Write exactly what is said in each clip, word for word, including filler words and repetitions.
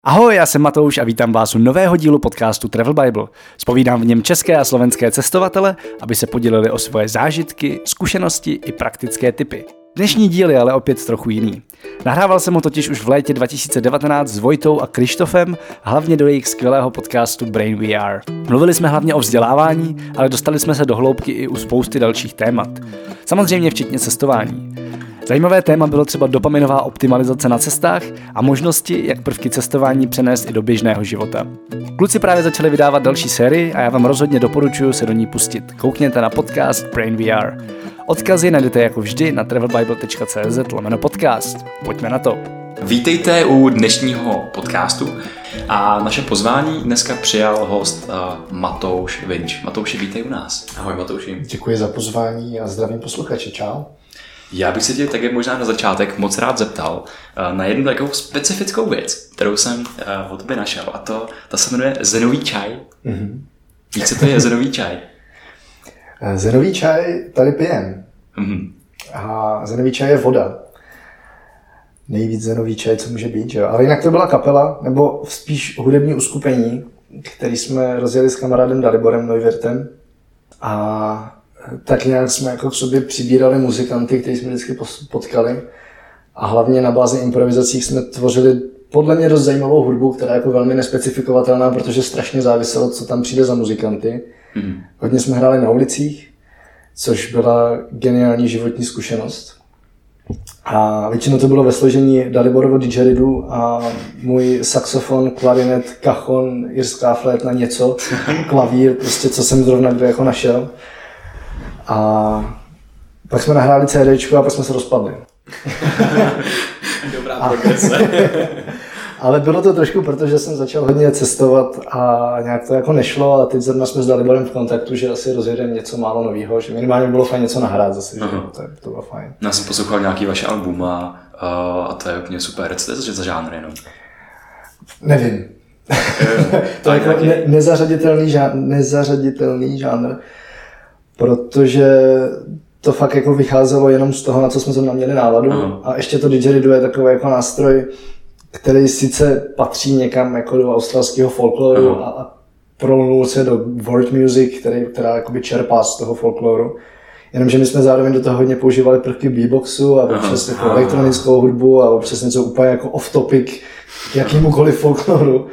Ahoj, já jsem Matouš a vítám vás u nového dílu podcastu Travel Bible. Zpovídám v něm české a slovenské cestovatele, aby se podělili o svoje zážitky, zkušenosti i praktické tipy. Dnešní díl je ale opět trochu jiný. Nahrával jsem ho totiž už v létě dva tisíce devatenáct s Vojtou a Krištofem, hlavně do jejich skvělého podcastu Brain V R. Mluvili jsme hlavně o vzdělávání, ale dostali jsme se do hloubky i u spousty dalších témat. Samozřejmě včetně cestování. Zajímavé téma bylo třeba dopaminová optimalizace na cestách a možnosti, jak prvky cestování přenést i do běžného života. Kluci právě začali vydávat další sérii a já vám rozhodně doporučuji se do ní pustit. Koukněte na podcast Brain V R. Odkazy najdete jako vždy na travelbible tečka cz lomeno podcast. Pojďme na to. Vítejte u dnešního podcastu a naše pozvání dneska přijal host uh, Matouš Vinč. Matouši, vítej u nás. Ahoj Matouši. Děkuji za pozvání a zdravím posluchače. Čau. Já bych se tě také možná na začátek moc rád zeptal uh, na jednu takovou specifickou věc, kterou jsem uh, o tobě našel, a to ta se jmenuje zenový čaj. Mm-hmm. Víš, co to je zenový čaj? Zenový čaj tady pijem. Mm-hmm. A zenový čaj je voda. Nejvíc zenový čaj, co může být, že? Ale jinak to byla kapela, nebo spíš hudební uskupení, který jsme rozjeli s kamarádem Daliborem Neuwirtem. A tak nějak jsme jako k sobě přibírali muzikanty, který jsme vždycky potkali. A hlavně na bázi improvizací jsme tvořili podle mě dost zajímavou hudbu, která je jako velmi nespecifikovatelná, protože strašně záviselo, co tam přijde za muzikanty. Mm. Hodně jsme hráli na ulicích, což byla geniální životní zkušenost. A většinou to bylo ve složení Daliborovo didgeridu a můj saxofon, klarinet, kachon, irská flétna, něco, klavír, prostě co jsem zrovna kde jako našel. A pak jsme nahráli CDčko a pak jsme se rozpadli. Dobrá progrese. Ale bylo to trošku, protože jsem začal hodně cestovat a nějak to jako nešlo a teď zrovna jsme s Daliborem v kontaktu, že asi rozjedeme něco málo novýho, že minimálně bylo fajn něco nahrát zase, že to, to bylo fajn. Já jsem poslouchal nějaký vaše album a, a to je úplně super. Co to je za žánr jenom? Nevím. To je jako ne, nezařaditelný, žánr, nezařaditelný žánr, protože to fakt jako vycházelo jenom z toho, na co jsme zrovna měli náladu. Uh-huh. A ještě to didgeridoo je takový jako nástroj, který sice patří někam jako do australského folkloru uh-huh. a prolnul se do world music, který, která jakoby čerpá z toho folkloru. Jenomže my jsme zároveň do toho hodně používali prvky beatboxu a občas uh-huh. jako elektronickou hudbu a občas něco úplně jako off-topic k jakýmukoliv folkloru.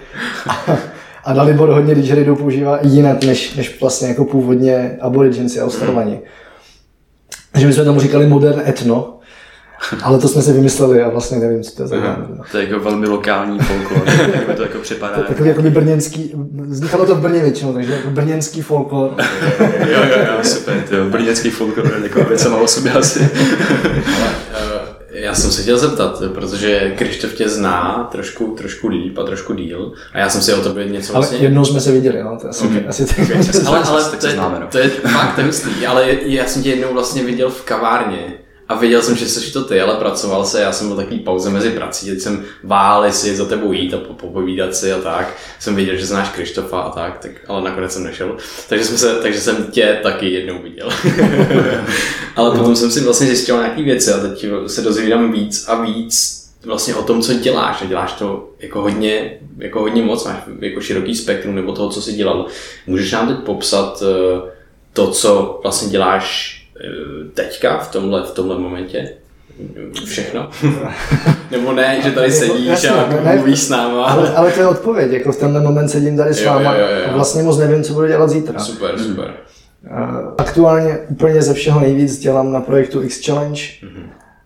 A Dalibor hodně didgeridoo používá jinak, než, než vlastně jako původně aboriginci a Australani. Takže my jsme tomu říkali modern etno, ale to jsme si vymysleli a vlastně nevím, co to je za žánr. To je jako velmi lokální folklor, jak to jako připadá. To je takový jako brněnský, vznikalo to v Brně většinou, takže jako brněnský folklor. Jo, jo, jo, super, jo, brněnský folklor je taková věc sama o sobě asi. Ale, uh, já jsem se chtěl zeptat, protože Krištof tě zná trošku, trošku líp a trošku díl a já jsem si o tobě něco vlastně... Ale jednou jsme se viděli, no, to je asi, mm. asi tak. Ale, ale to, je, to je fakt to hustý, ale já jsem tě jednou vlastně viděl v kavárně a věděl jsem, že jsi to ty, ale pracoval se, já jsem byl takový pauze mezi prací, teď jsem váhal, jestli za tebou jít a popovídat si a tak. Jsem věděl, že znáš Krištofa a tak, tak ale nakonec jsem nešel. Takže, jsme se, takže jsem tě taky jednou viděl. Ale potom jsem si vlastně zjistil nějaký věci a teď se dozvídám víc a víc vlastně o tom, co děláš. A děláš to jako hodně, jako hodně moc, máš jako široký spektrum nebo toho, co jsi dělal. Můžeš nám teď popsat to, co vlastně děláš teďka, v tomhle, v tomhle momentě? Všechno? Nebo ne, že tady sedíš Jasně, a ne, mluvíš s náma? Ale, ale to je odpověď, jako v tenhle moment sedím tady s váma a vlastně moc nevím, co budu dělat zítra. Super, super. Aktuálně úplně ze všeho nejvíc dělám na projektu X Challenge mm-hmm.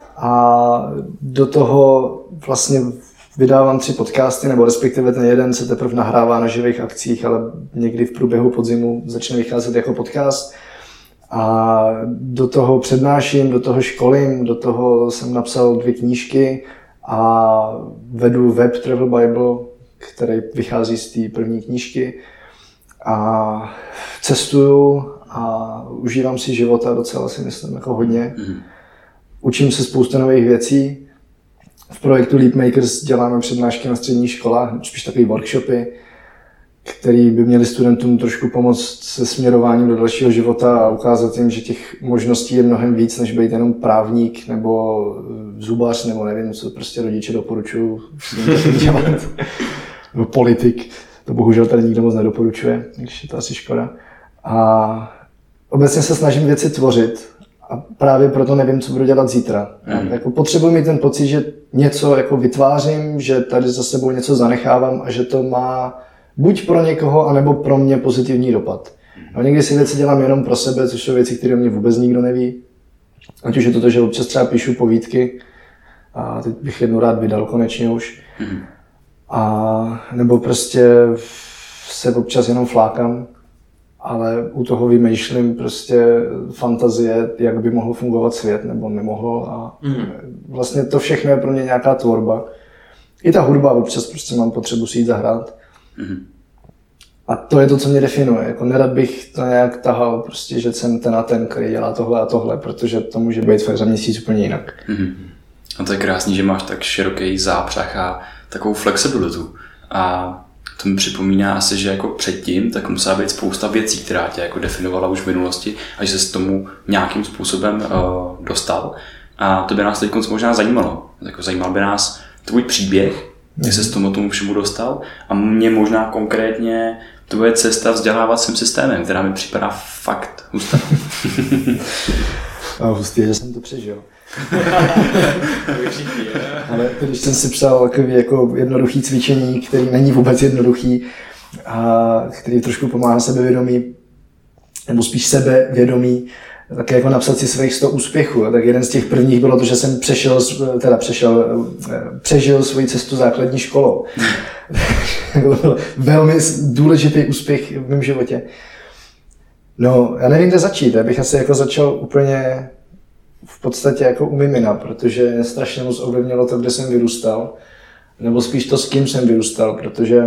a do toho vlastně vydávám tři podcasty, nebo respektive ten jeden se teprve nahrává na živých akcích, ale někdy v průběhu podzimu začne vycházet jako podcast. A do toho přednáším, do toho školím, do toho jsem napsal dvě knížky a vedu web Travel Bible, který vychází z té první knížky. A cestuju a užívám si života docela, si myslím, jako hodně. Učím se spoustu nových věcí. V projektu Leap Makers děláme přednášky na středních školách, spíš takové workshopy, který by měli studentům trošku pomoct se směrováním do dalšího života a ukázat jim, že těch možností je mnohem víc, než být jenom právník nebo zubař, nebo nevím, co prostě rodiče doporučují dělat. nebo politik. To bohužel tady nikdo moc nedoporučuje, když je to asi škoda. A obecně se snažím věci tvořit a právě proto nevím, co budu dělat zítra. Mm. Jako potřebuji mít ten pocit, že něco jako vytvářím, že tady za sebou něco zanechávám a že to má buď pro někoho, anebo pro mě pozitivní dopad. No, někdy si věci dělám jenom pro sebe, což jsou věci, které o mě vůbec nikdo neví. Ať už je to to, že občas třeba píšu povídky a teď bych jednu rád vydal konečně už. Mm. A nebo prostě se občas jenom flákám, ale u toho vymýšlím prostě fantazie, jak by mohl fungovat svět nebo nemohl a mm. vlastně to všechno je pro mě nějaká tvorba. I ta hudba, občas prostě mám potřebu si jít zahrát. Mm. A to je to, co mě definuje. Jako nerad bych to nějak tahal, prostě, že jsem ten a ten, který dělá tohle a tohle, protože to může být fakt za měsíc úplně jinak. Mm. A to je krásný, že máš tak široký zápřah a takovou flexibilitu. A to mi připomíná asi, že jako předtím tak musela být spousta věcí, která tě jako definovala už v minulosti a že se tomu nějakým způsobem uh, dostal. A to by nás teď možná zajímalo. Jako zajímal by nás tvůj příběh, jak se s tomu tomu všemu dostal a mě možná konkrétně tvoje cesta vzdělávacím systémem, která mi připadá fakt hustá. A hustý, že jsem to přežil. Ale když jsem si psal takový jako jednoduchý cvičení, který není vůbec jednoduchý a který trošku pomáhá sebevědomí, nebo spíš sebevědomí, tak jako napsat si svých sto úspěchů. Tak jeden z těch prvních bylo to, že jsem přešel, teda přešel, přežil svoji cestu základní školou. To byl velmi důležitý úspěch v mém životě. No, já nevím, kde začít. Já bych asi jako začal úplně v podstatě jako u mimina, protože mě strašně moc ovlivnilo to, kde jsem vyrůstal, nebo spíš to, s kým jsem vyrůstal, protože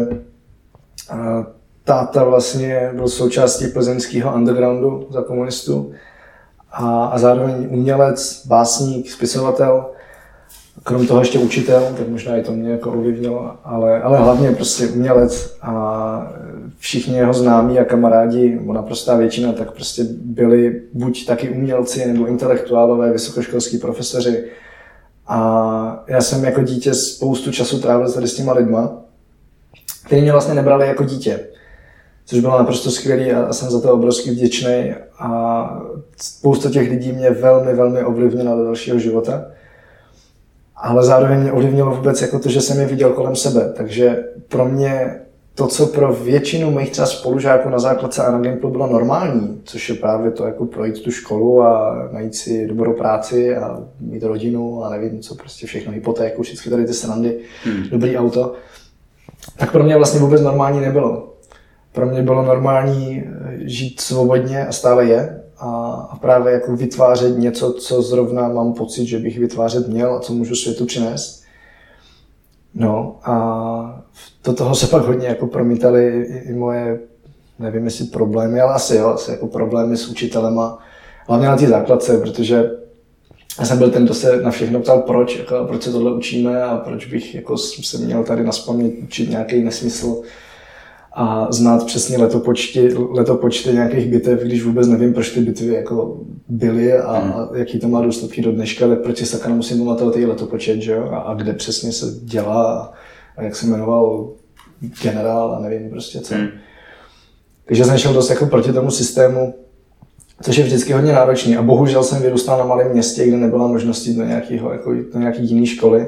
táta vlastně byl součástí plzeňského undergroundu za komunistů a, a zároveň umělec, básník, spisovatel, krom toho ještě učitel, tak možná i to mě jako ovlivnilo, ale, ale hlavně prostě umělec a všichni jeho známí a kamarádi, nebo naprostá většina, tak prostě byli buď taky umělci, nebo intelektuálové, vysokoškolský profesoři. A já jsem jako dítě spoustu času trávil tady s těma lidma, kteří mě vlastně nebrali jako dítě, což bylo naprosto skvělý a jsem za to obrovský vděčný. A spousta těch lidí mě velmi, velmi ovlivnila do dalšího života. Ale zároveň mě ovlivnilo vůbec jako to, že jsem je viděl kolem sebe. Takže pro mě to, co pro většinu mých třeba spolužáků na základce a na Gimplu bylo normální, což je právě to jako projít tu školu a najít si dobrou práci a mít rodinu a nevím co, prostě všechno, hypotéku, všechny tady ty srandy, hmm. dobrý auto, tak pro mě vlastně vůbec normální nebylo. Pro mě bylo normální žít svobodně a stále je a právě jako vytvářet něco, co zrovna mám pocit, že bych vytvářet měl a co můžu světu přinést. No a do toho se pak hodně jako promítaly i, i moje, nevím jestli problémy, ale asi jo, asi jako problémy s učitelema, hlavně na té základce, protože já jsem byl ten, kdo se na všechno ptal proč, jako, proč se tohle učíme a proč bych jako se měl tady naspamět učit nějaký nesmysl a znát přesně letopočty, letopočty nějakých bitev, když vůbec nevím, proč ty bitvy jako byly a, a jaký to má důsledky do dneška, tak proč si sakra musím pamatovat i letopočet, že jo? A, a kde přesně se dělá a jak se jmenoval generál a nevím prostě co. Hmm. Takže jsem šel dost jako proti tomu systému, což je vždycky hodně náročný a bohužel jsem vyrůstal na malém městě, kde nebyla možnost jít do, nějakého, jako, do nějaký jiný školy.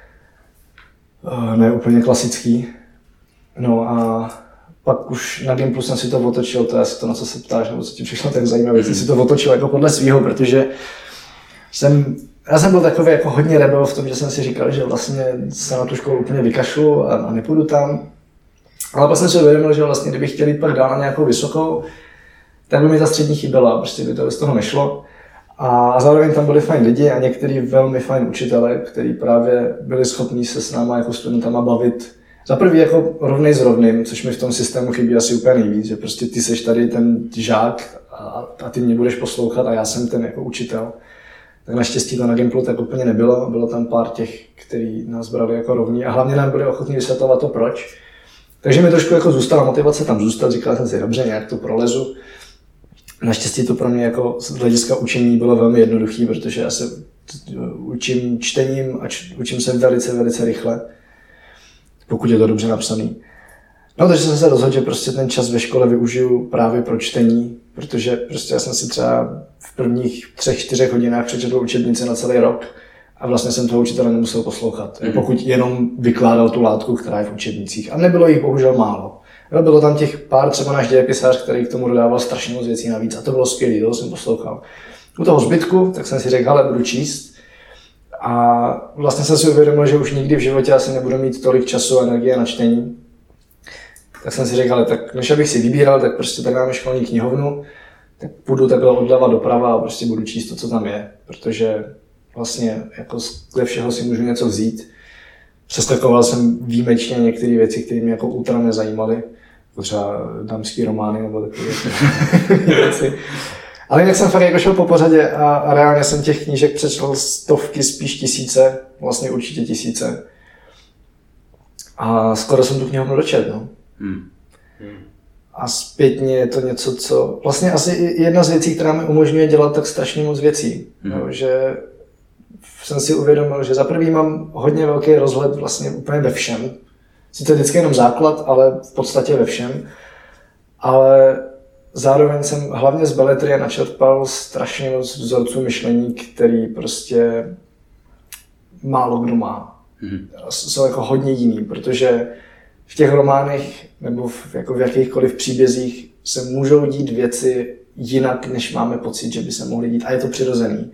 Ne úplně klasický. No a pak už na Gimplu jsem si to otočil, to je asi to, na co se ptáš, nebo co ti přišlo tak zajímavé, mm-hmm. jsem si to otočil jako podle svýho, protože jsem, já jsem byl takový jako hodně rebel v tom, že jsem si říkal, že vlastně se na tu školu úplně vykašlu a, a nepůjdu tam. Ale pak jsem si uvědomil, že vlastně kdybych chtěl jít pak dál na nějakou vysokou, tak by mi ta střední chyběla, prostě by to z toho nešlo. A zároveň tam byli fajn lidi a některý velmi fajn učitelé, kteří právě byli schopní se s náma jako studentama bavit. Za prvý jako rovnej s rovným, což mi v tom systému chybí asi úplně nejvíc, že prostě ty seš tady ten žák a, a ty mě budeš poslouchat a já jsem ten jako učitel. Tak naštěstí to na Gimplu tak úplně nebylo, bylo tam pár těch, kteří nás brali jako rovní a hlavně nám byli ochotní vysvětlovat to proč. Takže mi trošku jako zůstala motivace tam zůstat, říkal jsem si dobře, nějak to prolezu. Naštěstí to pro mě jako z hlediska učení bylo velmi jednoduché, protože já se učím čtením a č- učím se velice, velice rychle. pokud je to dobře napsaný. No, takže jsem se rozhodl, že prostě ten čas ve škole využiju právě pro čtení, protože prostě já jsem si třeba v prvních třech, čtyřech hodinách přečetl učebnice na celý rok a vlastně jsem toho učitele nemusel poslouchat, mm. pokud jenom vykládal tu látku, která je v učebnicích. A nebylo jich bohužel málo. Bylo tam těch pár, třeba náš dějepisář, který k tomu dodával strašně moc věcí navíc a to bylo skvělé, toho jsem poslouchal. U toho zbytku, tak jsem si řekl, ale budu číst. A vlastně jsem si uvědomil, že už nikdy v životě asi nebudu mít tolik času a energie na čtení. Tak jsem si řekl, ale tak než abych si vybíral, tak prostě tak máme školní knihovnu, tak půjdu takhle odleva doprava a prostě budu číst to, co tam je, protože vlastně jako ze všeho si můžu něco vzít. Přeskakoval jsem výjimečně některé věci, které mě jako ultra nezajímaly, jako třeba dámský romány nebo takové věci. Ale jinak jsem fakt jako šel po pořadě a, a reálně jsem těch knížek přečetl stovky, spíš tisíce, vlastně určitě tisíce. A skoro jsem tu knihovnu dočet, no. Hmm. Hmm. A zpětně je to něco, co vlastně asi jedna z věcí, která mi umožňuje dělat tak strašně moc věcí. Hmm. Jo, že jsem si uvědomil, že za prvý mám hodně velký rozhled vlastně úplně ve všem. Sice vždycky jenom základ, ale v podstatě ve všem. Ale zároveň jsem hlavně z beletrie načerpal strašně moc vzorců myšlení, který prostě málo kdo má. Hmm. Jsou jako hodně jiný, protože v těch románech nebo v, jako v jakýchkoliv příbězích se můžou dít věci jinak, než máme pocit, že by se mohly dít. A je to přirozený.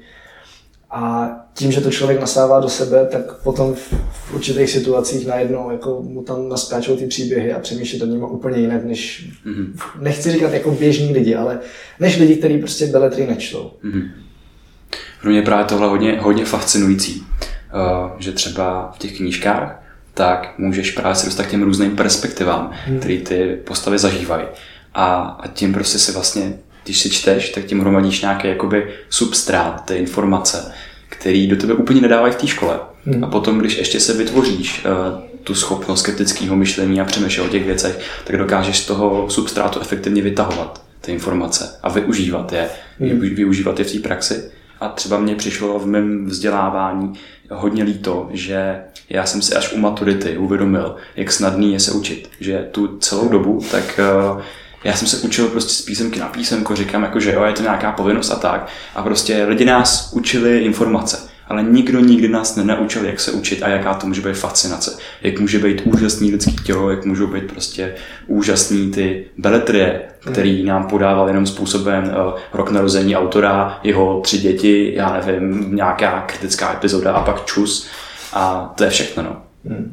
A tím, že to člověk nasává do sebe, tak potom v, v určitých situacích najednou jako mu tam naskáčou ty příběhy a přemýšlí o nimi úplně jinak, než, mm-hmm. nechci říkat jako běžní lidi, ale než lidi, kteří prostě beletrii nečtou. Mm-hmm. Pro mě je právě tohle hodně, hodně fascinující, uh, že třeba v těch knížkách tak můžeš právě se dostat k těm různým perspektivám, mm. které ty postavy zažívají. A, a tím prostě si vlastně, když si čteš, tak tím hromadíš nějaký jakoby substrát, ty informace, který do tebe úplně nedávají v té škole. Mm. A potom, když ještě se vytvoříš uh, tu schopnost kritického myšlení a přemýšlet o těch věcech, tak dokážeš z toho substrátu efektivně vytahovat ty informace a využívat je, mm. využívat je v té praxi. A třeba mně přišlo v mém vzdělávání hodně líto, že já jsem si až u maturity uvědomil, jak snadný je se učit. Že tu celou dobu, tak uh, já jsem se učil prostě z písemky na písemko, říkám jako, že jo, je to nějaká povinnost a tak. A prostě lidi nás učili informace. Ale nikdo nikdy nás nenaučil, jak se učit a jaká to může být fascinace. Jak může být úžasný lidský tělo, jak můžou být prostě úžasný ty beletrie, který nám podával jenom způsobem uh, rok narození autora, jeho tři děti, já nevím, nějaká kritická epizoda a pak čus. A to je všechno, no. Hmm.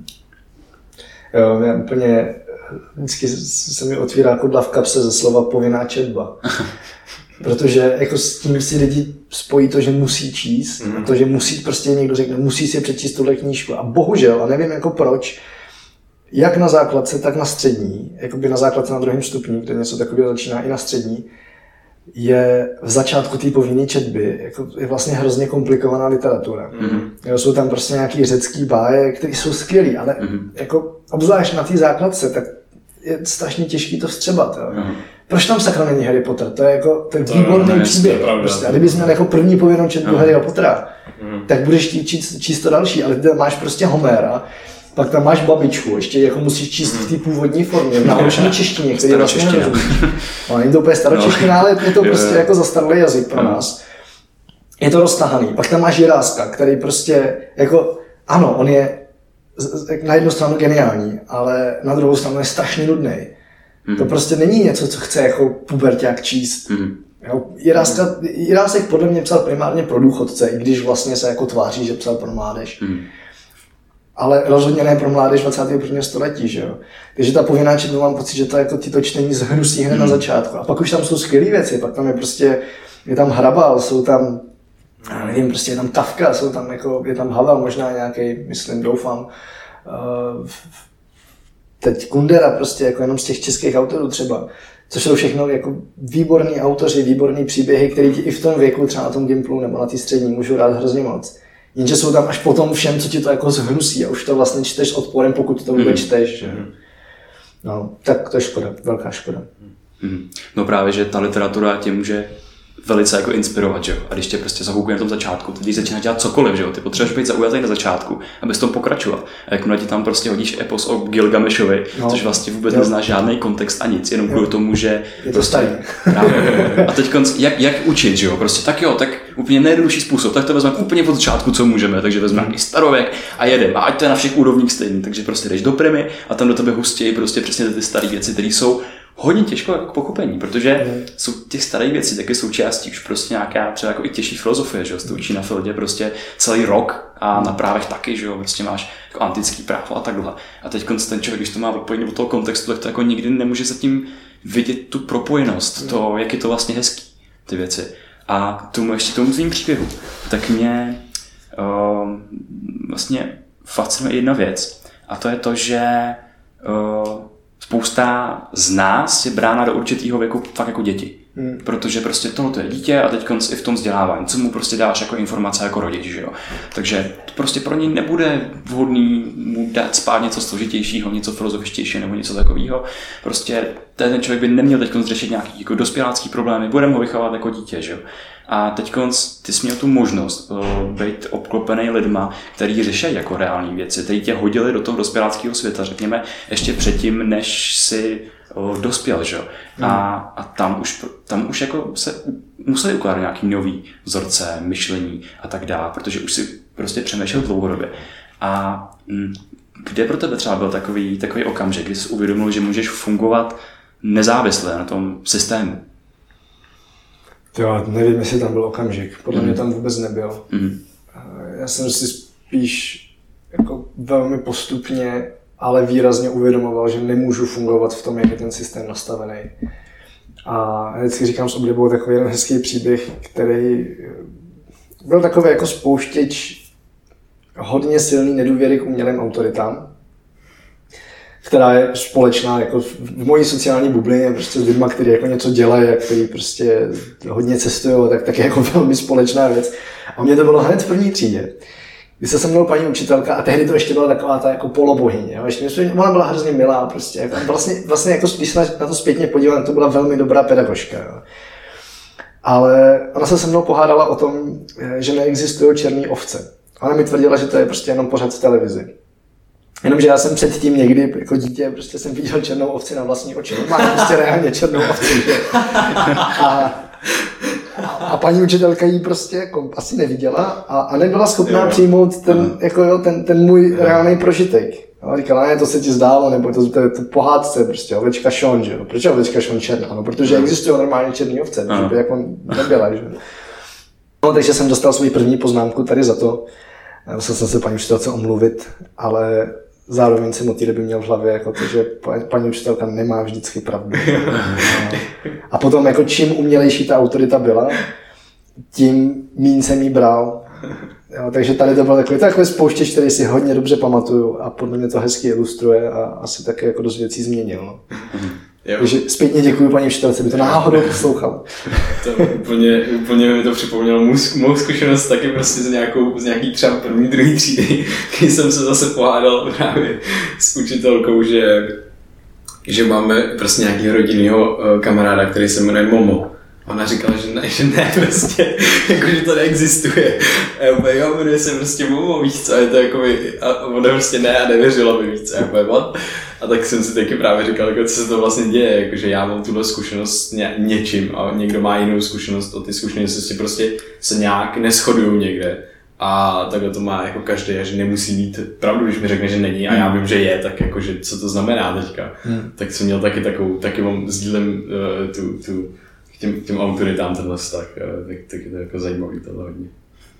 Jo, já úplně vždycky se mi otvírá kudla v kapse ze slova povinná četba. Protože jako s tím si lidi spojí to, že musí číst, mm. to, že musí, prostě někdo řekne, musí si přečíst tuhle knížku. A bohužel, a nevím jako proč, jak na základce, tak na střední, jakoby na základce na druhém stupni, kde něco takového začíná i na střední, je v začátku té povinné četby jako je vlastně hrozně komplikovaná literatura. Mm. Jo, jsou tam prostě nějaký řecký báje, které jsou skvělý, ale mm. jako obzvlášť na té základce, tak je strašně těžký to vstřebat. Jo. Mm. Proč tam sakra není Harry Potter? To je jako ten výborný příběh. Prostě. A kdybys měl jako první povinnou četbu no. Harryho Pottera, mm. tak budeš číst, číst to další, ale ty máš prostě Homera, pak tam máš babičku, ještě jako musíš číst v té původní formě, v naučené češtině, který je vlastně nerozumíš. No, není to úplně staročeština, no. Ale je to prostě jako zastaralý jazyk pro nás. Je to roztahaný. Pak tam máš Jiráska, který prostě jako, ano, on je na jednu stranu geniální, ale na druhou stranu je strašně nudný. Mm. To prostě není něco, co chce jako puberťák číst. Mm. Jiráska, Jirásek podle mě psal primárně pro důchodce, i když vlastně se jako tváří, že psal pro mládež. Mm. Ale rozhodně ne pro mládež dvacátého prvního století, že jo. Takže ta povinná četba, mám pocit, že to jako tyto čtení zhnusí hned mm. na začátku. A pak už tam jsou skvělé věci, pak tam je prostě, je tam Hrabal, jsou tam, já nevím, prostě je tam Kafka, jsou tam jako, je tam Havel možná nějaký, myslím, doufám. Uh, teď Kundera prostě jako jenom z těch českých autorů třeba, což jsou všechno jako výborní autoři, výborní příběhy, které ti i v tom věku, třeba na tom Gimplu nebo na té střední, můžou rád hrozně moc. Jenže jsou tam až potom všem, co ti to jako zhnusí a už to vlastně čteš s odporem, pokud to vůbec čteš. Že? No, tak to je škoda, velká škoda. No právě, že ta literatura tě může velice jako inspirovat, že jo. A když tě prostě zahoukuje na tom začátku, ty když začínáš dělat cokoliv, že jo, ty potřebuješ být zaujatý na začátku, abys tom pokračoval. A jakmile ti tam prostě hodíš epos o Gilgameshovi, no, což vlastně vůbec jo. nezná žádný kontext a nic, jenom kvůli tomu, že je to starý. A teď jak, jak učit, že jo, prostě tak jo, tak úplně nejjednodušší způsob, tak to vezmeme úplně od začátku, co můžeme, takže vezmeme i starověk a jedeme, a ať to je na všech úrovních stejný, takže prostě jdeš do primy a tam do tebe hustějí prostě přesně ty staré věci, které jsou hodně těžko jako k pochopení, protože mm. jsou těch starých věcí taky součástí už prostě nějaká třeba jako i těžší filozofie, že jo, se to učí na Fieldě prostě celý rok a na právech taky, že jo, prostě máš jako antický právo a takhle. A teď ten člověk, když to má odpojený od toho kontextu, tak to jako nikdy nemůže zatím vidět tu propojenost, mm. to, jak je to vlastně hezký, ty věci. A tomu ještě tomu tvým příběhu, tak mě uh, vlastně fascinuje jedna věc a to je to, že uh, spousta z nás je brána do určitého věku fakt jako děti. Hmm. Protože prostě tohle je dítě a teď konc i v tom vzdělávání, co mu prostě dáš jako informace jako rodič, že jo. Takže to prostě pro něj nebude vhodný mu dát spát něco složitějšího, něco filozofičtějšího nebo něco takového. Prostě ten člověk by neměl teď řešit nějaký jako dospělácký problémy, budeme ho vychovávat jako dítě, že jo. A teď ty jsi měl tu možnost uh, být obklopený lidma, kteří řeší jako reální věci, kteří tě hodili do toho dospěláckého světa, řekněme, ještě předtím, než si uh, dospěl, že? Mm. A, a tam už, tam už jako se museli ukládat nějaký nový vzorce, myšlení a tak dále, protože už si prostě přemýšlel dlouhodobě. A mm, kde pro tebe třeba byl takový, takový okamžik, kdy jsi uvědomil, že můžeš fungovat nezávisle na tom systému? Jo, nevím, jestli tam byl okamžik. Podle mm. mě tam vůbec nebyl. Mm. Já jsem si spíš jako velmi postupně, ale výrazně uvědomoval, že nemůžu fungovat v tom, jak je ten systém nastavený. A vždycky říkám s oblibou takový jeden hezký příběh, který byl takový jako spouštěč hodně silný nedůvěry k umělým autoritám, která je společná jako v mojí sociální bublině, prostě s lidmi, kteří jako něco dělají a kteří prostě hodně cestují, tak tak je jako velmi společná věc. A mě to bylo hned v první třídě, kdy se se mnou paní učitelka, a tehdy to ještě byla taková ta jako polobohyně. Ona byla hrozně milá, prostě. Jako vlastně, vlastně jako, když se na to zpětně podívám, to byla velmi dobrá pedagožka. Jo. Ale ona se se mnou pohádala o tom, že neexistují černé ovce. Ona mi tvrdila, že to je prostě jenom pořad v televizi. Jenomže já jsem předtím někdy jako dítě prostě jsem viděl černou ovci na vlastní oči. Má prostě reálně černou ovci. A, a paní učitelka ji prostě jako asi neviděla a, a nebyla schopná jo. přijmout ten, jako jo, ten, ten můj reálný prožitek. A říkala, ne, to se ti zdálo, nebo to, to, to pohádce prostě, ovečka Sean, že jo. Proč je ovečka Sean černá? No, protože existují normálně černý ovce, že by jako nebyla, že jo. No, takže jsem dostal svou první poznámku tady za to. Musel jsem se paní učitelce omluvit, ale zároveň jsem od té doby měl v hlavě jako to, že paní učitelka nemá vždycky pravdu. A potom jako čím umělejší ta autorita byla, tím míň jsem jí bral. Jo, takže tady to byl takový, takový spouštěč, který si hodně dobře pamatuju a podle mě to hezky ilustruje a asi také jako dost věcí změnil. No. Takže zpětně děkuji paní učitelce, by to náhodou poslouchal. To úplně, úplně mi to připomnělo mou, mou zkušenost taky prostě z, nějakou, z nějaký třeba první, druhý třídy, když jsem se zase pohádal právě s učitelkou, že, že máme prostě nějakého rodinného kamaráda, který se jmenuje Momo. Ona říkala, že ne, že ne, prostě, jako, že to neexistuje. A já úplně, jo, jmenuje se prostě Momo, víc co, a je to jako, a ona prostě ne a nevěřila mi víc, a já úplně, what? A tak jsem si taky právě říkal, jako, co se to vlastně děje, jako, že já mám tuhle zkušenost ně, něčím a někdo má jinou zkušenost a ty zkušenosti prostě se nějak neshodují někde. A takhle to má jako každý, a že nemusí mít pravdu, když mi řekne, že není a já vím, že je, tak jako, že co to znamená teďka. Hmm. Tak jsem měl taky takovou, taky mám sdílem uh, tu, tu Těm, těm autoritám tenhle vztah, tak, tak je to jako zajímavý tohle hodně.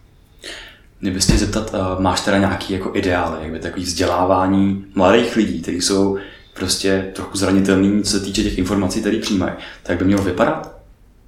Mě bys tě zeptat, máš teda nějaký jako ideály, jakby takový vzdělávání mladých lidí, kteří jsou prostě trochu zranitelní, co se týče těch informací, které přijímají, tak by mělo vypadat?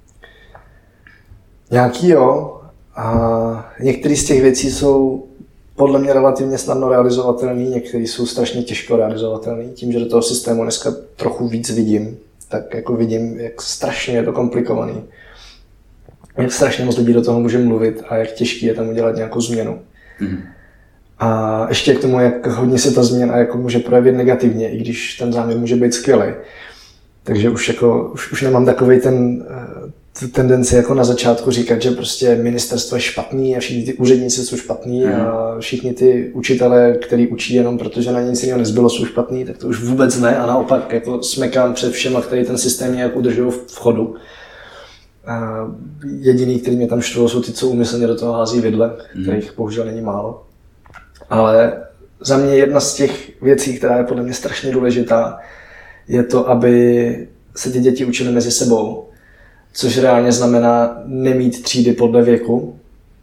Nějaký jo. A některé z těch věcí jsou podle mě relativně snadno realizovatelné, některé jsou strašně těžko realizovatelné, tím, že do toho systému dneska trochu víc vidím. Tak jako vidím, jak strašně je to komplikovaný. Jak strašně moc lidí do toho může mluvit a jak těžký je tam udělat nějakou změnu. Mm. A ještě k tomu, jak hodně se ta změna jako může projevit negativně, i když ten záměr může být skvělý. Takže už, jako, už, už nemám takovej ten, tu tendenci jako na začátku říkat, že prostě ministerstvo je špatný a všichni ty úředníci jsou špatný mm. a všichni ty učitelé, který učí jenom protože na nic jiného nezbylo, jsou špatný, tak to už vůbec ne a naopak jako smekám před všema, který ten systém nějak udržují v chodu. A jediný, který mě tam štvou, jsou ty, co úmyslně do toho hází vidle, mm. kterých bohužel není málo. Ale za mě jedna z těch věcí, která je podle mě strašně důležitá, je to, aby se ty děti učily mezi sebou. Což reálně znamená nemít třídy podle věku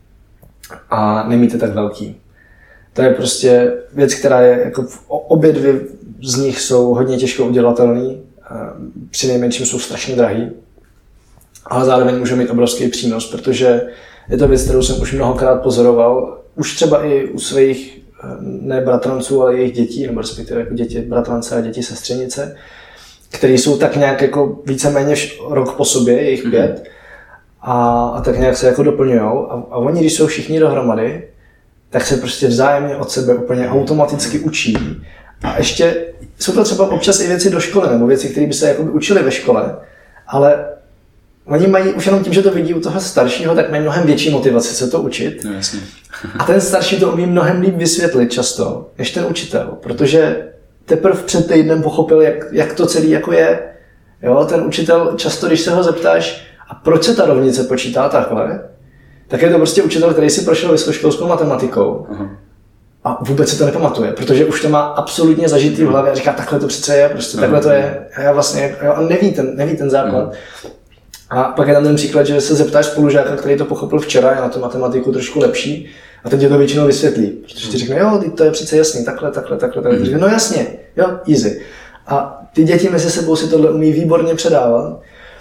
a nemít je tak velký. To je prostě věc, která je, jako obě dvě z nich jsou hodně těžko udělatelný, přinejmenším jsou strašně drahý, ale zároveň může mít obrovský přínos, protože je to věc, kterou jsem už mnohokrát pozoroval, už třeba i u svých ne bratranců, ale jejich dětí, nebo respektive jako děti bratrance a děti sestřenice, který jsou tak nějak jako víceméně rok po sobě, jejich pět, a, a tak nějak se jako doplňujou. A, a oni, když jsou všichni dohromady, tak se prostě vzájemně od sebe úplně automaticky učí. A ještě jsou to třeba občas i věci do školy, nebo věci, které by se jako učili ve škole, ale oni mají už jenom tím, že to vidí u toho staršího, tak mají mnohem větší motivaci se to učit. No, jasně. A ten starší to umí mnohem líp vysvětlit často, než ten učitel, protože teprve před týdnem pochopil, jak, jak to celý jako je. Jo, ten učitel často, když se ho zeptáš, a proč se ta rovnice počítá takhle, tak je to prostě učitel, který si prošel vysokoškolskou matematikou uh-huh. a vůbec si to nepamatuje, protože už to má absolutně zažitý v hlavě a říká, takhle to přece je, prostě uh-huh. takhle to je. A já vlastně, jo, a neví ten, neví ten základ. Uh-huh. A pak je tam ten příklad, že se zeptáš spolužáka, který to pochopil včera, je na tu matematiku trošku lepší, a teď je to většinou vysvětlí, protože ti řekne, jo, to je přece jasný, takhle, takhle, takhle, takhle. Mm. No jasně, jo, easy. A ty děti mezi sebou si tohle umí výborně předávat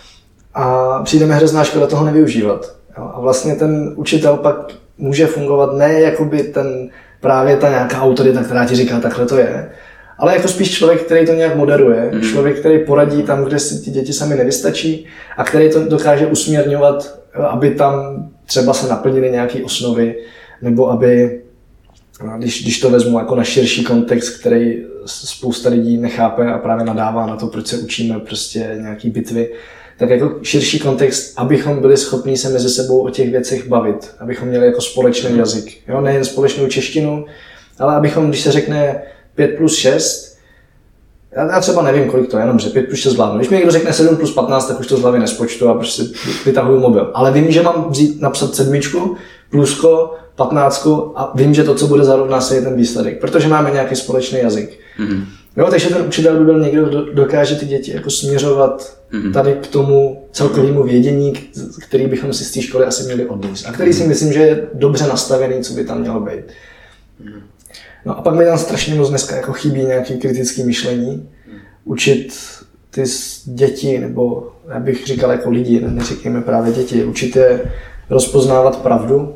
a přijdeme hrozná škoda toho nevyužívat. Jo? A vlastně ten učitel pak může fungovat ne jakoby ten právě ta nějaká autorita, která ti říká, takhle to je, ale jako spíš člověk, který to nějak moderuje, mm. člověk, který poradí tam, kde si ty děti sami nevystačí a který to dokáže usměrňovat, aby tam třeba se naplnily nějaké osnovy, nebo aby, když, když to vezmu jako na širší kontext, který spousta lidí nechápe a právě nadává na to, proč se učíme prostě nějaký bitvy, tak jako širší kontext, abychom byli schopni se mezi sebou o těch věcech bavit, abychom měli jako společný jazyk. Jo, nejen společnou češtinu, ale abychom, když se řekne pět plus šest, já třeba nevím, kolik to je, jenom že pět plus šest zvládnu. Když mi někdo řekne sedm plus patnáct, tak už to z hlavy nespočtu a prostě vytahuju mobil. Ale vím, že mám vzít, napsat sedmičku, plusko, patnáctku a vím, že to, co bude zarovná se, je ten výsledek, protože máme nějaký společný jazyk. Mm-hmm. Jo, takže ten učitel by byl někdo, kdo dokáže ty děti jako směřovat mm-hmm. tady k tomu celkovému vědění, který bychom si z té školy asi měli odníst. A který si myslím, že je dobře nastavený, co by tam mělo být. Mm-hmm. No a pak mi tam strašně moc dneska jako chybí nějaké kritické myšlení. Učit ty děti, nebo já bych říkal jako lidi, neříkejme právě děti, učit je rozpoznávat pravdu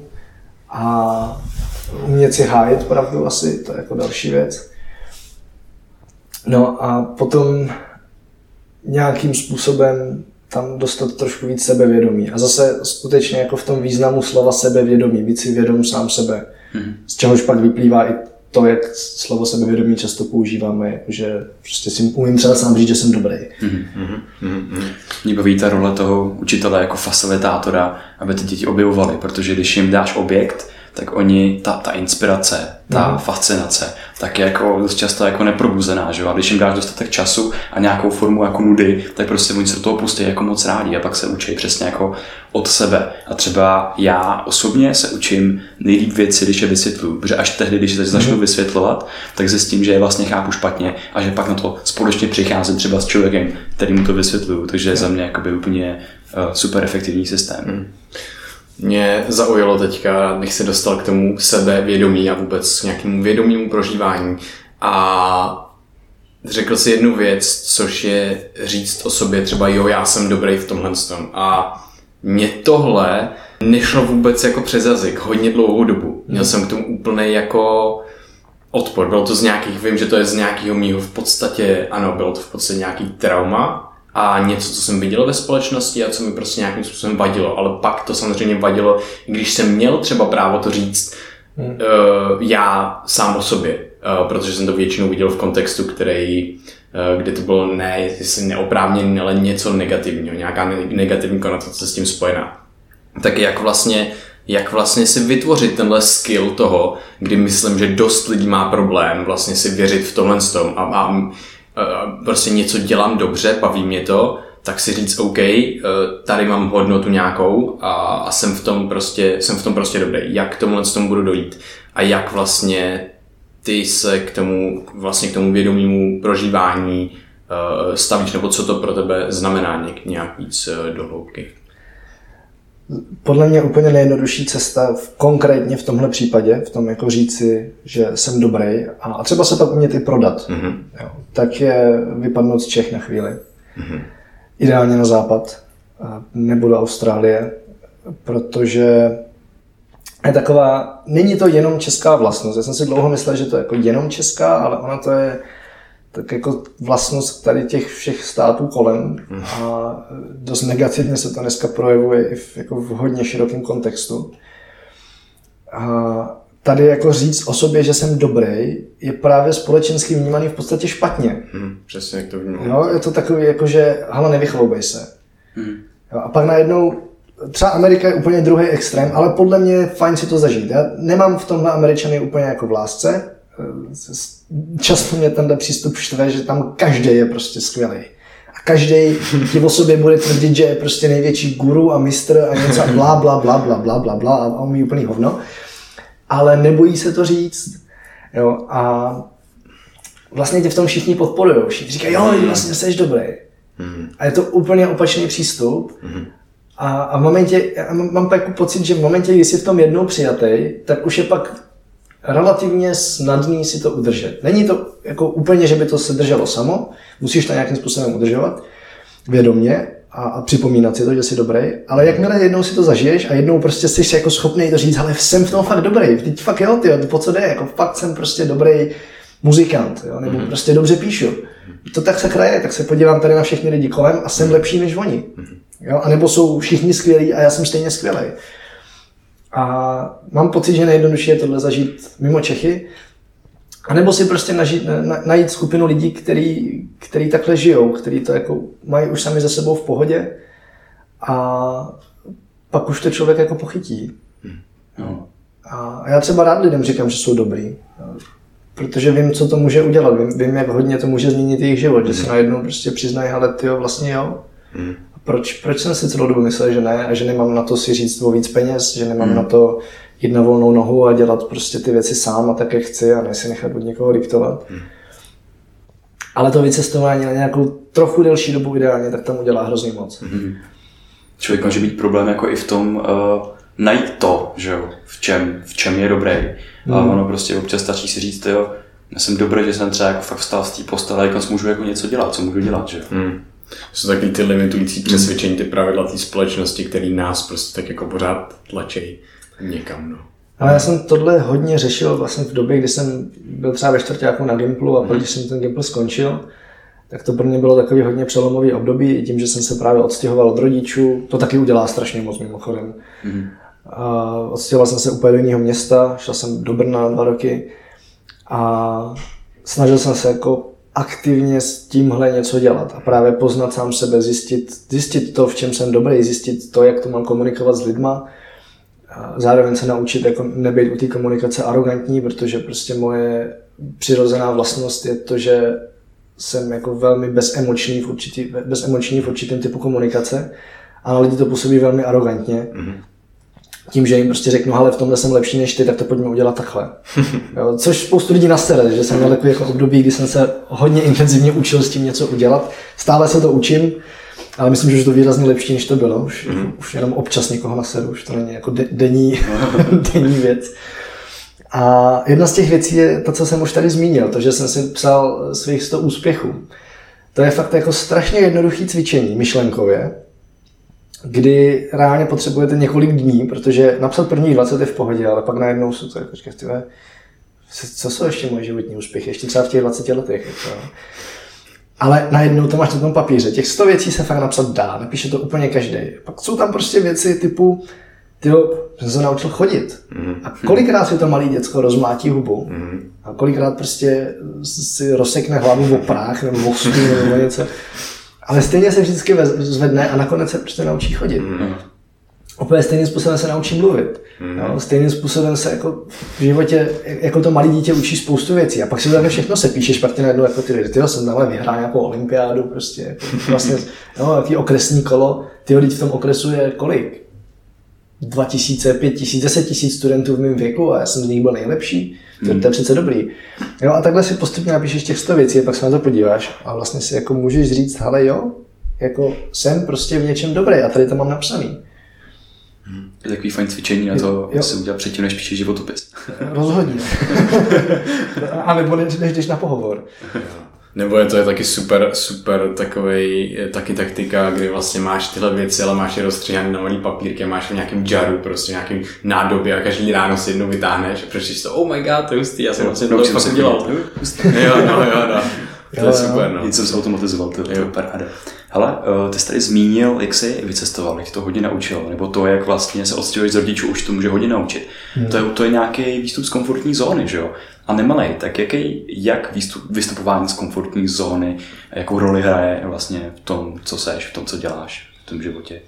a umět si hájit pravdu asi, to je jako další věc. No a potom nějakým způsobem tam dostat trošku víc sebevědomí. A zase skutečně jako v tom významu slova sebevědomí, být si vědom sám sebe. Mm-hmm. Z čehož pak vyplývá i to, jak slovo sebevědomí často používáme, že prostě si umím třeba sám říct, že jsem dobrý. Mm-hmm. Mm-hmm. Mě baví ta role toho učitele jako facilitátora, aby ty děti objevovaly, protože když jim dáš objekt, tak oni, ta, ta inspirace, ta mm. fascinace, tak je jako dost často jako neprobuzená, že jo? A když jim dáš dostatek času a nějakou formu jako nudy, tak prostě oni se do toho pustí jako moc rádi a pak se učí přesně jako od sebe. A třeba já osobně se učím nejlíp věci, když je vysvětluju, protože až tehdy, když se začnu mm. vysvětlovat, tak zjistím, že je vlastně chápu špatně a že pak na to společně přicházím třeba s člověkem, který mu to vysvětluju, takže je za mě jakoby úplně uh, super efektivní systém. Mm. Mě zaujalo teďka, bych se dostal k tomu sebevědomí a vůbec k nějakému vědomému prožívání. A řekl si jednu věc, což je říct o sobě třeba jo, já jsem dobrý v tomhle tom. A mě tohle nešlo vůbec jako přes jazyk hodně dlouhou dobu. Měl jsem k tomu úplný jako odpor. Bylo to z nějakých, vím, že to je z nějakého mýho v podstatě, ano, bylo to v podstatě nějaký trauma. A něco, co jsem viděl ve společnosti a co mi prostě nějakým způsobem vadilo. Ale pak to samozřejmě vadilo, když jsem měl třeba právo to říct hmm. uh, já sám o sobě. Uh, protože jsem to většinou viděl v kontextu, který kde to bylo ne, jestli neoprávněný, ale něco negativního, nějaká negativní konotace s tím spojená. Tak jak vlastně, jak vlastně si vytvořit tenhle skill toho, kdy myslím, že dost lidí má problém vlastně si věřit v tomhle tom a, a, a prostě něco dělám dobře, baví mě to, tak si říct OK, tady mám hodnotu nějakou a, a jsem v tom prostě, jsem v tom prostě dobrý. Jak k tomuhle tomu budu dojít a jak vlastně ty se k tomu, vlastně k tomu vědomému prožívání uh, stavíš, nebo co to pro tebe znamená nějak, nějak víc uh, do hloubky? Podle mě úplně nejjednodušší cesta v, konkrétně v tomhle případě, v tom jako říci, že jsem dobrý a, a třeba se pak umět i prodat, mm-hmm. jo, tak je vypadnout z Čech na chvíli. Mm-hmm. Ideálně na západ nebo do Austrálie, protože je taková, není to jenom česká vlastnost. Já jsem si dlouho myslel, že to je jako jenom česká, ale ona to je tak jako vlastnost tady těch všech států kolem a dost negativně se to dneska projevuje i v, jako v hodně širokém kontextu. A tady jako říct o sobě, že jsem dobrý, je právě společensky vnímaný v podstatě špatně. Hmm, přesně jak to vnímám. Jo, je to takový jako, že hala, nevychloubej se. Hmm. Jo, a pak najednou třeba Amerika je úplně druhý extrém, ale podle mě je fajn si to zažít. Já nemám v tomhle Američany úplně jako v lásce. Často mě tenhle přístup štve, že tam každý je prostě skvělý. A každý ti o sobě bude tvrdit, že je prostě největší guru a mistr a něco blá, blá, blá, blá, blá, blá, blá a umí úplný hovno. Ale nebojí se to říct. Jo, a vlastně tě v tom všichni podporujou. Všichni říkají, jo, vlastně jsi dobrý. A je to úplně opačný přístup. A, a v momentě, já mám pak pocit, že v momentě, kdy jsi v tom jednou přijatý, tak už je pak relativně snadný si to udržet. Není to jako úplně, že by to se drželo samo, musíš to nějakým způsobem udržovat vědomě a, a připomínat si to, že jsi dobrý, ale jakmile jednou si to zažiješ a jednou prostě jsi jako schopný to říct, ale jsem v tom fakt dobrý, teď fakt jo, ty, po co jde, jako fakt jsem prostě dobrý muzikant, jo, nebo mm-hmm. prostě dobře píšu. To tak se kraje, tak se podívám tady na všechny lidi kolem a jsem mm-hmm. lepší než oni. Jo, a nebo jsou všichni skvělí a já jsem stejně skvělý. A mám pocit, že nejjednodušší je tohle zažít mimo Čechy, a nebo si prostě nažít, na, najít skupinu lidí, který, který takhle žijou, který to jako mají už sami za sebou v pohodě a pak už to člověk jako pochytí. No. A já třeba rád lidem říkám, že jsou dobrý, protože vím, co to může udělat, vím, vím jak hodně to může změnit jejich život, že si najednou prostě přiznají, ale tyjo, vlastně jo. Proč, proč jsem si celou dobu myslel, že ne a že nemám na to si říct o víc peněz, že nemám hmm. na to jít na volnou nohu a dělat prostě ty věci sám a tak, jak chci a ne si nechat od někoho diktovat. Hmm. Ale to vycestování na nějakou trochu delší dobu ideálně, tak tam udělá hrozně moc. Hmm. Člověk může být problém jako i v tom uh, najít to, že jo, v čem, v čem je dobrý. Hmm. A ono prostě občas stačí si říct, jo, já jsem dobrý, že jsem třeba jako fakt vstal z té postele, jak můžu jako něco dělat, co můžu dělat, že jo. Hmm. Jsou takový ty limitující přesvědčení, ty pravidla té společnosti, který nás prostě tak jako pořád tlačí někam. No. Ale já jsem tohle hodně řešil vlastně v době, kdy jsem byl třeba ve čtvrťáku na Gimplu a pak, když jsem ten Gimpl skončil, tak to pro mě bylo takový hodně přelomový období, i tím, že jsem se právě odstěhoval od rodičů, to taky udělá strašně moc mimochodem. Mm. A odstěhoval jsem se úplně do jiného města, šel jsem do Brna dva roky a snažil jsem se jako aktivně s tímhle něco dělat a právě poznat sám sebe, zjistit, zjistit to, v čem jsem dobrý, zjistit to, jak to mám komunikovat s lidma. A zároveň se naučit jako nebejt u té komunikace arrogantní, protože prostě moje přirozená vlastnost je to, že jsem jako velmi bezemočný v, určitý, bezemočný v určitém typu komunikace a na lidi to působí velmi arrogantně. Mm-hmm. Tím, že jim prostě řeknu, hele, v tomhle jsem lepší než ty, tak to pojďme udělat takhle. Jo, což spoustu lidí nasere, že jsem měl takový jako období, kdy jsem se hodně intenzivně učil s tím něco udělat. Stále se to učím, ale myslím, že už to výrazně lepší, než to bylo. Už, mm-hmm. už jenom občas někoho naseru, už to není jako de- denní, denní věc. A jedna z těch věcí je to, co jsem už tady zmínil, to, že jsem si psal svých sto úspěchů. To je fakt jako strašně jednoduché cvičení myšlenkově, kdy reálně potřebujete několik dní, protože napsat první dvacet je v pohodě, ale pak najednou jsou to jako, tyhle, co jsou ještě moje životní úspěchy, ještě třeba v těch dvaceti letech. Jako. Ale najednou to máš na tom papíře, těch sto věcí se fakt napsat dá, napíše to úplně každý. Pak jsou tam prostě věci typu, tyjo, jsem se naučil chodit. Mm. A kolikrát si to malý děcko rozmátí hubu mm. a kolikrát prostě si rozsekne hlavu o prách nebo o stůl nebo něco. Ale stejně se vždycky zvedne a nakonec se prostě naučí chodit. Mm. Úplně stejným způsobem se naučí mluvit. Mm. Jo? Stejným způsobem se jako v životě, jako to malé dítě učí spoustu věcí. A pak si to takhle všechno se píše špatně najednou, jako ty, tyjo, jsem tamhle vyhrál nějakou olympiádu, prostě, jako vlastně, jo, jaký okresní kolo, tyjo, teď v tom okresu je kolik? Dva tisíce, pět tisíc, deset tisíc studentů v mém věku a já jsem z nich byl nejlepší. To, to je přece dobrý. Jo, a takhle si postupně napíšeš těch sto věcí a pak se na to podíváš a vlastně si jako můžeš říct, hele jo, jako jsem prostě v něčem dobrý a tady to mám napsaný. Je takový fajn cvičení na to, co si udělat předtím, než píšeš životopis. Rozhodně. A nebo než jdeš na pohovor. Nebo je to je taky super, super takovej, taky taktika, kdy vlastně máš tyhle věci, ale máš je rozstříhané na malý papírky, máš v nějakém jaru, prostě nějakým nádobě a každý ráno si jednou vytáhneš a přečteš to, oh my god, to je hustý, já jsem vlastně to fakt udělal. Jo, no, jo, no. To je super, no. Nic jsem se automatizoval, to je paráda. Hele, ty jsi tady zmínil, jak jsi vycestoval, jak to hodně naučil, nebo to, jak vlastně se odstěhuješ z rodičů, už to může hodně naučit. Hmm. To, je, to je nějaký výstup z komfortní zóny, že jo? A nemalej, tak jaký, jak výstup, vystupování z komfortní zóny, jakou roli hraje vlastně v tom, co seš, v tom, co děláš v tom životě?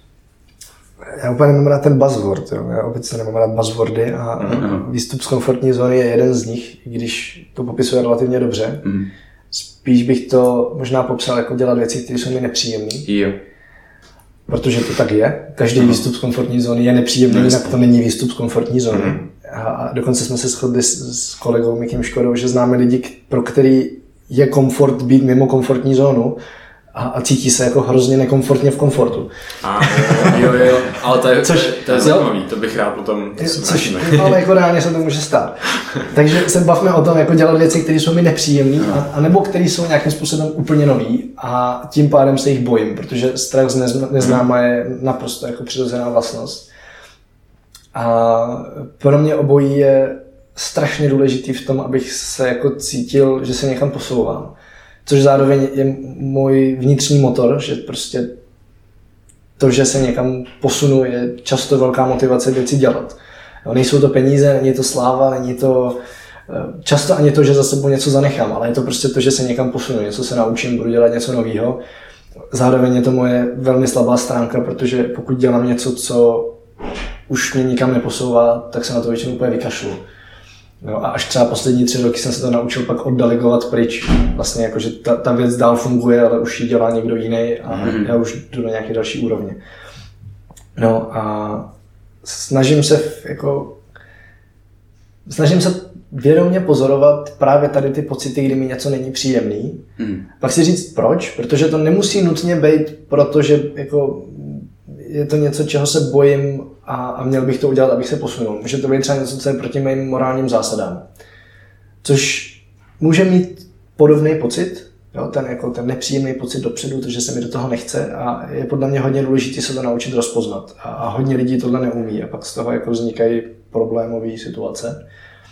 Já úplně nemám rád ten buzzword, jo. Já obecně nemám rád buzzwordy a mm-hmm. výstup z komfortní zóny je jeden z nich, když to popisuje relativně dobře. Mm. Spíš bych to možná popsal jako dělat věci, které jsou mi nepříjemné. Jo. Protože to tak je. Každý mm. výstup z komfortní zóny je nepříjemný, jinak to není výstup z komfortní zóny. Mm. A dokonce jsme se shodli s, s kolegou Mikim Škodou, že známe lidi, pro který je komfort být mimo komfortní zónu a, a cítí se jako hrozně nekomfortně v komfortu. A, jo, jo, jo, ale to je, což, to je, to je zajímavý, to bych rád potom... Což, ale jako reálně se to může stát. Takže se bavme o tom, jako dělat věci, které jsou mi nepříjemné, a, a nebo které jsou nějakým způsobem úplně nový a tím pádem se jich bojím, protože strach z neznáma je naprosto jako přirozená vlastnost. A pro mě obojí je strašně důležitý v tom, abych se jako cítil, že se někam posouvám. Což zároveň je můj vnitřní motor, že prostě to, že se někam posunu, je často velká motivace věci dělat. Jo, nejsou to peníze, není to sláva, není to často ani to, že za sebou něco zanechám, ale je to prostě to, že se někam posunu, něco se naučím, budu dělat něco nového. Zároveň je to moje velmi slabá stránka, protože pokud dělám něco, co už mě nikam neposouvá, tak se na to většinou úplně vykašlu. No a až třeba poslední tři roky jsem se to naučil pak oddelegovat pryč. Vlastně jako, že ta, ta věc dál funguje, ale už ji dělá někdo jiný a mm. já už jdu na nějaké další úrovně. No a snažím se jako snažím se vědomě pozorovat právě tady ty pocity, kdy mi něco není příjemný. Mm. Pak si říct proč, protože to nemusí nutně být, protože jako je to něco, čeho se bojím a, a měl bych to udělat, abych se posunul. Může to být třeba něco, co je proti mým morálním zásadám. Což může mít podobný pocit, jo, ten, jako ten nepříjemný pocit dopředu, to, že se mi do toho nechce a je podle mě hodně důležité se to naučit rozpoznat. A, a hodně lidí tohle neumí a pak z toho jako vznikají problémové situace.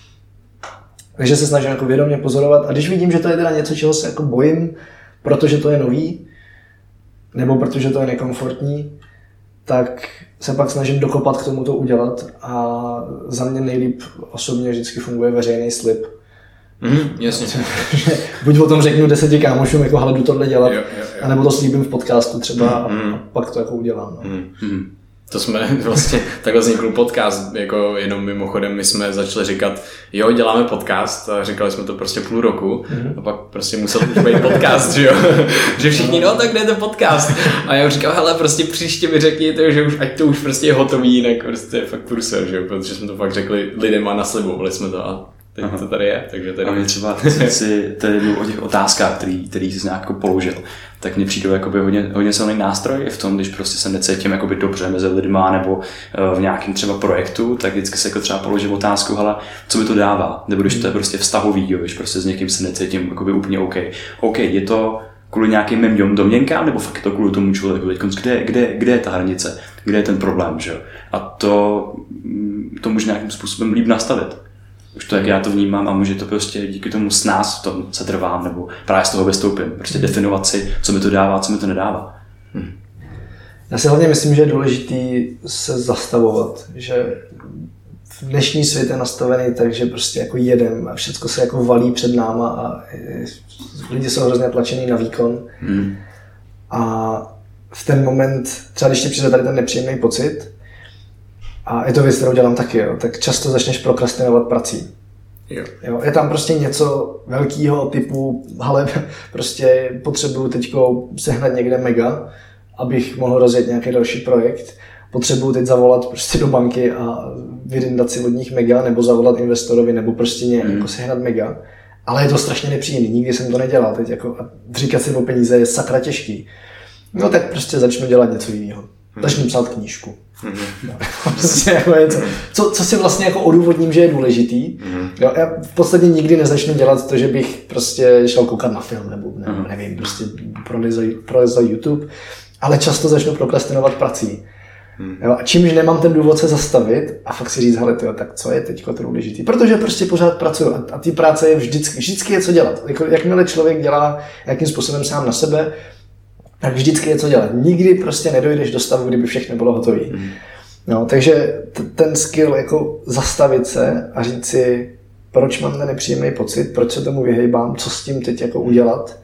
Takže se snažím jako vědomě pozorovat a když vidím, že to je teda něco, čeho se jako bojím, protože to je nový, nebo protože to je nekomfortní, tak se pak snažím dokopat k tomu to udělat a za mě nejlíp osobně vždycky funguje veřejný slib. Mm, jasně. Buď o tom řeknu deseti kámošům, jako hele, jdu tohle dělat, jo, jo, jo. anebo to slíbím v podcastu třeba mm, a pak to jako udělám. No. Mm, mm. To jsme vlastně, takhle vznikl podcast, jako jenom mimochodem my jsme začali říkat, jo, děláme podcast a říkali jsme to prostě půl roku mm-hmm. a pak prostě musel už být podcast, že jo, že všichni, no tak jdete podcast a já už říkal, hele, prostě příště mi řekněte, že už, ať to už prostě je hotový, jinak prostě je fakt průser, že jo, protože jsme to fakt řekli lidem a naslibovali jsme to a teď Aha. to tady je, takže tady... A mě třeba si tady o těch otázkách, který, který jsi nějak položil, tak mně přijde jakoby hodně, hodně silný nástroj v tom, když prostě se necítím jakoby dobře mezi lidma nebo v nějakém třeba projektu, tak vždycky se jako třeba položím otázku, hele, co mi to dává, nebo když to je prostě vztahový, jo, když prostě s někým se necítím jakoby úplně OK. OK, je to kvůli nějakým mým domněnkám, nebo fakt je to kvůli tomu člověku, kde, kde, kde je ta hranice, kde je ten problém, že jo. A to, to může nějakým způsobem líp nastavit. Už to, jak já to vnímám a může to prostě díky tomu s nás v tom se trvám nebo právě z toho vystoupím. Prostě definovat si, co mi to dává, co mi to nedává. Hmm. Já si hlavně myslím, že je důležitý se zastavovat, že v dnešní svět je nastavený tak, že prostě jako jedem a všechno se jako valí před náma a lidi jsou hrozně tlačený na výkon. Hmm. A v ten moment, třeba když ti přijde tady ten nepříjemný pocit, a je to věc, kterou dělám taky, jo, tak často začneš prokrastinovat prací. Jo. Jo, je tam prostě něco velkého typu, ale prostě potřebuju teďko sehnat někde mega, abych mohl rozjet nějaký další projekt. Potřebuju teď zavolat prostě do banky a vyrindat si od nich mega, nebo zavolat investorovi, nebo prostě nějak mm. jako sehnat mega. Ale je to strašně nepříjemný, nikdy jsem to nedělal teď jako a říkat si o peníze je sakra těžký. No tak prostě začnu dělat něco jiného. Začnu psát knížku. Mm-hmm. No, prostě jako je to, co, co si vlastně jako odůvodním, že je důležitý. Mm-hmm. Jo, já v podstatě nikdy nezačnu dělat to, že bych prostě šel koukat na film, nebo ne, mm-hmm. nevím, prostě prolezl YouTube, ale často začnu prokrastinovat prací. Mm. Jo, a čímž nemám ten důvod se zastavit a fakt si říct, hele tyjo, tak co je teďko to důležitý? Protože prostě pořád pracuju a, a ty práce je vždycky, vždycky je co dělat. Jako, jakmile člověk dělá nějakým způsobem sám na sebe, tak vždycky je co dělat. Nikdy prostě nedojdeš do stavu, kdyby všechno bylo hotové. Mm. No, takže t- ten skill jako zastavit se a říct si, proč mám ten nepříjemný pocit, proč se tomu vyhejbám, co s tím teď jako udělat,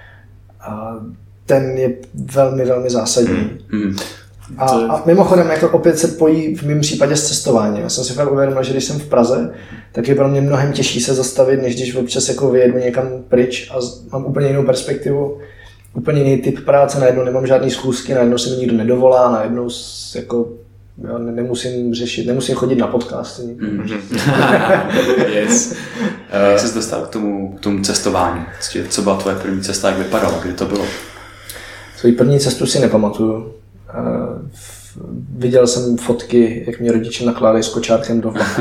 a ten je velmi, velmi zásadní. Mm. A, a mimochodem, jako opět se pojí v mém případě s cestováním. Já jsem si fakt uvědomil, že když jsem v Praze, tak je pro mě mnohem těžší se zastavit, než když občas jako vyjedu někam pryč a mám úplně jinou perspektivu, úplně jiný typ práce, najednou nemám žádný schůzky, najednou se mi nikdo nedovolá, najednou jako, já nemusím řešit, nemusím chodit na podcasty. Mm-hmm. Yes. Uh, jak jsi dostal k tomu, k tomu cestování? Co byla tvoje první cesta, jak vypadala, kdy to bylo? Svoji první cestu si nepamatuju. Uh, viděl jsem fotky, jak mě rodiče nakládají s kočárkem do vlaku.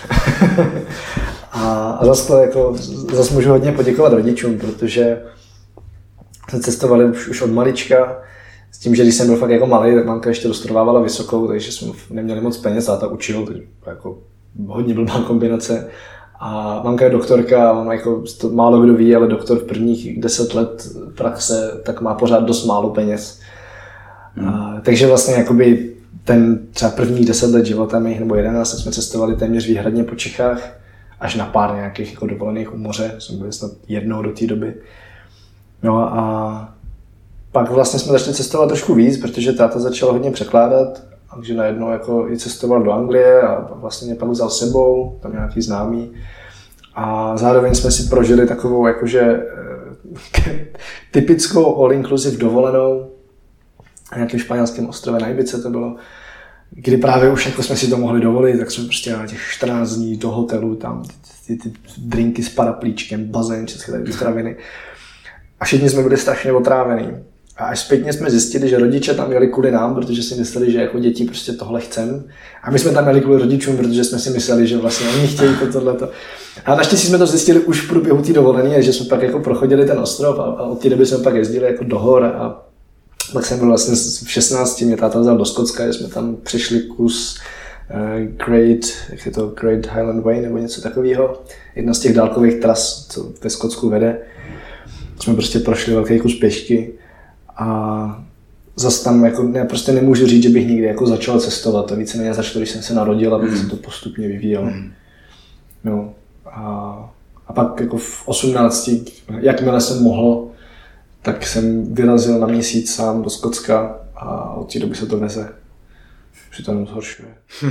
a a zase jako, zase můžu hodně poděkovat rodičům, protože jsme cestovali už, už od malička, s tím, že když jsem byl fakt jako malý, tak mamka ještě dostudovávala vysokou, takže jsme neměli moc peněz, táta učil, takže jako hodně blbá kombinace. A mamka je doktorka, on jako to málo kdo ví, ale doktor v prvních deset let praxe tak má pořád dost málo peněz. Hmm. A, takže vlastně jakoby ten třeba prvních deset let života mých nebo jedenáct jsme cestovali téměř výhradně po Čechách, až na pár nějakých jako dovolených u moře, jsme byli snad jednou do té doby. No a pak vlastně jsme začali cestovat trošku víc, protože táta začal hodně překládat, takže najednou jako i cestoval do Anglie a vlastně mě pak vzal s sebou, tam nějaký známý. A zároveň jsme si prožili takovou jakože typickou all-inclusive dovolenou na nějakém španělském ostrově na Ibice to bylo, kdy právě už jako jsme si to mohli dovolit, tak jsme prostě na těch čtrnáct dní do hotelu, tam ty, ty, ty drinky s paraplíčkem, bazén, všechny tady potraviny. A všichni jsme byli strašně otrávení. A až zpětně jsme zjistili, že rodiče tam jeli kvůli nám, protože si mysleli, že jako děti prostě tohle chcem. A my jsme tam jeli kvůli rodičům, protože jsme si mysleli, že vlastně oni chtějí to tohleto. A naštěstí jsme to zjistili už v průběhu té dovolené, že jsme pak jako prochodili ten ostrov a, a od té doby jsme pak jezdili jako do hor a pak jsem byl vlastně v šestnácti, mě táta vzal do Skotska, že jsme tam přišli kus uh, Great, jak je to, Great Highland Way nebo něco takového. Jedna z těch dálkových tras, co ve Skotsku vede. Jsme prostě prošli velký kus pěšky a zase tam jako, ne, prostě nemůžu říct, že bych nikdy jako začal cestovat. To víceméně začalo, když jsem se narodil a mm. se to postupně vyvíjelo. Mm. No, a, a pak jako v osmnácti, jakmile jsem mohl, tak jsem vyrazil na měsíc sám do Skotska a od té doby se to veze. Už to jenom zhoršuje.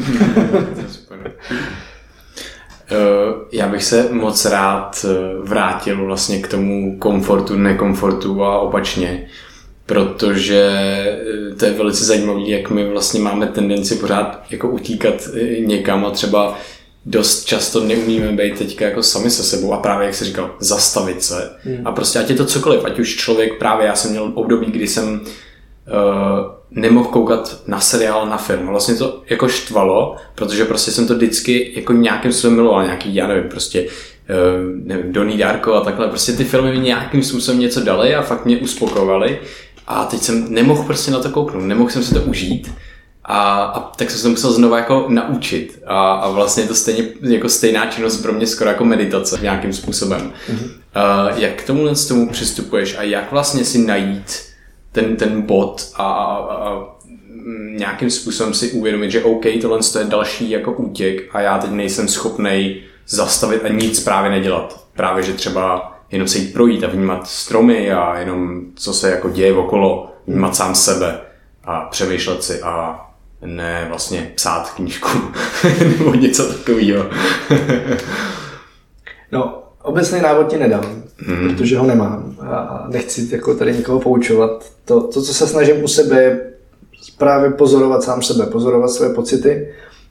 Já bych se moc rád vrátil vlastně k tomu komfortu, nekomfortu a opačně, protože to je velice zajímavé, jak my vlastně máme tendenci pořád jako utíkat někam a třeba dost často neumíme být teďka jako sami se sebou a právě, jak jsi říkal, zastavit se. Hmm. A prostě ať je to cokoliv, ať už člověk, právě já jsem měl období, kdy jsem uh, nemohl koukat na seriál, na film. Vlastně to jako štvalo, protože prostě jsem to vždycky jako nějakým způsobem miloval, nějaký, já nevím, prostě uh, nevím, Donnie Darko a takhle. Prostě ty filmy mi nějakým způsobem něco dali a fakt mě uspokojovaly. A teď jsem nemohl prostě na to kouknout, nemohl jsem si to užít. A, a tak jsem se musel znovu jako naučit a, a vlastně je to stejně jako stejná činnost pro mě skoro jako meditace nějakým způsobem. Mm-hmm. Uh, jak k tomu s tomu přistupuješ a jak vlastně si najít ten, ten bod a, a, a nějakým způsobem si uvědomit, že OK, tohle je další jako útěk a já teď nejsem schopnej zastavit a nic právě nedělat. Právě, že třeba jenom se jít projít a vnímat stromy a jenom co se jako děje okolo, vnímat sám sebe a přemýšlet si a ne vlastně psát knížku nebo něco takového. No, obecný návod ti nedám, mm. protože ho nemám a nechci jako tady nikoho poučovat. To, to, co se snažím u sebe, je právě pozorovat sám sebe, pozorovat své pocity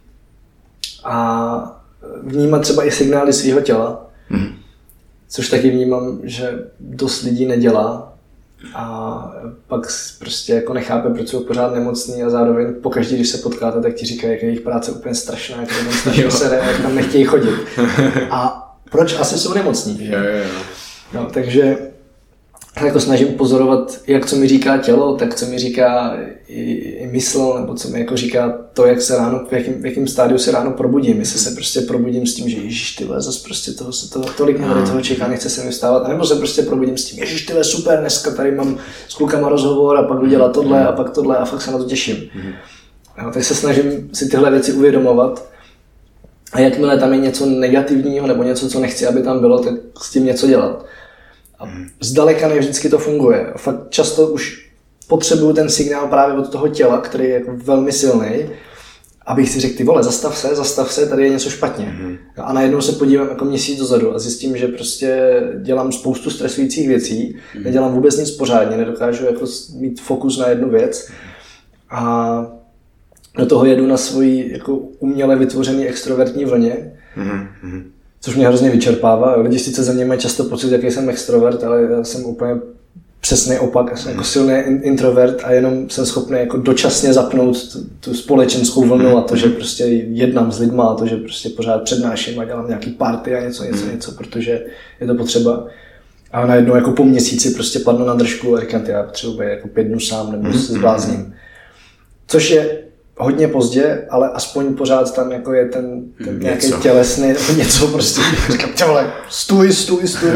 a vnímat třeba i signály svého těla, mm. což taky vnímám, že dost lidí nedělá a pak prostě jako nechápe, proč jsou pořád nemocný a zároveň pokaždý, když se potkáte, tak ti říkají, jak je jejich práce úplně strašná, jak to strašně sere, jak tam nechtějí chodit. A proč asi jsou nemocní? Jo, jo, jo. No, takže jako snažím pozorovat, jak co mi říká tělo, tak co mi říká i, i mysl, nebo co mi jako říká to, jak se ráno, v jakém, v jakém stádiu se ráno probudím. Jestli se prostě probudím s tím, že ježiš, tyhle, zase prostě toho se to, tolik mě toho čeká, nechce se mi vstávat, nebo se prostě probudím s tím, ježiš, tyhle, super, dneska tady mám s klukama rozhovor a pak jdu dělat tohle a pak tohle a fakt se na to těším. No, tak se snažím si tyhle věci uvědomovat. A jakmile tam je něco negativního nebo něco, co nechci, aby tam bylo, tak s tím něco dělat. A zdaleka ne vždycky to funguje. Fakt často už potřebuju ten signál právě od toho těla, který je jako velmi silný, abych si řekl, ty vole, zastav se, zastav se, tady je něco špatně. Mm-hmm. A najednou se podívám jako měsíc dozadu a zjistím, že prostě dělám spoustu stresujících věcí, mm-hmm. nedělám vůbec nic pořádně, nedokážu jako mít fokus na jednu věc. A do toho jedu na svoji jako uměle vytvořený extrovertní vlně, mm-hmm. což mě hrozně vyčerpává. Lidi sice ze mě mají často pocit, jaký jsem extrovert, ale já jsem úplně přesný opak. Já jsem mm-hmm. jako silný introvert a jenom jsem schopný jako dočasně zapnout tu, tu společenskou vlnu a to, že prostě jednám s lidma a to, že prostě pořád přednáším a dělám nějaký party a něco, něco, mm-hmm. něco, protože je to potřeba. A najednou jako po měsíci prostě padnu na držku a říkám, já potřebuji být jako pět dnů sám nebo mm-hmm. se zblázním. Což je hodně pozdě, ale aspoň pořád tam jako je ten, ten nějaký tělesný, něco prostě, říkám, těhle, stůj, stůj, stůj.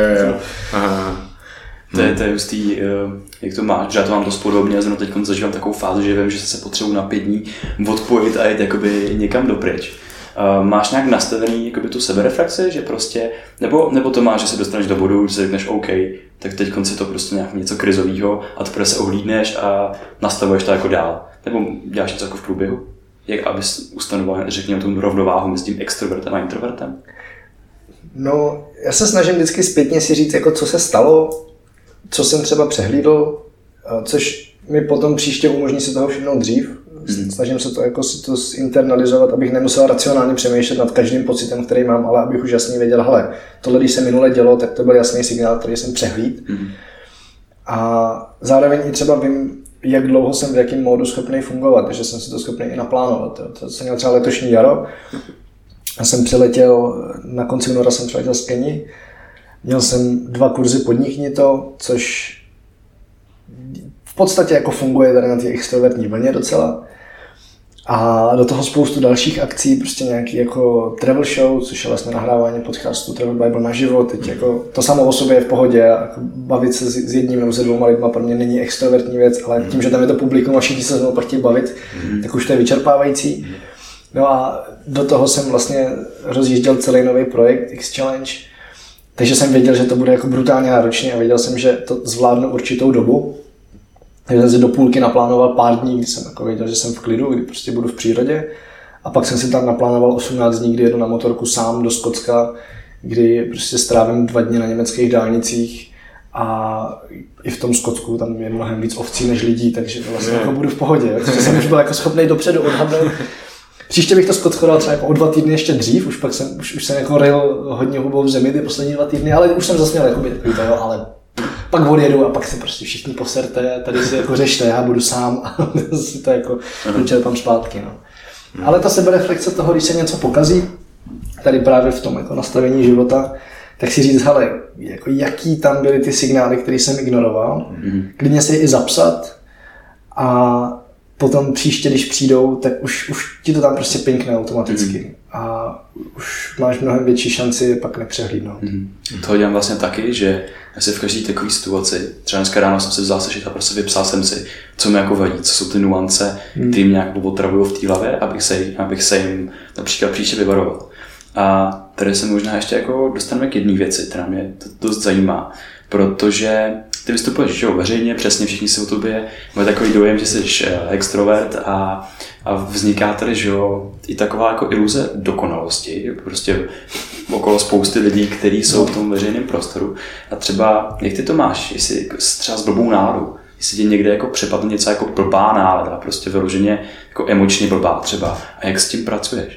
To je, to je hustý, jak to máš, že já to mám dost podobně, já jsem teď zažívám takovou fázi, že vím, že se potřebuji na pět dní odpojit a jít jakoby někam dopryč. Uh, máš nějak nastavený jakoby tu sebereflexi, že prostě, nebo, nebo to máš, že se dostaneš do bodu, že si řekneš OK, tak teď konci to prostě nějak něco krizového a teprve se ohlídneš a nastavuješ to jako dál. Nebo děláš něco jako v průběhu? Jak abys ustanoval, řekněme, tu rovnováhu mezi tím extrovertem a introvertem? No, já se snažím vždycky zpětně si říct, jako co se stalo, co jsem třeba přehlídl, což mi potom příště umožní si toho všimnout dřív. Mm. Snažím se to jako si to zinternalizovat, abych nemusel racionálně přemýšlet nad každým pocitem, který mám, ale abych už jasně věděl, hele, tohle, když se minule dělo, tak to byl jasný signál, který jsem přehlíd. Mm. A zároveň i třeba vím, jak dlouho jsem v jakém módu schopný fungovat, takže jsem si to schopný i naplánovat. To jsem měl třeba letošní jaro. Já jsem přiletěl, na konci února jsem přiletěl z Keni. Měl jsem dva kurzy Podnikni to, což v podstatě jako funguje tady na té extrovertní vlně docela. A do toho spoustu dalších akcí, prostě nějaký jako travel show, což je vlastně nahrávání podcastu Travel Bible naživo. Teď jako to samo o sobě je v pohodě, jako bavit se s jedním nebo se dvouma lidma pro mě není extrovertní věc, ale tím, že tam je to publikum a všichni se znovu chtějí bavit, mm. tak už to je vyčerpávající. No a do toho jsem vlastně rozjížděl celý nový projekt X Challenge, takže jsem věděl, že to bude jako brutálně náročné a věděl jsem, že to zvládnu určitou dobu. Takže jsem si do půlky naplánoval pár dní, kdy jsem jako věděl, že jsem v klidu, kdy prostě budu v přírodě. A pak jsem si tam naplánoval osmnáct dní, kdy jedu na motorku sám do Skotska, kdy prostě strávím dva dny na německých dálnicích a i v tom Skotsku tam je mnohem víc ovcí než lidí, takže vlastně jako budu v pohodě. Takže jsem už byl jako schopný dopředu odhadnout. Příště bych to Skotsko dal třeba jako o dva týdny ještě dřív, už pak jsem, už, už jsem jako ryl hodně hubou v zemi ty poslední dva týdny, ale už jsem zase měl jako by takový to, jo, ale pak odjedu a pak se prostě všichni poserte, tady si jako řešte, já budu sám a si to jako dočerpám zpátky. No. Ale ta sebereflexe toho, když se něco pokazí, tady právě v tom jako nastavení života, tak si říct, hele, jako jaký tam byly ty signály, které jsem ignoroval, mm-hmm. klidně si je i zapsat a potom příště, když přijdou, tak už, už ti to tam prostě pinkne automaticky. Mm. A už máš mnohem větší šanci pak nepřehlídnout. Mm. To dělám vlastně taky, že asi v každé takové situaci, třeba dneska ráno jsem si vzal sešit a prostě vypsal jsem si, co mi jako vadí, co jsou ty nuance, hmm. které mě nějak otravují v té hlavě, abych se, abych se jim například příště vyvaroval. A tady se možná ještě jako dostaneme k jedné věci, která mě dost zajímá, protože ty vystupuješ že jo, veřejně, přesně všichni si o tobě mají takový dojem, že jsi extrovert a, a vzniká tady že jo, i taková jako iluze dokonalosti, prostě okolo spousty lidí, kteří jsou v tom veřejném prostoru. A třeba, jak ty to máš, jestli třeba s blbou náladou, jestli ti někde jako přepadne něco jako blbá nálada, prostě vyloženě jako emočně blbá třeba, a jak s tím pracuješ?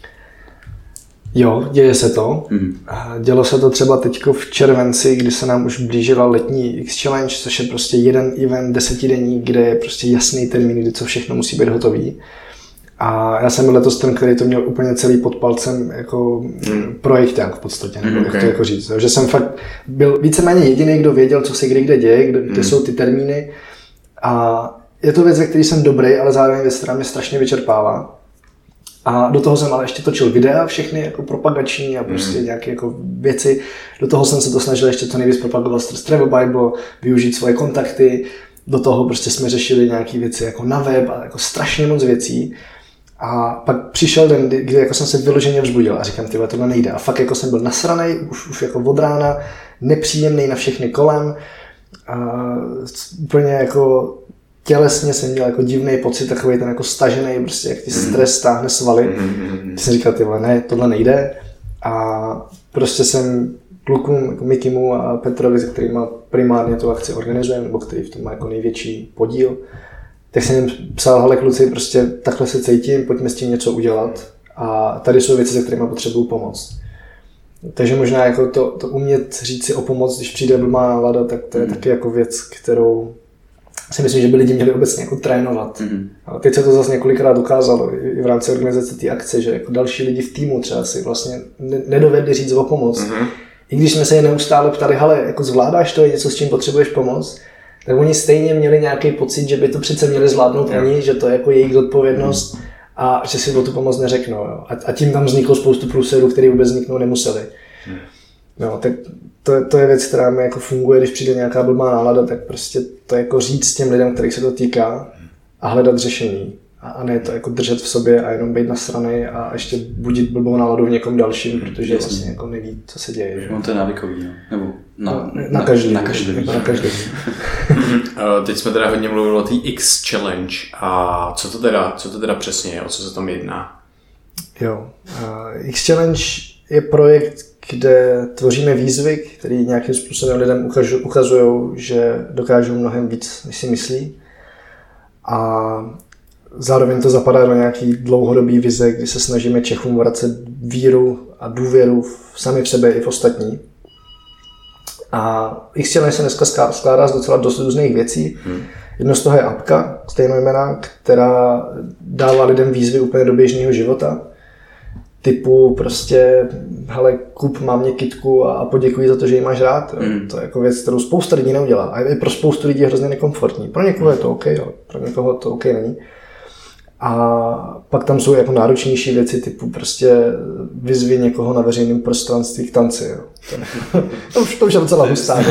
Jo, děje se to. Mm. Dělo se to třeba teďko v červenci, kdy se nám už blížila letní X-Challenge, což je prostě jeden event desetidenní, kde je prostě jasný termín, kdy co všechno musí být hotový. A já jsem byl letos ten, který to měl úplně celý pod palcem jako mm. projekták v podstatě, nebo mm, okay. jak to jako říct. Že jsem fakt byl víceméně jediný, kdo věděl, co se kdy kde děje, kde, kde mm. jsou ty termíny. A je to věc, ve které jsem dobrý, ale zároveň věc, která mě strašně vyčerpává. A do toho jsem ale ještě točil videa, všechny jako propagační a prostě mm. nějaké jako věci. Do toho jsem se to snažil ještě co nejvíc propagovat z Travel Bible, využít svoje kontakty. Do toho prostě jsme řešili nějaké věci jako na web a jako strašně moc věcí. A pak přišel den, kdy jako jsem se vyloženě vzbudil a říkám, tyhle, tohle nejde. A fakt jako jsem byl nasranej, už, už jako od rána, nepříjemný na všechny kolem. A úplně jako tělesně jsem měl jako divný pocit, takový ten jako stažený, prostě jak ti stres stáhne svaly. Mm-hmm. Ty jsem říkal, tyhle, ne, tohle nejde. A prostě jsem klukům, jako Mikimu a Petrovi, který má primárně tu akci organizujeme, nebo který v tom má jako největší podíl, tak jsem jim psal, hele kluci, prostě takhle se cítím, pojďme s tím něco udělat. A tady jsou věci, se kterými potřebuju pomoct. Takže možná jako to, to umět říct si o pomoc, když přijde blbá nálada, tak to je mm. taky jako věc, kterou si myslím, že by lidi měli obecně jako trénovat. Mm-hmm. A teď se to zase několikrát ukázalo i v rámci organizace té akce, že jako další lidi v týmu třeba si vlastně nedovedli říct o pomoc. Mm-hmm. I když jsme se je neustále ptali, hele, jako zvládáš to, je něco, s čím potřebuješ pomoc, tak oni stejně měli nějaký pocit, že by to přece měli zvládnout yeah. oni, že to je jako jejich zodpovědnost mm-hmm. a že si o tu pomoc neřeknou. Jo. A, a tím tam vzniklo spoustu průserů, které vůbec vzniknout nemuseli. Mm. No, tak to, to je věc, která mi jako funguje, když přijde nějaká blbá nálada, tak prostě to jako říct těm lidem, kterých se to týká a hledat řešení. A, a ne to jako držet v sobě a jenom být nasranej a ještě budit blbou náladu v někom dalším, protože Jasně. vlastně jako neví, co se děje. On to je návykový, no. Nebo na, no, na, na každý. Na každý. Na každý. Teď jsme teda hodně mluvili o té X-Challenge a co to teda, co to teda přesně je, o co se tam jedná? Jo, uh, X-Challenge je projekt, kde tvoříme výzvy, které nějakým způsobem lidem ukazují, že dokážou mnohem víc, než si myslí. A zároveň to zapadá do nějaký dlouhodobý vize, kdy se snažíme Čechům vracet víru a důvěru v sami v sebe i v ostatní. A X-Challenge se dneska skládá z docela dost různých věcí. Hmm. Jedno z toho je apka, stejnojmenná, která dává lidem výzvy úplně do běžného života. Typu prostě, hele, kup mámě kytku a poděkuji za to, že ji máš rád. Mm. To je jako věc, kterou spousta lidí neudělá. A i pro spoustu lidí je hrozně nekomfortní. Pro někoho je to OK, ale pro někoho to OK není. A pak tam jsou jako náročnější věci, typu prostě vyzvi někoho na veřejném prostranství k tanci. Jo. To, to, už, to už je docela hustá.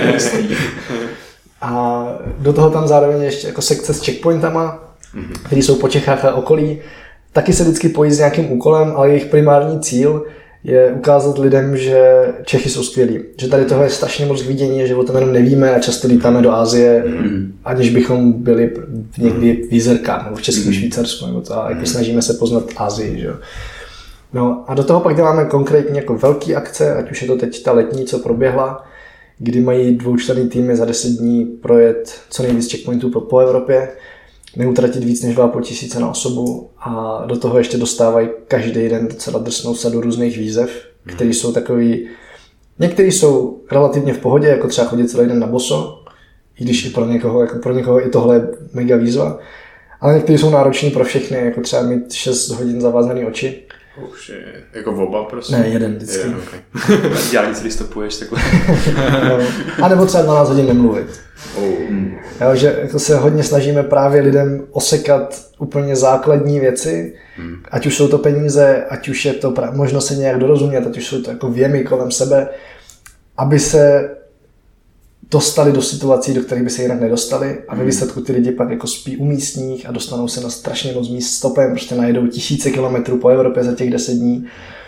A do toho tam zároveň ještě jako sekce s checkpointama, mm. které jsou po Čechách a okolí. Taky se vždycky pojí s nějakým úkolem, ale jejich primární cíl je ukázat lidem, že Čechy jsou skvělí. Že tady toho je strašně moc k vidění, že o tom jenom nevíme a často lítáme do Asie, mm. aniž bychom byli někdy v Jízerkách nebo v Českém mm. Švýcarsku. Nebo to, a jako snažíme se poznat Asii. Že? No a do toho pak děláme konkrétně jako velký akce, ať už je to teď ta letní, co proběhla, kdy mají dvoučlenný týmy za deset dní projet co nejvíc checkpointů po, po Evropě, neutratit víc než dva a půl tisíce na osobu a do toho ještě dostávají každý den docela drsnou sadu různých výzev, které jsou takový, některý jsou relativně v pohodě, jako třeba chodit celý den na boso, i když i pro někoho, jako pro někoho i tohle je mega výzva, ale některý jsou nároční pro všechny, jako třeba mít šest hodin zavázaný oči. Už je jako oba prostě? Ne, jeden vždycky. Je, okay. Dělá nic, když stopuješ takhle. No. A nebo třeba dvanáct hodin nemluvit. Oh. Jo, že jako se hodně snažíme právě lidem osekat úplně základní věci, hmm. ať už jsou to peníze, ať už je to pra- možno se nějak dorozumět, ať už jsou to jako věmy kolem sebe, aby se dostali do situací, do kterých by se jinak nedostali a ve výsledku ty lidi pak jako spí u místních a dostanou se na strašně moc míst stopem, prostě najedou tisíce kilometrů po Evropě za těch deset dní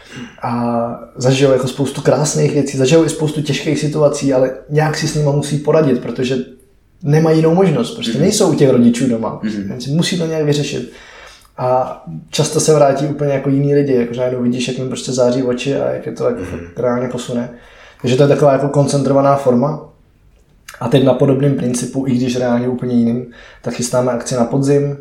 a zažijou jako spoustu krásných věcí, zažijou i spoustu těžkých situací, ale nějak si s nimi musí poradit, protože nemají jinou možnost, prostě nejsou u těch rodičů doma, mm-hmm. musí to nějak vyřešit. A často se vrátí úplně jako jiní lidi, jakože najednou vidíš, jak jim prostě září oči a jak je to jako mm-hmm. reálně posune. Takže to je taková jako koncentrovaná forma. A teď na podobném principu, i když reálně úplně jiným, tak chystáme akci na podzim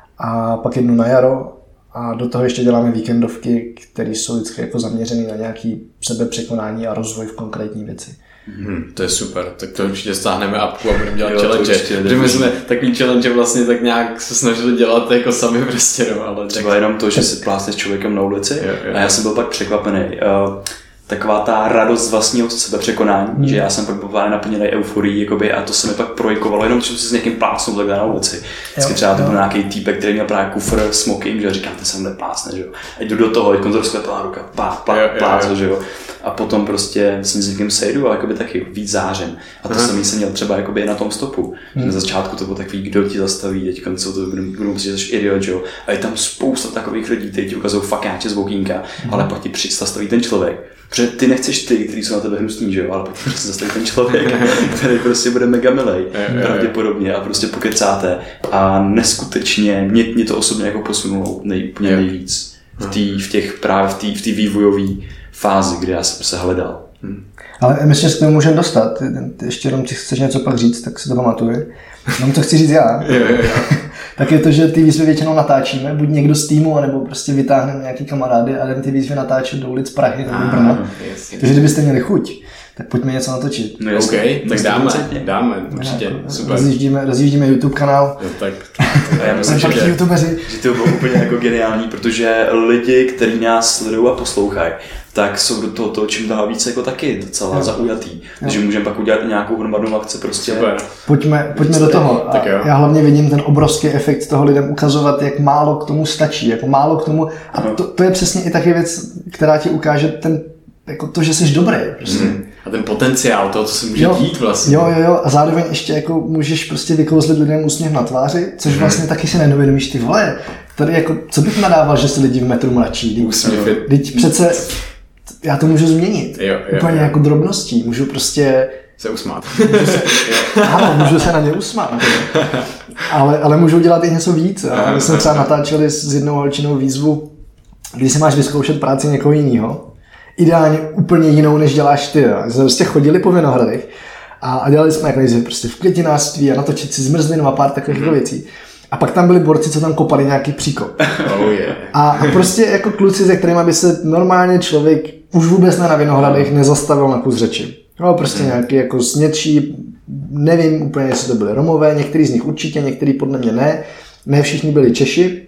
a pak jednu na jaro a do toho ještě děláme víkendovky, které jsou vždycky jako zaměřené na nějaký sebepřekonání a rozvoj v konkrétní věci. Hmm, to je super, tak to určitě stáhneme apku a budeme dělat jo, challenge. Protože my jsme takový challenge vlastně tak nějak se snažili dělat jako sami prostě, no, ale třeba tak... jenom to, že si plásne s člověkem na ulici jo, jo. a já jsem byl pak překvapený. Uh, taková ta radost z vlastního sebepřekonání, hmm. že já jsem pak byl naplněný euforií jakoby, a to se mi pak projkovalo, jenom když jsem si s někým plásnul takhle na ulici. Vždycky třeba to byl nějaký týpek, který měl právě kufr smoking, že říkám, ten se mne plásne, že jo. A jdu do toho, teď to rozklepala ruka, pá, pá, plásl, že jo. A potom prostě s někým sejdu a jakoby taky víc zářem. A to Aha. jsem jsem měl třeba jakoby na tom stopu. Hmm. Na začátku to bylo takový, kdo ti zastaví, teď jsou to budou prostě jsi idiot, že jo. A je tam spousta takových lidí, kteří ti ukazují fakáče z okýnka, hmm. ale pak ti zastaví ten člověk. Protože ty nechceš ty, kteří jsou na tebe hnusní, že jo, ale pak prostě zastaví ten člověk, který prostě bude mega milej, pravděpodobně a prostě pokecáte. A neskutečně, mě, mě to osobně jako posunulo nej, úplně nejvíc v, tý, v těch právě v té v tý vývojové fázi, kdy já jsem se hledal. Hm. Ale myslím, že se k tomu můžeme dostat. Ještě jenom, když chceš něco pak říct, tak si to pamatuj. Jenom to chci říct já. jo, jo, jo. Tak je to, že ty výzvy většinou natáčíme, buď někdo z týmu, anebo prostě vytáhneme nějaký kamarády a jdeme ty výzvy natáčet do ulic Prahy nebo do Brna. Takže kdybyste měli chuť, tak pojďme něco natočit. No OK, tak dáme, dáme, určitě, super. Rozjíždíme, rozjíždíme YouTube kanál. Jo, tak. A já myslím, že, že to bylo úplně jako geniální, protože lidi, kteří nás sledují a poslouchají, tak jsou do toho, toho čím dál víc jako taky docela jo. zaujatý. Jo. Takže můžeme pak udělat nějakou hromadnou akci prostě. Super. Pojďme, pojďme do toho. Tak jo. Já hlavně vidím ten obrovský efekt toho lidem ukazovat, jak málo k tomu stačí, jako málo k tomu. A to, to je přesně i taky věc, která ti ukáže ten, jako to, že jsi dobrý. Prostě. Mm. A ten potenciál toho, co se může jo, dít vlastně. Jo, jo, jo. A zároveň ještě jako můžeš prostě vykouzlit lidem úsměv na tváři, což vlastně taky si nedovědomíš, ty vole. Tady jako, co bych nadával, že se lidi v metru mračí. Teď přece já to můžu změnit. Jo, jo, úplně jo. jako drobností. Můžu prostě se usmát. Můžu se, ano, můžu se na ně usmát. Ale, ale můžu dělat i něco víc. A my jsme třeba natáčeli s jednou holčinou výzvu, kdy si máš vyzkoušet práci někoho jiného. Ideálně úplně jinou, než děláš ty. My jsme prostě chodili po Vinohradech a, a dělali jsme jako nejdřív prostě v květinářství a natočit si zmrzlinu a pár takových mm. věcí. A pak tam byli borci, co tam kopali nějaký příkop. Oh yeah. a, a prostě jako kluci, se kterými by se normálně člověk už vůbec ne na Vinohradech nezastavil na kus řeči. No, prostě mm. nějaký jako snědší, nevím úplně, jestli to byly Romové, některý z nich určitě, některý podle mě ne. Ne všichni byli Češi.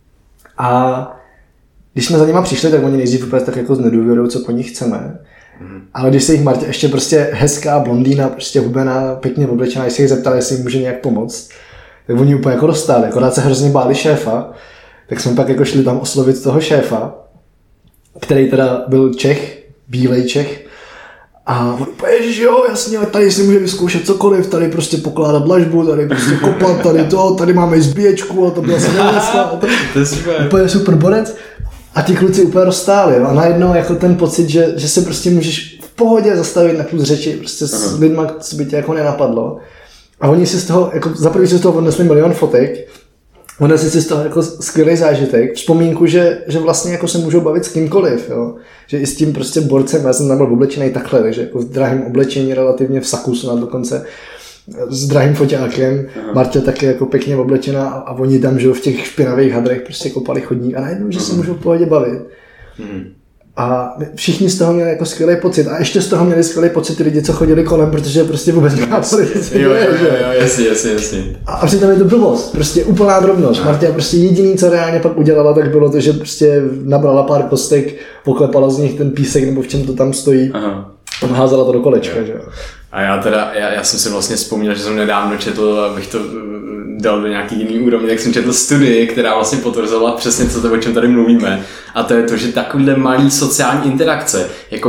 A když jsme za nima přišli, tak oni nejdřív úplně tak jako znedůvěrují, co po nich chceme. Mm. Ale když se jich Martě ještě prostě hezká blondýna, prostě hubená, pěkně oblečená, když se jich zeptali, jestli jim může nějak pomoct, tak oni úplně jako dostali, akorát se hrozně báli šéfa, tak jsme pak jako šli tam oslovit toho šéfa, který teda byl Čech, bílej Čech, a on úplně, ježiš, jo, jasně, tady si může vyzkoušet cokoliv, tady prostě pokládat dlažbu, tady prostě kopat, tady to, tady máme zbíječku a to byla se nevesla. To, to je super. Úplně super borec. A ti kluci úplně rozstáli, a najednou jako ten pocit, že, že se prostě můžeš v pohodě zastavit na půl řeči, prostě s uh-huh. lidma, co by tě jako nenapadlo. A oni si z toho, jako za první si z toho odnesli milion fotek, odnesli si z toho jako skvělý zážitek, vzpomínku, že, že vlastně jako se můžou bavit s kýmkoliv, jo. Že i s tím prostě borcem, já jsem tam byl oblečený takhle, takže jako v drahém oblečení, relativně v saku snad dokonce, s drahým foťákem, Marta taky jako pěkně oblečená a, a oni tam, že v těch špinavých hadrech prostě kopali chodník a najednou, že se můžou v pohodě bavit. Mm. A všichni z toho měli jako skvělý pocit. A ještě z toho měli skvělý pocit ty lidi, co chodili kolem, protože prostě vůbec nechápali, co jo, jo, jo, jo, jasně, jasně, jasně. A přitom je to blbost, prostě úplná drobnost. No. Marta prostě jediný, co reálně pak udělala, tak bylo to, že prostě nabrala pár kostek, poklepala z nich ten písek, nebo v čem to tam stojí. Aha. A naházela to do kolečka, jo. Že jo. A já teda, já, já jsem si vlastně vzpomněl, že jsem nedávno četl, abych to dal do nějaký jiný úrovně, tak jsem četl studii, která vlastně potvrzovala přesně, co to, o čem tady mluvíme. A to je to, že takovýhle malý sociální interakce, jako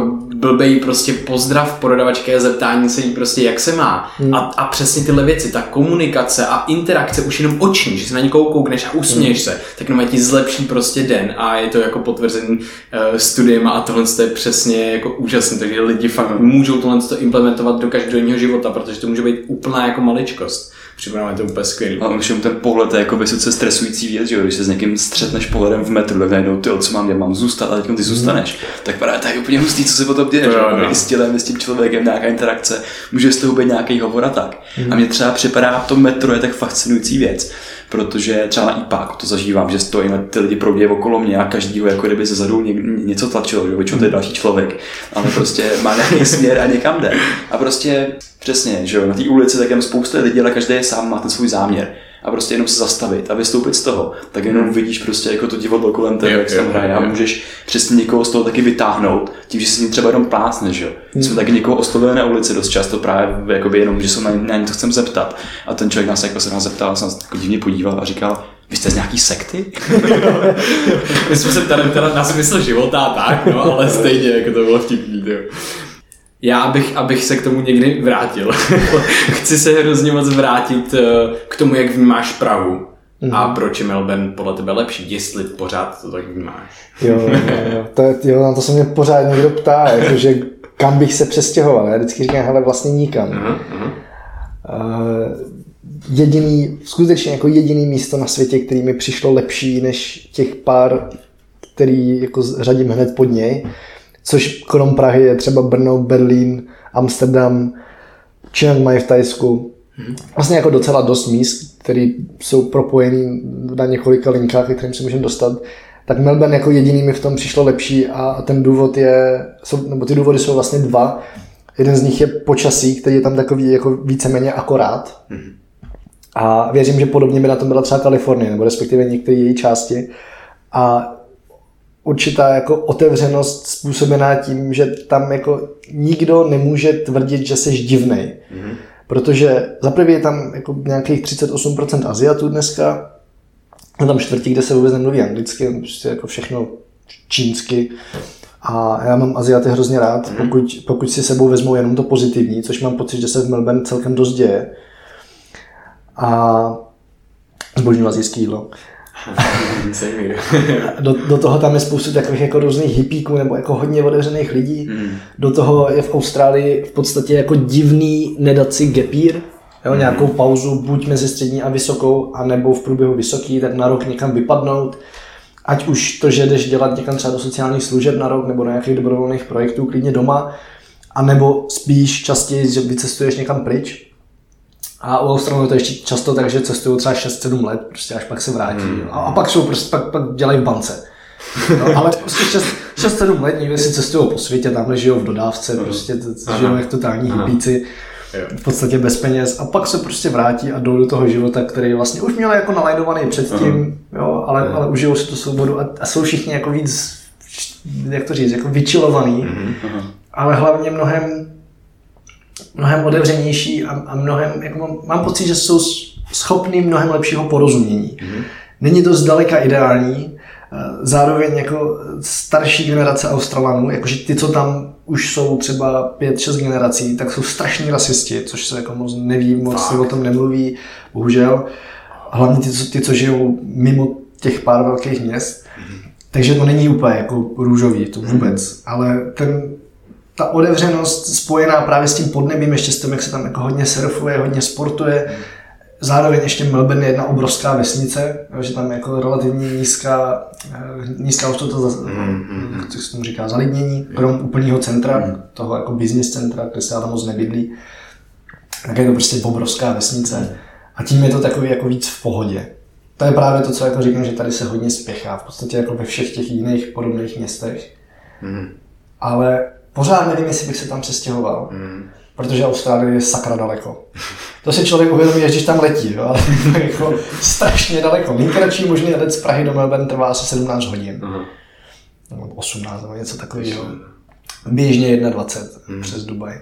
blbej prostě pozdrav prodavačké, zeptání se jí prostě jak se má. Hmm. A, a přesně tyhle věci, ta komunikace a interakce už jenom oční, že se na někoho koukneš a usměješ hmm. se, tak jenom ti zlepší prostě den a je to jako potvrzený uh, studiem a tohle je přesně jako úžasné, takže lidi fakt můžou tohle implementovat do každodenního života, protože to může být úplná jako maličkost. Připadá to úplně skvělý. A už ten pohled je jako vysoce stresující věc, že jo? Když se s někým střetneš pohledem v metru, tak najednou ty, co mám, já mám zůstat, a teď ty zůstaneš. Mm. Tak právě to je úplně hustý, co se potom děje, že no. S tělem, s tím člověkem, nějaká interakce, může z toho být nějaký hovor a tak. Mm. A mně třeba připadá, to metro je tak fascinující věc, protože třeba na IPáku to zažívám, že stojí na ty lidi proudě okolo mě a každýho jako kdyby se zadu něco tlačilo, že většinou to je další člověk, ale prostě má nějaký směr a někam jde. A prostě přesně, že jo, na té ulici tak jen spousta lidí, ale každý je sám, má ten svůj záměr. A prostě jenom se zastavit a vystoupit z toho, tak jenom vidíš prostě jako to divadlo kolem tebe, jak se tam hraje a můžeš přesně někoho z toho taky vytáhnout, tím, že si ním třeba jenom plácneš, jo. My jsme taky někoho oslovili na ulici dost často právě jakoby jenom, že se na, na něco chcem zeptat a ten člověk nás jako se nás zeptal, se nás jako divně podíval a říkal, vy jste z nějaký sekty? My jsme se ptali teda na smysl života a tak, no, ale stejně jako to bylo vtipný, jo. Já bych, abych se k tomu někdy vrátil. Chci se hrozně moc vrátit k tomu, jak vnímáš Prahu mm. a proč je Melbourne podle tebe lepší, jestli pořád to tak vnímáš. Jo, jo, jo. To, jo, na to se mě pořád někdo ptá, jakože kam bych se přestěhoval. Já vždycky říkám, hele, vlastně nikam. Uh-huh, uh-huh. Uh, jediný, skutečně jako jediný místo na světě, který mi přišlo lepší než těch pár, který jako řadím hned pod něj, což krom Prahy je třeba Brno, Berlín, Amsterdam, Chiang Mai v Thajsku. Vlastně jako docela dost míst, které jsou propojený na několika linkách, kterým se můžeme dostat. Tak Melbourne jako jediný mi v tom přišlo lepší a ten důvod je, nebo ty důvody jsou vlastně dva. Jeden z nich je počasí, který je tam takový jako víceméně akorát. A věřím, že podobně by na tom byla třeba Kalifornie, nebo respektive některé její části. A určitá jako otevřenost způsobená tím, že tam jako nikdo nemůže tvrdit, že jsi divnej. Mm-hmm. Protože zaprvé je tam jako nějakých třicet osm procent Aziatů dneska, je tam čtvrtí, kde se vůbec nemluví anglicky, prostě jako všechno čínsky. A já mám Aziaty hrozně rád, mm-hmm. pokud, pokud si sebou vezmou jenom to pozitivní, což mám pocit, že se v Melbourne celkem dost děje. A zbožňuji asijské jídlo. do, do toho tam je spoustu takových jako různých hippíků nebo jako hodně otevřených lidí. Mm. Do toho je v Austrálii v podstatě jako divný nedat si gap year, jo, mm. nějakou pauzu buď mezi střední a vysokou, anebo v průběhu vysoký, tak na rok někam vypadnout. Ať už to, že jdeš dělat někam třeba do sociálních služeb na rok nebo do nějakých dobrovolných projektů klidně doma, anebo spíš častěji, že vycestuješ někam pryč. A u Australů to ještě často tak, že cestují třeba šest sedm let, prostě až pak se vrátí. Mm. A, a pak jsou prostě, pak, pak dělají v bance. No, ale prostě šest sedm let někde si cestují po světě, tamhle žijou v dodávce, mm. prostě t- žijou jak totální hippíci, v podstatě bez peněz. A pak se prostě vrátí a jdou do toho života, který vlastně už měli jako nalajnovaný předtím, jo, ale, ale užijou si tu svobodu a, a jsou všichni jako víc, jak to říct, jako vyčilovaný, mm. ale hlavně mnohem mnohem otevřenější a, a mnohem, jako mám, mám pocit, že jsou schopní mnohem lepšího porozumění. Mm-hmm. Není to zdaleka ideální, zároveň jako starší generace Australanů, jakože ty, co tam už jsou třeba pět šest generací, tak jsou strašní rasisti, což se jako moc neví, moc se o tom nemluví, bohužel. Hlavně ty, ty, co žijou mimo těch pár velkých měst. Mm-hmm. Takže to není úplně jako růžový, to vůbec, mm-hmm. ale ten ta otevřenost spojená právě s tím podnebím, ještě s tím, jak se tam jako hodně surfuje, hodně sportuje. Zároveň ještě Melbourne je jedna obrovská vesnice, že tam je jako relativně nízká, nízká hustota, mm, jak se tomu říká, zalidnění, krom úplného centra, mm. toho jako business centra, kde se tam moc nebydlí. Tak je to prostě obrovská vesnice a tím je to takový jako víc v pohodě. To je právě to, co jako říkám, že tady se hodně spěchá, v podstatě jako ve všech těch jiných podobných městech. Mm. Ale pořád nevím, jestli bych se tam přestěhoval, mm. protože Austrálie je sakra daleko. To si člověk uvědomí, když tam letí, jo? Ale to je jako strašně daleko. Nejkratší možný let z Prahy do Melbourne trvá asi sedmnáct hodin. Mm. Nebo osmnáct nebo něco takového. Běžně dvacet jedna mm. přes Dubaj.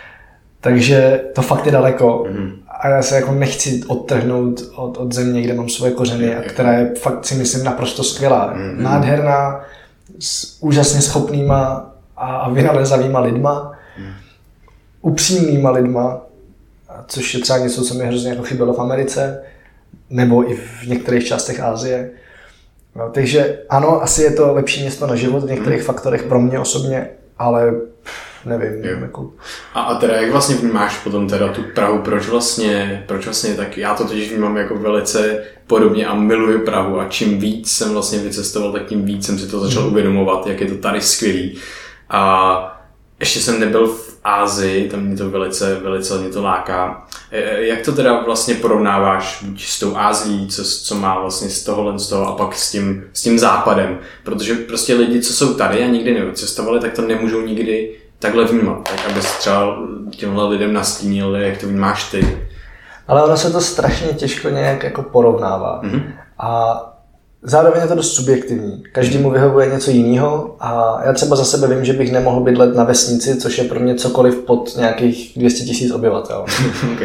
Takže to fakt je daleko. Mm. A já se jako nechci odtrhnout od, od země, kde mám svoje kořeny a která je fakt si myslím naprosto skvělá. Mm. Nádherná, s úžasně schopnýma a vynalezavýma lidma, hmm. upřímnýma lidma, což je třeba něco, co mi hrozně jako chybělo v Americe, nebo i v některých částech Asie. No, takže ano, asi je to lepší město na život v některých hmm. faktorech pro mě osobně, ale nevím. Jako... A, a teda jak vlastně vnímáš potom teda tu Prahu, proč vlastně, proč vlastně tak, já to totiž vnímám jako velice podobně a miluju Prahu a čím víc jsem vlastně vycestoval, tak tím víc jsem si to začal uvědomovat, jak je to tady skvělý. A ještě jsem nebyl v Asii, tam mě to velice, velice mě to láká. Jak to teda vlastně porovnáváš buď s tou Asií, co, co má vlastně z tohohle z toho a pak s tím, s tím západem? Protože prostě lidi, co jsou tady a nikdy nevycestovali, tak to nemůžou nikdy takhle vnímat. Tak abys třeba těmhle lidem nastínil, jak to vnímáš ty. Ale ono se to strašně těžko nějak jako porovnává. Mm-hmm. A zároveň je to dost subjektivní. Každému vyhovuje něco jiného a já třeba za sebe vím, že bych nemohl bydlet na vesnici, což je pro mě cokoliv pod nějakých dvě stě tisíc obyvatel. Okay.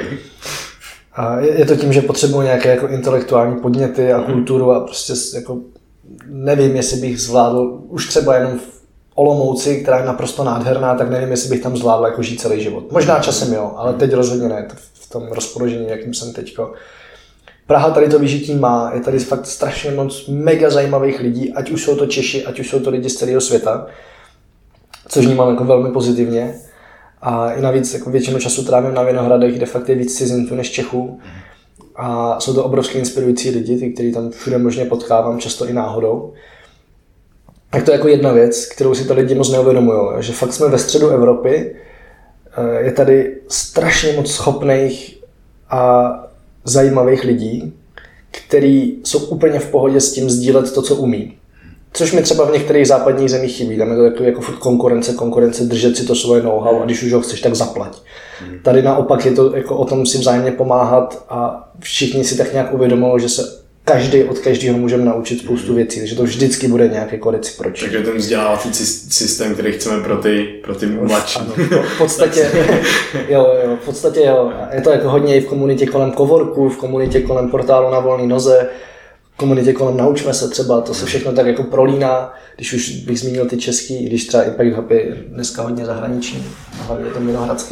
A je to tím, že potřebuji nějaké jako intelektuální podněty a kulturu a prostě jako nevím, jestli bych zvládl už třeba jenom v Olomouci, která je naprosto nádherná, tak nevím, jestli bych tam zvládl jako žít celý život. Možná časem jo, ale teď rozhodně ne, v tom rozpoložení, jakým jsem teďko. Praha tady to vyžití má, je tady fakt strašně moc mega zajímavých lidí, ať už jsou to Češi, ať už jsou to lidi z celého světa, což vnímám jako velmi pozitivně. A i navíc jako většinu času trávím na Vinohradech, kde fakt je víc cizinců než Čechů. A jsou to obrovsky inspirující lidi, ty, který tam všude možně potkávám, často i náhodou. Tak to je jako jedna věc, kterou si to lidi moc neuvědomují, že fakt jsme ve středu Evropy, je tady strašně moc schopných a zajímavých lidí, kteří jsou úplně v pohodě s tím sdílet to, co umí. Což mi třeba v některých západních zemích chybí. Tam je to jako, jako furt konkurence, konkurence, držet si to svoje know-how a když už ho chceš, tak zaplať. Tady naopak je to jako o tom si vzájemně pomáhat a všichni si tak nějak uvědomují, že se každý od každého můžeme naučit spoustu věcí, takže to vždycky bude nějak jako reciproční. Takže ten vzdělávací systém, který chceme pro ty, pro ty mladší. Ano, v podstatě, jo, jo, v podstatě jo. Je to jako hodně i v komunitě kolem Coworku, v komunitě kolem portálu na volné noze, v komunitě kolem Naučme se třeba, to se všechno tak jako prolíná, když už bych zmínil ty český, když třeba Impact Hub je dneska hodně zahraniční, hlavně je to vinohradský.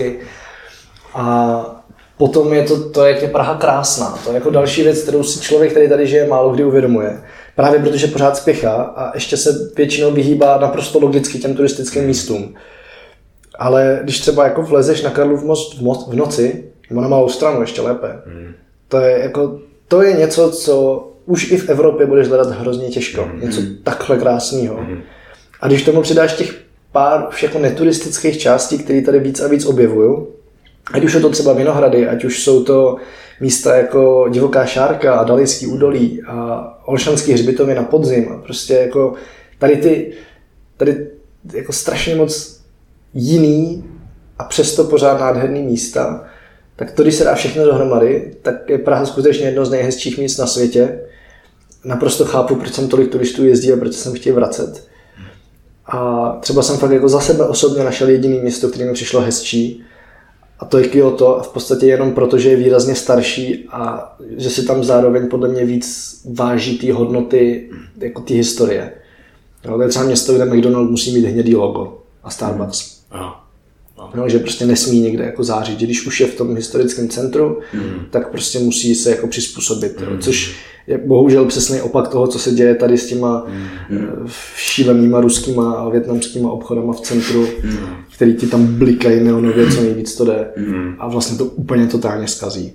A potom je to, to, jak je Praha krásná. To je jako další věc, kterou si člověk, který tady žije, málo kdy uvědomuje. Právě protože pořád spěchá a ještě se většinou vyhýbá naprosto logicky těm turistickým místům. Ale když třeba jako vlezeš na Karlův most v, most, v noci, nebo na Malou Stranu ještě lépe, mm. to je jako, to je něco, co už i v Evropě budeš hledat hrozně těžko. Mm. Něco takhle krásného. Mm. A když tomu přidáš těch pár už jako neturistických částí, které tady víc a víc objevují, ať už jsou to třeba Vinohrady, ať už jsou to místa jako Divoká Šárka a Dalijský údolí a Olšanský hřbitovy na podzim a prostě jako tady ty, tady jako strašně moc jiný a přesto pořád nádherný místa, tak to, když se dá všechno dohromady, tak je Praha skutečně jedno z nejhezčích míst na světě. Naprosto chápu, proč jsem tolik turistů jezdí a proč jsem chtěl vracet. A třeba jsem fakt jako za sebe osobně našel jediný město, které mi přišlo hezčí, a to je Kyoto a v podstatě jenom proto, že je výrazně starší a že si tam zároveň podle mě víc váží ty hodnoty jako ty historie. No, to je třeba město, kde McDonald musí mít hnědý logo a Starbucks. Aha. No, že prostě nesmí někde jako zářit. Když už je v tom historickém centru, mm. tak prostě musí se jako přizpůsobit. Mm. Což je bohužel přesný opak toho, co se děje tady s těma mm. šílenýma ruskýma a vietnamskýma obchodama v centru, mm. který ti tam blikají neonově, co nejvíc to jde. Mm. A vlastně to úplně totálně zkazí.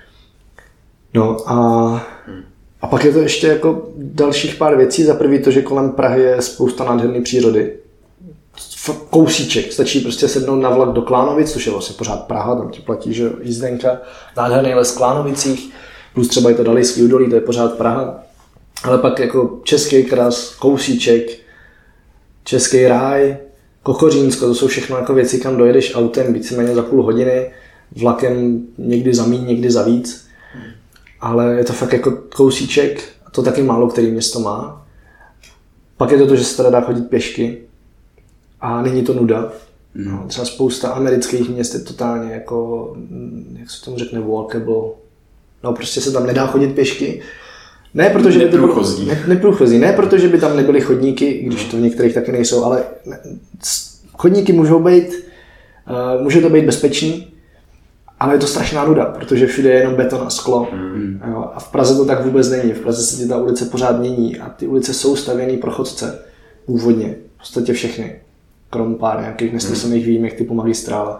No a, a pak je to ještě jako dalších pár věcí. Za prvý to, že kolem Prahy je spousta nádherné přírody. Kousíček, stačí prostě sednout na vlak do Klánovic, což je vlastně pořád Praha, tam ti platí, že jízdenka, nádherný les v Klánovicích, plus třeba i to Dalijský údolí, to je pořád Praha, ale pak jako český krás, Kousíček, Český ráj, Kokořínsko, to jsou všechno jako věci, kam dojedeš autem víceméně za půl hodiny, vlakem někdy za míň, někdy za víc, ale je to fakt jako kousíček, a to taky málo který město má. Pak je to to, že se teda dá chodit pěšky, a není to nuda. No, třeba spousta amerických měst je totálně jako, jak se tomu řekne, walkable. No prostě se tam nedá chodit pěšky. Ne, protože by to bylo, ne, neprůchozí. Ne, protože by tam nebyly chodníky, i když to v některých taky nejsou, ale chodníky můžou být, uh, může to být bezpečný, ale je to strašná nuda, protože všude je jenom beton a sklo. Mm. Jo, a v Praze to tak vůbec není. V Praze se ti ta ulice pořád mění a ty ulice jsou stavěný pro chodce. Původně. V podstatě všechny. Krom pár nějakých nesmyslných výjimek typu magistrála.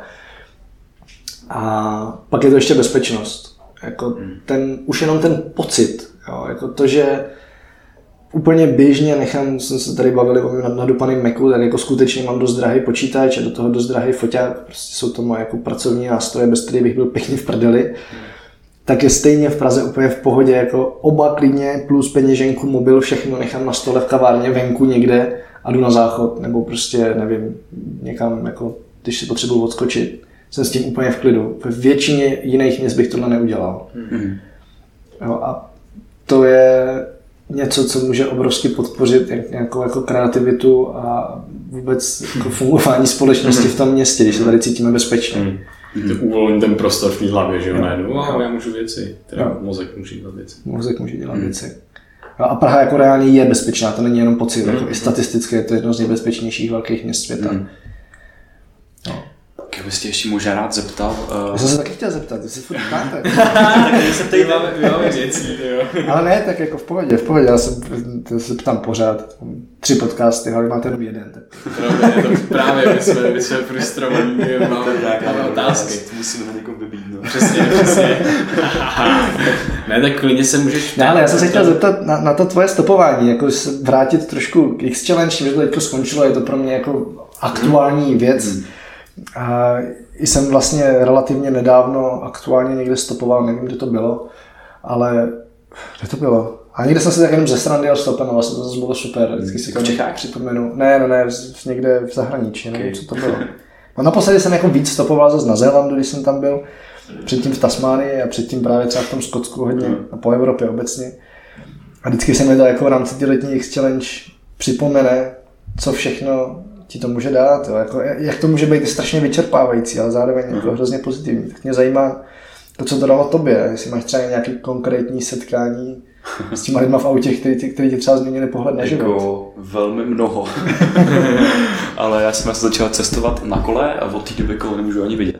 A pak je to ještě bezpečnost. Jako ten, už jenom ten pocit. Jo, jako to, že úplně běžně nechám, jsme se tady bavili o nadupaným Macu, tak jako skutečně mám dost drahý počítač a do toho dost drahý foťák, prostě jsou to moje jako pracovní nástroje, bez kterých bych byl pěkně v prdeli, tak je stejně v Praze úplně v pohodě, jako oba klidně plus peněženku, mobil, všechno nechám na stole v kavárně venku někde a jdu na záchod, nebo prostě nevím, někam, jako, když si potřebuji odskočit, jsem s tím úplně v klidu. V většině jiných měst bych tohle neudělal. Mm-hmm. Jo, a to je něco, co může obrovsky podpořit nějakou jako kreativitu a vůbec jako fungování společnosti v tom městě, když se tady cítíme bezpečně. Mm. To uvolní ten prostor v té hlavě, že jo, najednou, wow, já můžu věci, teda no. mozek může dělat věci. Mozek může dělat mm. věci. A Praha jako reálně je bezpečná, to není jenom pocit, mm. jako i statisticky je to jedno z nejbezpečnějších velkých měst světa. Mm. No. Já bych tě ještě možná rád zeptal. Uh... Já jsem se taky chtěl zeptat, ty si furt ptáte. Tak se tady máme, máme věcí, jo. Ale ne, tak jako v pohodě, v pohodě, já se, se ptám pořád. Tři podcasty, ale máte jenom jeden. Tak. Právě, to právě, my jsme, my jsme frustrovaní, máme, máme otázky. Musíme na někoho vybít, no. Přesně, přesně. Ne, tak klidně se můžeš... Ne, ale já jsem se chtěl zeptat na, na to tvoje stopování, jako vrátit trošku k X-Challenge, že to teďko skončilo, je to pro mě jako aktuální věc. Hmm. A jsem vlastně relativně nedávno aktuálně někde stopoval, nevím, kde to bylo, ale kde to bylo? A někde jsem se tak jenom ze srandy a stopem, ale vlastně to zase bylo super, vždycky si to v Čechách připomenu. Ne, ne, ne, někde v zahraničí, nevím, okay. Co to bylo. No naposledy jsem jako víc stopoval zase na Zélandu, když jsem tam byl, předtím v Tasmánii a předtím právě třeba v tom Skotsku hodně a po Evropě obecně. A vždycky se mi to jako v rámci té letní X-Challenge připomene, co všechno ti to může dát, jo. Jako, jak to může být strašně vyčerpávající, ale zároveň jako hrozně pozitivní. Tak mě zajímá to, co to dalo tobě, jestli máš třeba nějaké konkrétní setkání s těma lidma v autě, který, který ti třeba změnili pohled na život. Jako velmi mnoho. Ale já jsem se začal cestovat na kole a od té doby kolo nemůžu ani vidět.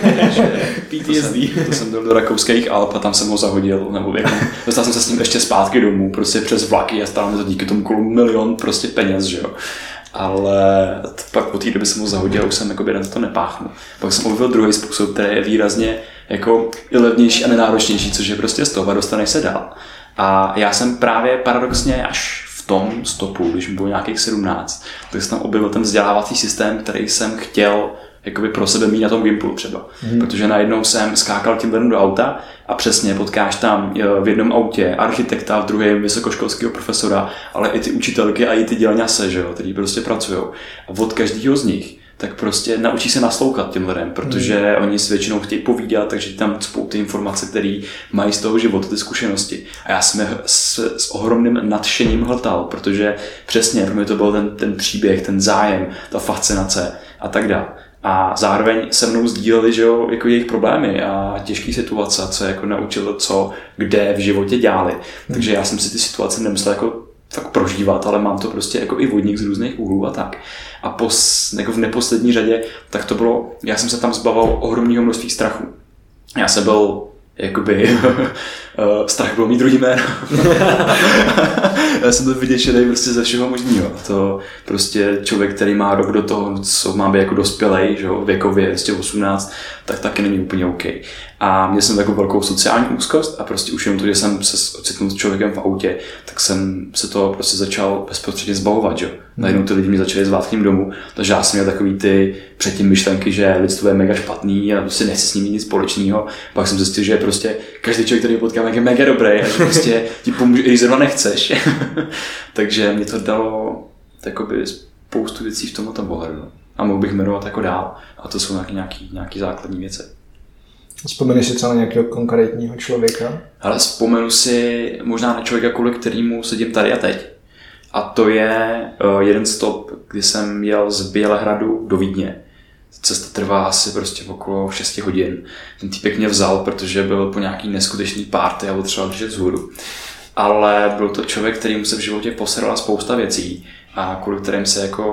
P T S D. To jsem, to jsem byl do rakouských Alp a tam jsem ho zahodil. Nebo jako, dostal jsem se s ním ještě zpátky domů, prostě přes vlaky a stále mi to díky tomu kolu milion prostě peněz, že jo. Ale pak po té době jsem ho zahodil a už jsem jako jeden za to nepáchnul. Pak jsem objevil druhý způsob, který je výrazně jako i levnější a nenáročnější, což je prostě stop a dostaneš se dál. A já jsem právě paradoxně až v tom stopu, když mi bylo nějakých sedmnáct, tak jsem tam objevil ten vzdělávací systém, který jsem chtěl jakoby pro sebe mít na tom Gimplu třeba. Hmm. Protože najednou jsem skákal tím ven do auta a přesně potkáš tam v jednom autě architekta, v druhém vysokoškolského profesora, ale i ty učitelky a i ty dělňase, že jo, který prostě pracují. A od každého z nich tak prostě naučí se naslouchat těm lidem, protože hmm. oni s většinou chtějí povídat, takže tam cpou ty informace, které mají z toho života, ty zkušenosti. A já jsem je s, s ohromným nadšením hltal, protože přesně pro mě to byl ten, ten příběh, ten zájem, ta fascinace a tak dále. A zároveň se mnou sdíleli, že jo, jako jejich problémy a těžké situace, co jako naučilo, co, kde v životě dělali. Hmm. Takže já jsem si ty situace nemusel jako tak prožívat, ale mám to prostě jako i vodník z různých úhlů a tak. A pos, jako v neposlední řadě, tak to bylo, já jsem se tam zbavil ohromného množství strachu. Já jsem byl, jakoby, strach byl mít druhý jméno. Já jsem byl vyděšený prostě ze všeho možného. To prostě člověk, který má rok do toho, co má být jako dospělej, že jo, věkově, prostě osmnáct, tak taky není úplně OK. A měl jsem takovou velkou sociální úzkost a prostě už jenom to, že jsem se ocitnul s člověkem v autě, tak jsem se to prostě začal bezprostředně zbavovat, že? Najednou ty lidi mi začali zvát k ním domů, takže já jsem měl takový ty předtím myšlenky, že lidstvo je mega špatný a prostě nechci s nimi nic společného. Pak jsem zjistil, že prostě každý člověk, který potkám, je mega dobrý a že prostě ti pomůže, i když zrovna nechceš. Takže mě to dalo takoby spoustu věcí v tomto pohledu. A mohl bych jmenovat jako dál. A to jsou nějaký, nějaký, nějaký základní věci. Vzpomeneš si třeba na nějakého konkrétního člověka? Ale vzpomenu si možná na člověka, kvůli kterému sedím tady a teď. A to je uh, jeden stop, kdy jsem jel z Bělehradu do Vídně. Cesta trvá asi prostě okolo šest hodin. Ten týpek mě vzal, protože byl po nějaký neskutečný party a potřeboval držet vzhůru. Ale byl to člověk, kterýmu se v životě poserala spousta věcí a kvůli kterým se jako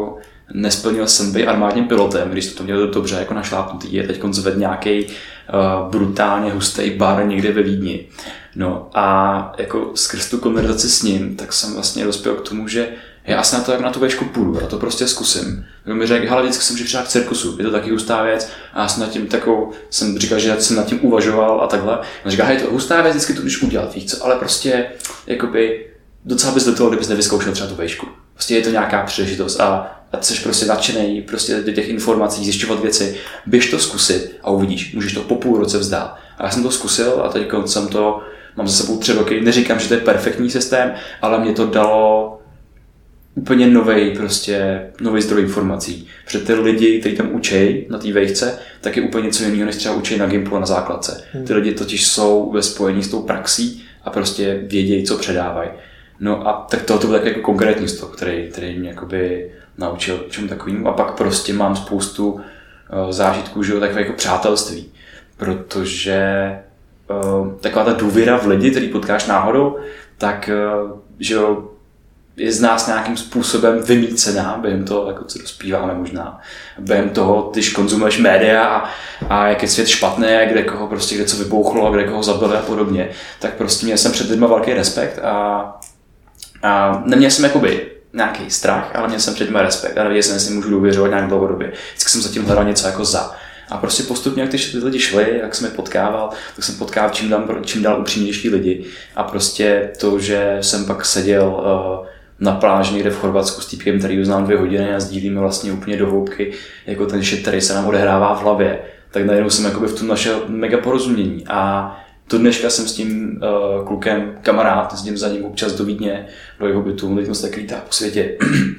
nesplnil jsem být armádním pilotem, když to měl dobře jako našlápnutý, je teď zved nějaký uh, brutálně hustý bar někde ve Vídni. No a jako skrz tu konverzaci s ním, tak jsem vlastně dospěl k tomu, že já asi na to jak na tu véčku půjdu, já to prostě zkusím. Tak mi řekl, hele, vždycky jsem přišel k cirkusu, je to taky hustá věc a já jsem nad tím takovou, jsem říkal, že jsem nad tím uvažoval a takhle. A říkal, hej, to hustá věc, vždycky to můžeš udělat, víš co, ale prostě jakoby docela bys do toho, kdybys nevyzkoušel třeba tu véčku. Prostě je to nějaká příležitost a, a jsi prostě nadšenej prostě do těch informací, zjišťovat věci, běž to zkusit a uvidíš, můžeš to po půl roce vzdát. A já jsem to zkusil a teď jsem to, mám za sebou tři roky, neříkám, že to je perfektní systém, ale mě to dalo úplně novej, prostě nový zdroj informací. Protože ty lidi, kteří tam učí na té vejchce, tak je úplně něco jiného, než třeba učí na Gimplu a na základce. Ty lidi totiž jsou ve spojení s tou praxí a prostě vědějí, co předávají. No a tak to, to byl tak jako konkrétní stup, který, který mě jakoby naučil čemu takovým. A pak prostě mám spoustu uh, zážitků, že jo, takové jako přátelství. Protože uh, taková ta důvěra v lidi, který potkáš náhodou, tak uh, že jo, je z nás nějakým způsobem vymýcená během toho, jako co dospíváme možná. Během toho, když konzumuješ média a, a jak je svět špatný, kde koho prostě kde co vybouchlo a kde koho zabili a podobně, tak prostě měl jsem před lidma velký respekt a, a neměl jsem jakoby nějaký strach, ale měl jsem před lidma respekt a nevěděl jsem, jestli můžu důvěřovat nějak dlouhodobě. Vždycky jsem zatím hledal něco jako za. A prostě postupně, jak ty lidi šli, jak jsem je potkával, tak jsem potkával čím dál, čím dál upřímnější lidi. A prostě to, že jsem pak seděl uh, na pláži někde v Chorvatsku s týpkem, který znám dvě hodiny a sdílíme vlastně úplně do hloubky, jako ten shit, který se nám odehrává v hlavě, tak najednou jsem jakoby v tom našel mega porozumění. A do dneška jsem s tím uh, klukem kamarád, jezdím za ním občas do Vídně, do jeho bytu, teď se tak lítá po světě.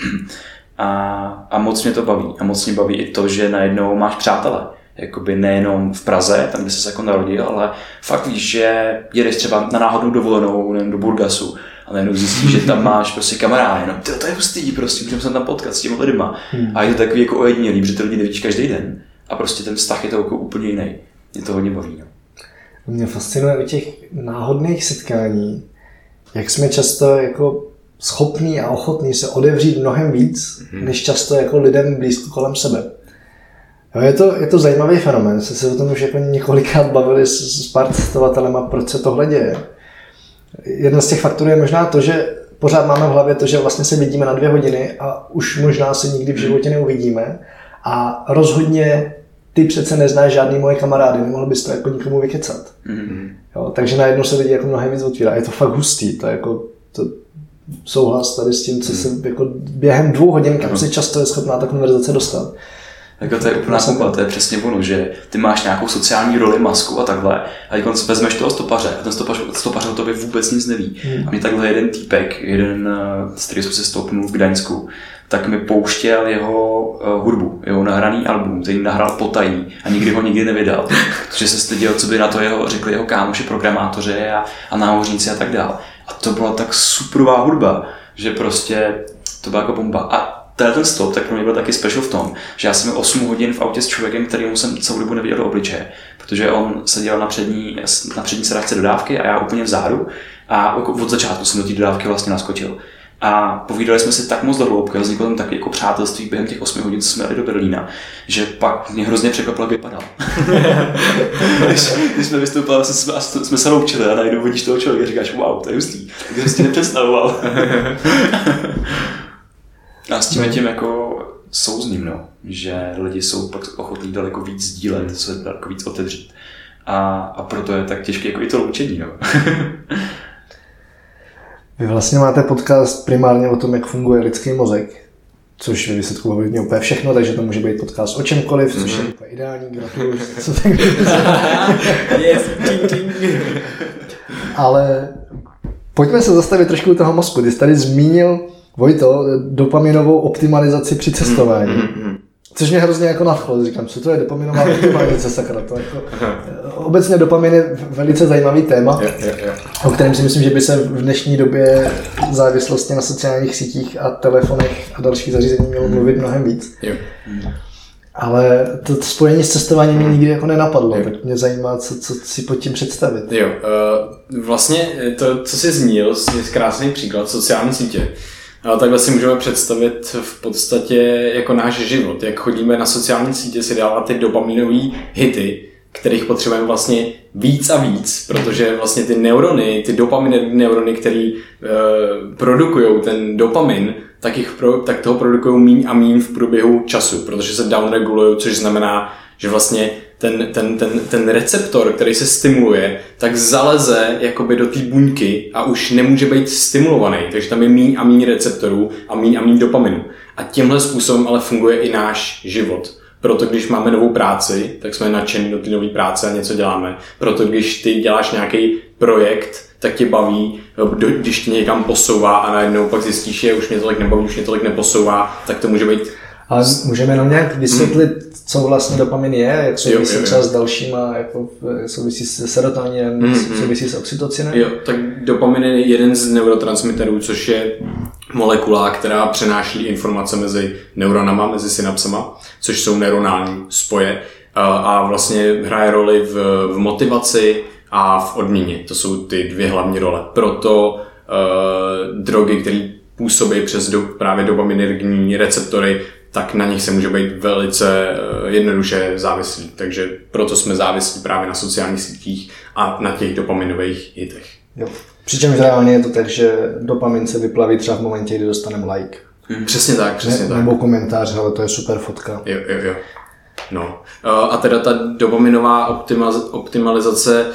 a, a moc mě to baví. A moc mě baví i to, že najednou máš přátele. Jakoby nejenom v Praze, tam, kde jsi se jako narodil, ale fakt víš, že jedeš třeba na náhodnou dovolenou, nevím, do Burgasu a najednou zjistíš, že tam máš prostě kamarády, no to je hustý, prostě můžeme se tam potkat s těmi lidma. Hmm. A je to takový jako ojedinělý, protože ty lidi nevidíš každý den a prostě ten vztah je to jako úplně jiný. Mě to hodně baví. No. Mě fascinuje u těch náhodných setkání, jak jsme často jako schopní a ochotní se odevřít mnohem víc, hmm. než často jako lidem blízko kolem sebe. Jo, je, to, je to zajímavý fenomén, jsme se o tom už jako několikrát bavili s, s pár cestovatelema, proč se tohle děje. Jeden z těch faktorů je možná to, že pořád máme v hlavě to, že vlastně se vidíme na dvě hodiny a už možná se nikdy v životě neuvidíme a rozhodně ty přece neznáš žádný moje kamarády, nemohl bys to jako nikomu vykecat. Mm-hmm. Jo, takže najednou se lidi jako mnohem víc otvírá. Je to fakt hustý, to je jako to souhlas tady s tím, co se jako během dvou hodin, kam si často je schopná ta konverzace dostat. Jako to je úplná kumpa, to je přesně ono, že ty máš nějakou sociální roli, masku a takhle a když vezmeš toho stopaře a ten stopař, stopař o tobě vůbec nic neví. Hmm. A mě takhle jeden týpek, jeden, z kterého jsem se stoupnul v Gdaňsku, tak mi pouštěl jeho uh, hudbu, jeho nahraný album, který nahrál potají a nikdy ho nikdy nevydal, protože se styděl, co by na to jeho, řekli jeho kámoši, programátoři a, a námořníci a tak dál. A to byla tak superová hudba, že prostě to byla jako bomba. A ten stop tak pro mě byl taky special v tom, že já jsem měl osm hodin v autě s člověkem, kterýmu jsem celou dobu neviděl do obličeje, protože on seděl na přední, na přední sedačce dodávky a já úplně vzadu a od začátku jsem do té dodávky vlastně naskočil. A povídali jsme si tak moc do hloubky, vzniklo tam taky jako přátelství během těch osmi hodin, co jsme jeli do Berlína, že pak mě hrozně překvapilo, jak vypadal. když, když jsme vystoupili, jsme, jsme se loučili a najednou vidíš toho člověka a říkáš, wow, to je hustý, tak jsem si nepředstavoval. A s tím je tím jako souzním, no, že lidi jsou pak ochotní daleko víc sdílet, se daleko víc otevřít. A, a proto je tak těžké jako i to loučení, no. Vy vlastně máte podcast primárně o tom, jak funguje lidský mozek, což ve výsledku ovlivní úplně všechno, takže to může být podcast o čemkoliv, což mm-hmm. je úplně ideální, gratuluju. Yes, ting, ting. Ale pojďme se zastavit trošku u toho mozku. Ty jsi tady zmínil, Vojto, dopaminovou optimalizaci při cestování. Mm-hmm. Což mě hrozně jako nadchlo. Říkám, co to je dopaminová optimalizace, sakra. To jako, obecně dopamin je velice zajímavý téma, je, je, je. o kterém si myslím, že by se v dnešní době závislosti na sociálních sítích a telefonech a dalších zařízení mělo mluvit mnohem víc. Je. Ale to spojení s cestováním mě nikdy jako nenapadlo, jo. Tak mě zajímá, co, co si pod tím představit. Jo, uh, vlastně to, co jsi zmínil, je krásný příklad sociální sítě. Ale takhle si můžeme představit v podstatě jako náš život, jak chodíme na sociální sítě si dávat ty dopaminové hity, kterých potřebujeme vlastně víc a víc, protože vlastně ty neurony, ty dopaminové neurony, které e, produkují ten dopamin, tak, jich pro, tak toho produkují míň a míň v průběhu času, protože se downregulují, což znamená, že vlastně ten, ten, ten, ten receptor, který se stimuluje, tak zaleze jakoby do té buňky a už nemůže být stimulovaný, takže tam je míň a míň receptorů a míň a míň dopaminu. A tímhle způsobem ale funguje i náš život. Proto když máme novou práci, tak jsme nadšení do té nové práce a něco děláme. Proto když ty děláš nějaký projekt, tak tě baví, když tě někam posouvá a najednou pak zjistíš, že už mě tolik nebaví, už mě tolik neposouvá, tak to může být... Ale můžeme jenom nějak vysvětlit, hmm. co vlastně dopamin je, jak souvisí třeba s dalšíma, jako souvisí s serotoninem, hmm. souvisí s oxytocinem? Jo, tak dopamin je jeden z neurotransmiterů, což je molekula, která přenáší informace mezi neuronama, mezi synapsama, což jsou neuronální spoje a vlastně hraje roli v, v motivaci a v odměně. To jsou ty dvě hlavní role. Proto uh, drogy, které působí přes do, právě dopaminergní receptory, tak na nich se může být velice jednoduše závislý. Takže proto jsme závislí právě na sociálních sítích a na těch dopaminových hitech. Jo. Přičemž reálně je to tak, že dopamin se vyplaví třeba v momentě, kdy dostaneme like. Hmm. Přesně tak, přesně ne, tak. Nebo komentář, ale to je super fotka. Jo, jo, jo. No. A teda ta dopaminová optimalizace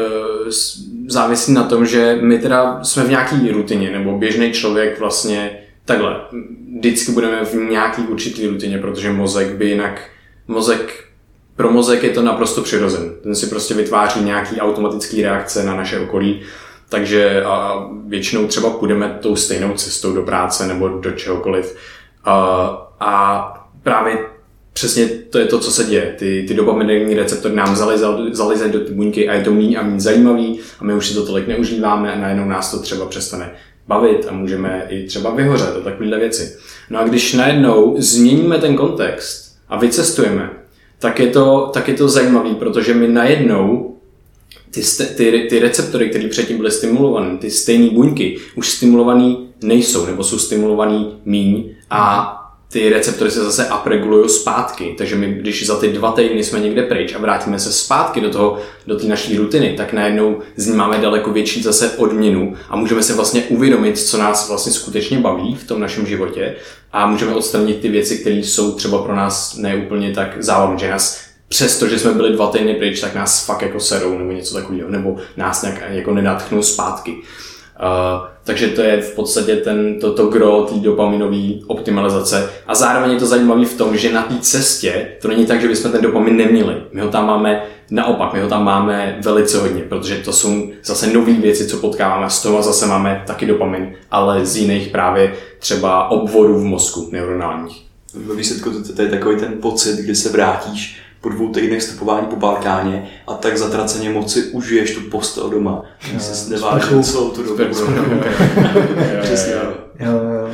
závisí na tom, že my teda jsme v nějaký rutině, nebo běžný člověk vlastně takhle, vždycky budeme v nějaký určitý rutině, protože mozek by jinak, mozek, pro mozek je to naprosto přirozen. Ten si prostě vytváří nějaký automatický reakce na naše okolí, takže a většinou třeba půjdeme tou stejnou cestou do práce nebo do čehokoliv. A, a právě přesně to je to, co se děje. Ty, ty dopaminergní receptory nám zalizají do ty buňky a je to míň a míň zajímavý a my už si to tolik neužíváme a najednou nás to třeba přestane bavit a můžeme i třeba vyhořet a takovéhle věci. No a když najednou změníme ten kontext a vycestujeme, tak je to, tak je to zajímavý, protože my najednou ty, ty, ty receptory, které předtím byly stimulované, ty stejné buňky, už stimulovaný nejsou, nebo jsou stimulovaný míň a ty receptory se zase upregulují zpátky, takže my, když za ty dva týdny jsme někde pryč a vrátíme se zpátky do toho, do té naší rutiny, tak najednou z ní máme daleko větší zase odměnu a můžeme se vlastně uvědomit, co nás vlastně skutečně baví v tom našem životě a můžeme odstranit ty věci, které jsou třeba pro nás neúplně tak zábavné, že nás přesto, že jsme byli dva týdny pryč, tak nás fakt jako serou nebo něco takového, nebo nás nějak jako nenadchnou zpátky. Uh, takže to je v podstatě ten, to, to gro té dopaminové optimalizace a zároveň je to zajímavé v tom, že na té cestě to není tak, že bychom ten dopamin neměli. My ho tam máme naopak, my ho tam máme velice hodně, protože to jsou zase nové věci, co potkáváme, z toho zase máme taky dopamin, ale z jiných právě třeba obvodů v mozku neuronálních. Ve výsledku to, to je takový ten pocit, kdy se vrátíš po dvou týdnech stopování po Balkáně a tak zatraceně moci užiješ tu postel doma. Že se nevážil celou tu dobu. Přesně. Jo, jo.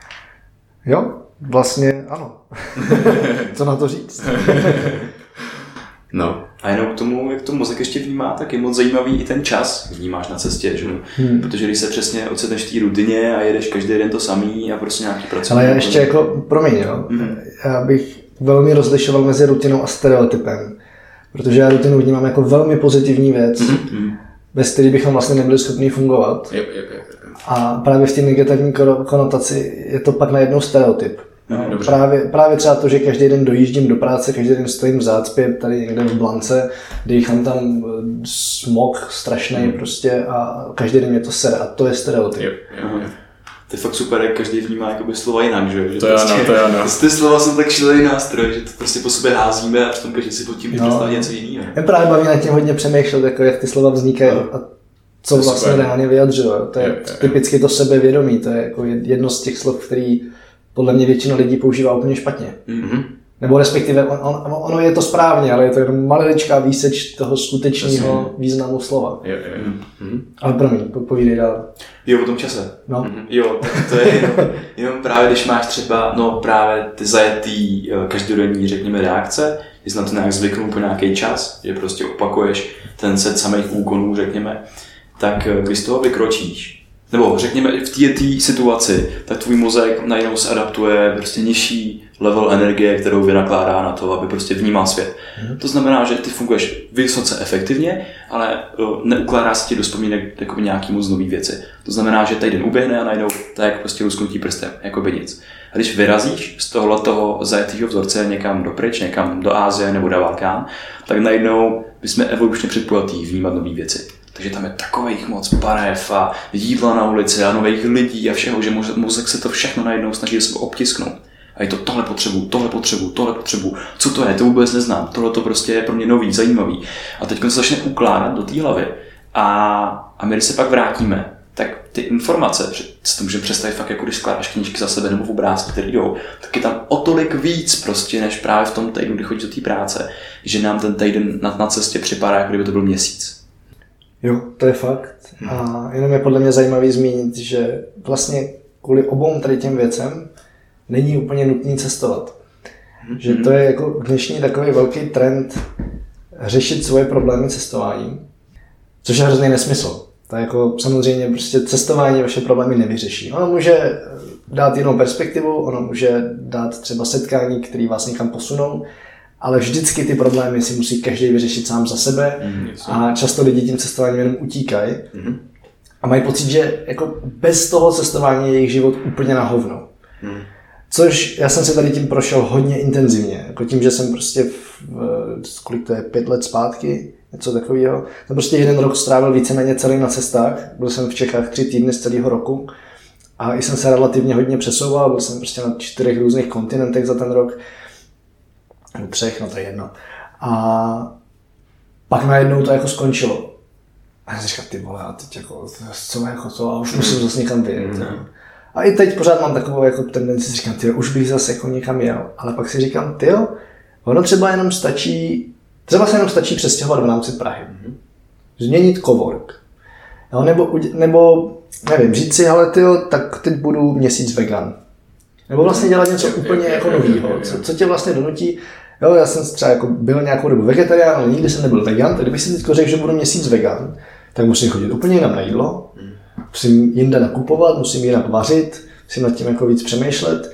Jo, vlastně ano. Co na to říct? No. A jenom k tomu, jak to mozek ještě vnímá, tak je moc zajímavý i ten čas vnímáš na cestě, že? Hmm. Protože když se přesně ocitneš v té rutině a jedeš každý den to samý a prostě nějaký pracovní. Ale já ještě jako, promiň, jo, hmm. já bych velmi rozlišoval mezi rutinou a stereotypem, protože já rutinu vnímám jako velmi pozitivní věc, hmm. bez které bychom vlastně nebyli schopni fungovat. Yep, yep, yep. A právě v té negativní konotaci je to pak najednou stereotyp. No, právě, právě třeba to, že každý den dojíždím do práce, každý den stojím v zácpě tady někde v Blance, dýchám tam smog strašný hmm. prostě a každý den mě to sere a to je stereotyp. Jo, jo, jo. To je fakt super, jak každý vnímá jakoby slova jinak, že? že to je prostě, ano, to je ano. Ty slova jsou tak šílený nástroj, že to prostě po sobě házíme a přitom každý si pod tím no. představí něco jiného. Mě právě baví na tím hodně přemýšlet, jako jak ty slova vznikají no. a co to vlastně super. Reálně vyjadřují. To je jo, jo, typicky to sebevědomí, to je jako jedno z těch slov, který podle mě většina lidí používá úplně špatně. Mm-hmm. Nebo respektive on, on, ono je to správně, ale je to jenom maličká výseč toho skutečného významu slova. Jo, jo, jo. Mm-hmm. Ale promiň, povídej dál. Jo, o tom čase. No. Mm-hmm. Jo, tak to je jenom, jenom právě, když máš třeba, no právě ty zajetý každodenní, řekněme, reakce, když jsi na to nějak zvyknul po nějaký čas, že prostě opakuješ ten set samých úkonů, řekněme, tak když z toho vykročíš, nebo řekněme v této situaci, tak tvůj mozek najednou se adaptuje prostě nižší level energie, kterou vynakládá na to, aby prostě vnímal svět. Hmm. To znamená, že ty funguješ vysoce efektivně, ale neukládá se ti do vzpomínek jako nějaký moc nový věci. To znamená, že týden uběhne a najednou tak prostě lusknutí prstem, jako by nic. A když vyrazíš z tohoto zajetého vzorce někam dopryč, někam do Asie nebo do Balkán, tak najednou bychom evolučně předpojatí vnímat nové věci. Takže tam je takových moc barev a jídla na ulici a nových lidí a všeho, že mozek se to všechno najednou snaží do sebe obtisknout. A je to tohle potřebu, tohle potřebu, tohle potřebu. Co to je? To vůbec neznám. Tohle to prostě je pro mě nový, zajímavý. A teď se začne ukládat do té hlavy. A, a my, když se pak vrátíme, tak ty informace, že si to můžeme představit fakt, jako když skládáš knížky za sebe nebo v obrázky, které jdou, tak je tam o tolik víc prostě, než právě v tom týdnu, kdy chodíš do té práce, že nám ten týden na, na cestě připadá, jako kdyby to byl měsíc. Jo, to je fakt. A jenom je podle mě zajímavý zmínit, že vlastně kvůli obou tady těm věcem není úplně nutný cestovat. Mm-hmm. Že to je jako dnešní takový velký trend řešit svoje problémy cestováním, což je hrozný nesmysl. To je jako samozřejmě prostě cestování vaše problémy nevyřeší. Ono může dát jinou perspektivu, ono může dát třeba setkání, které vás někam posunou, ale vždycky ty problémy si musí každý vyřešit sám za sebe mm, a často lidi tím cestováním jenom utíkají mm. a mají pocit, že jako bez toho cestování je jejich život úplně na hovno. Mm. Což já jsem se tady tím prošel hodně intenzivně, jako tím, že jsem prostě v, kolik to je, pět let zpátky, něco takového, jsem prostě jeden rok strávil víceméně celý na cestách, byl jsem v Čechách tři týdny z celého roku a i jsem se relativně hodně přesouval, byl jsem prostě na čtyřech různých kontinentech za ten rok, nebo třech, no to je jedno. A pak najednou to jako skončilo. A já jsem říkal, ty vole, a teď jako, co jako to, a už musím zase někam vyjet. Mm. A i teď pořád mám takovou jako tendenci, říkám, tyjo, už bych zase jako někam jel. Ale pak si říkám, tyjo, ono třeba jenom stačí, třeba se jenom stačí přestěhovat v rámci Prahy. Mm. Změnit cowork. Jo, nebo, nebo, nevím, říct si, ale tyjo, tak teď budu měsíc vegan. Nebo vlastně dělat něco úplně jako novýho, co, co tě vlastně donutí. Jo, já jsem třeba jako byl nějakou dobu vegetarián, ale nikdy jsem nebyl vegan, tak kdybych si teď řekl, že budu měsíc vegan, tak musím chodit úplně jinam na jídlo, musím jinde nakupovat, musím jinak vařit, musím nad tím jako víc přemýšlet.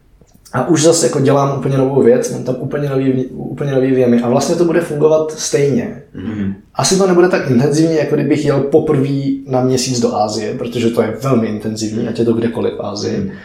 A už zase jako dělám úplně novou věc, mám tam úplně nový, úplně nový věmy a vlastně to bude fungovat stejně. Mm-hmm. Asi to nebude tak intenzivní, jako kdybych jel poprvé na měsíc do Asie, protože to je velmi intenzivní, ať je to kdekoliv v Asii. Mm-hmm.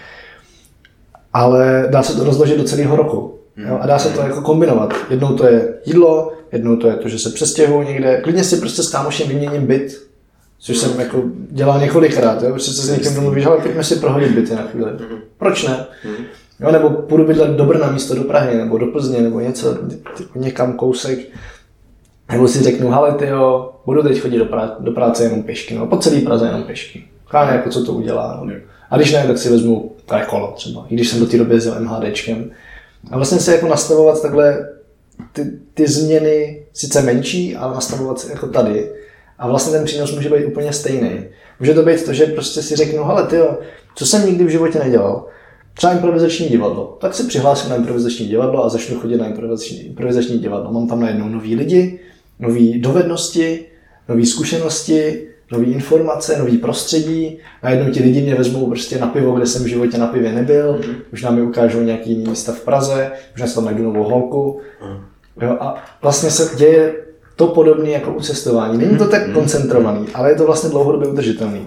Ale dá se to rozložit do celého roku. Jo? A dá se to jako kombinovat. Jednou to je jídlo, jednou to je to, že se přestěhuju někde. Klidně si prostě s kámošem vyměním byt, což jsem jako dělal několikrát. Jo? Protože se s někým domluvíš, ale pojďme si prohodit byty na chvíli. Proč ne? Jo? Nebo půjdu bydlet do Brna místo do Prahy, nebo do Plzně, nebo něco, někam kousek. Nebo si řeknu, hele tyjo, budu teď chodit do, prá- do práce jenom pěšky, no po celý Praze jenom pěšky. Káne, jako co to udělá. No. A když ne, tak si vezmu tady kolo třeba, i když jsem do té doby jezdil MHDčkem. A vlastně se jako nastavovat takhle ty, ty změny sice menší, ale nastavovat se jako tady. A vlastně ten přínos může být úplně stejný. Může to být to, že prostě si řeknu, hele tyjo, co jsem nikdy v životě nedělal, třeba improvizační divadlo. Tak se přihlásím na improvizační divadlo a začnu chodit na improvizační, improvizační divadlo. Mám tam najednou noví lidi, nové dovednosti, nové zkušenosti, nové informace, nový prostředí. Najednou ti lidi mě vezmou prostě na pivo, kde jsem v životě na pivě nebyl. Možná mi ukážou nějaký místa v Praze, možná si tam najdu novou holku. Jo, a vlastně se děje to podobné jako u cestování. Není to tak koncentrovaný, ale je to vlastně dlouhodobě udržitelný.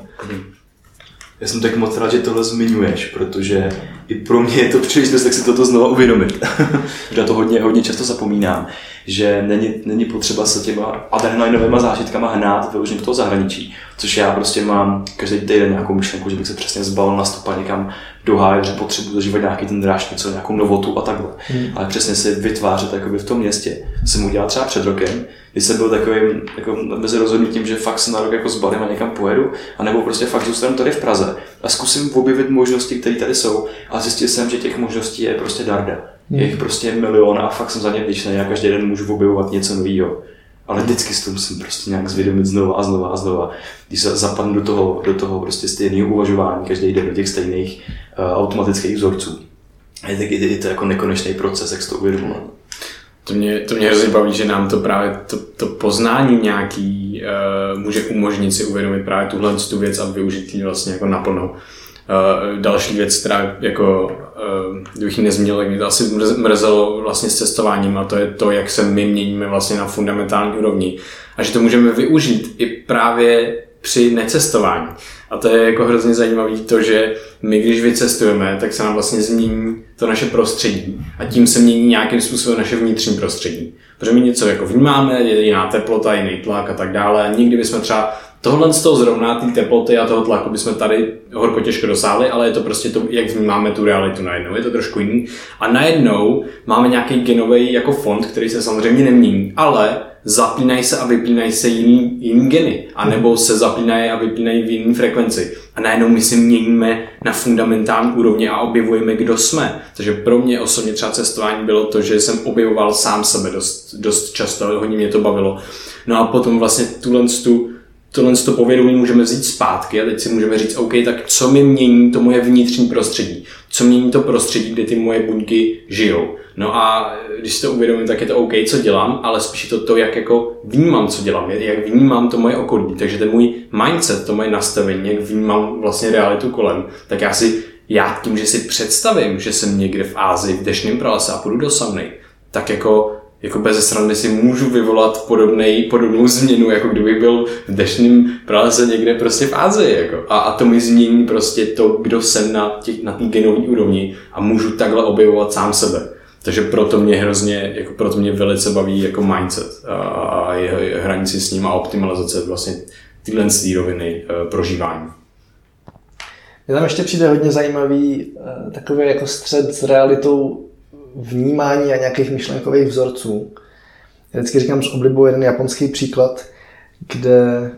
Já jsem tak moc rád, že tohle zmiňuješ, protože i pro mě je to příležitost, tak si toto znovu uvědomit. Já to hodně, hodně často zapomínám, že není, není potřeba se těma adrenalinovými zážitkama hnát vyloženě do toho zahraničí, což já prostě mám každý týden nějakou myšlenku, že bych se přesně zbalil na stopa někam do háje, že potřebuji zažívat nějaký ten dráž, něco, nějakou novotu a takhle. Hmm. Ale přesně si vytvářet jakoby v tom městě. Jsem udělal třeba před rokem, když jsem byl takovým jako mezi rozhodnutím, že fakt se na rok jako zbalím a někam pojedu, anebo prostě fakt zůstanu tady v Praze a zkusím objevit možnosti, které tady jsou, a zjistil jsem, že těch možností je prostě darda. Hmm. Je jich prostě milion a fakt jsem za ně vděčný, já každý den můžu objevovat něco nového. Ale vždycky si to musím prostě nějak zvědomit znova a znova a znova. Když se zapadnu do toho, do toho prostě stejného uvažování každý den do těch stejných uh, automatických vzorců. Je to, je to jako nekonečný proces, jak si to uvědomovat. To mě, to mě hrozně baví, že nám to právě to, to poznání nějaký uh, může umožnit si uvědomit právě tuhle tu věc a využít ji vlastně jako naplno. Uh, další věc, která jako, uh, kdybych ji nezmínil, tak mě to asi mrzelo vlastně s cestováním a to je to, jak se my měníme vlastně na fundamentální úrovni a že to můžeme využít i právě při necestování. A to je jako hrozně zajímavé to, že my, když vycestujeme, tak se nám vlastně změní to naše prostředí a tím se mění nějakým způsobem naše vnitřní prostředí. Protože my něco jako vnímáme, je jiná teplota, jiný tlak a tak dále. A nikdy bychom třeba tohle z toho zrovna, ty teploty a toho tlaku bychom tady horko těžko dosáhli, ale je to prostě to, jak vnímáme tu realitu najednou. Je to trošku jiný. A najednou máme nějaký genový jako fond, který se samozřejmě nemění, ale zapínají se a vypínají se jiný, jiný geny, anebo se zapínají a vypínají v jiný frekvenci. A najednou my si měníme na fundamentální úrovni a objevujeme, kdo jsme. Takže pro mě osobně třeba cestování bylo to, že jsem objevoval sám sebe dost, dost často, hodně mě to bavilo. No a potom vlastně tuhle tu tohle to povědomí můžeme vzít zpátky a teď si můžeme říct, OK, tak co mi mění to moje vnitřní prostředí? Co mění to prostředí, kde ty moje buňky žijou? No a když si to uvědomím, tak je to OK, co dělám, ale spíš je to to, jak jako vnímám, co dělám, jak vnímám to moje okolí. Takže ten můj mindset, to moje nastavení, jak vnímám vlastně realitu kolem, tak já si, já tím, že si představím, že jsem někde v Ázii v deštném pralese a půjdu do sauny, tak jako jako bez srandy si můžu vyvolat podobnej, podobnou změnu, jako kdybych byl v deštném pralese někde prostě v Asii. Jako. A, a to mi změní prostě to, kdo jsem na té na genové úrovni a můžu takhle objevovat sám sebe. Takže proto mě hrozně, jako proto mě velice baví jako mindset a, a jeho hranici s ním a optimalizace vlastně tyhle roviny e, prožívání. Mně tam ještě přijde hodně zajímavý e, takový jako střed s realitou vnímání a nějakých myšlenkových vzorců. Já vždycky říkám s oblibou jeden japonský příklad, kde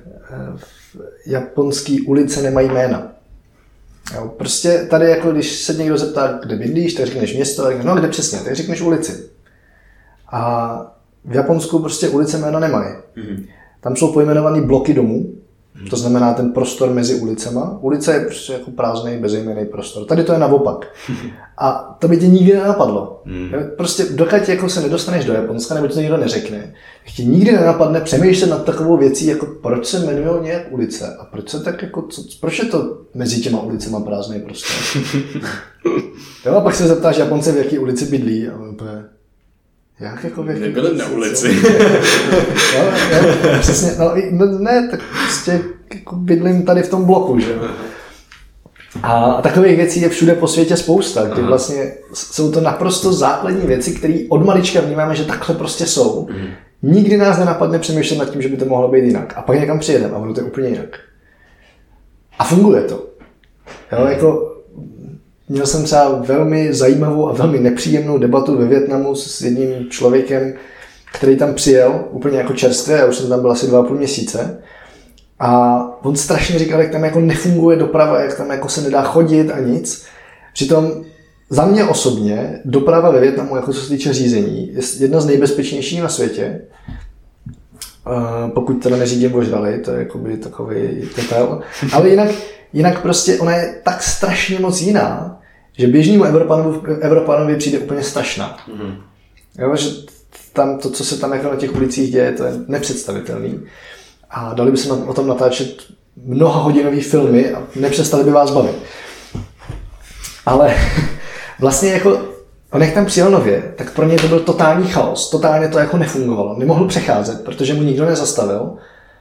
japonský ulice nemají jména. Jo, prostě tady, jako když se někdo zeptá, kde bydlíš, tak řekneš město, tak řekneš, no kde přesně, tak řekneš ulici. A v Japonsku prostě ulice jména nemají. Mm-hmm. Tam jsou pojmenované bloky domů, to znamená ten prostor mezi ulicema. Ulice je prostě jako prázdný, bezejmenný prostor. Tady to je naopak. A to by tě nikdy nenapadlo. Mm. Prostě dokud jako se nedostaneš do Japonska, nebo ti to nikdo neřekne, tak ti nikdy nenapadne přemýšlet nad takovou věcí, jako proč se jmenují nějak ulice a proč se tak jako, co, proč je to mezi těma ulicema prázdný prostor. Jo, a pak se zeptáš Japonce, v jaký ulici bydlí a úplně, jak jako v jaký Nebyli ulici? na ulici. jo, jo, přesně, no, ne, tak prostě jako bydlím tady v tom bloku, že jo. A takových věcí je všude po světě spousta, kdy vlastně jsou to naprosto základní věci, které od malička vnímáme, že takhle prostě jsou. Mm. Nikdy nás nenapadne přemýšlet nad tím, že by to mohlo být jinak. A pak někam přijedeme a ono to je úplně jinak. A funguje to. Jo, jako, měl jsem třeba velmi zajímavou a velmi nepříjemnou debatu ve Vietnamu s jedním člověkem, který tam přijel úplně jako čerstvě, já už jsem tam byl asi dva a půl měsíce. A on strašně říkal, jak tam jako nefunguje doprava, jak tam jako se nedá chodit a nic. Přitom za mě osobně doprava ve Vietnamu, jako co se týče řízení, je jedna z nejbezpečnějších na světě. Pokud teda neřídím vožrali, to je jakoby takový detail. Ale jinak, jinak prostě ona je tak strašně moc jiná, že běžnému Evropanovi, Evropanovi přijde úplně strašná. Mm-hmm. Jo, že tam to, co se tam jako na těch ulicích děje, to je nepředstavitelný. A dali by se o tom natáčet mnohahodinový filmy a nepřestali by vás bavit. Ale vlastně jako, on jak tam přijel nově, tak pro něj to byl totální chaos, totálně to jako nefungovalo. Nemohl přecházet, protože mu nikdo nezastavil,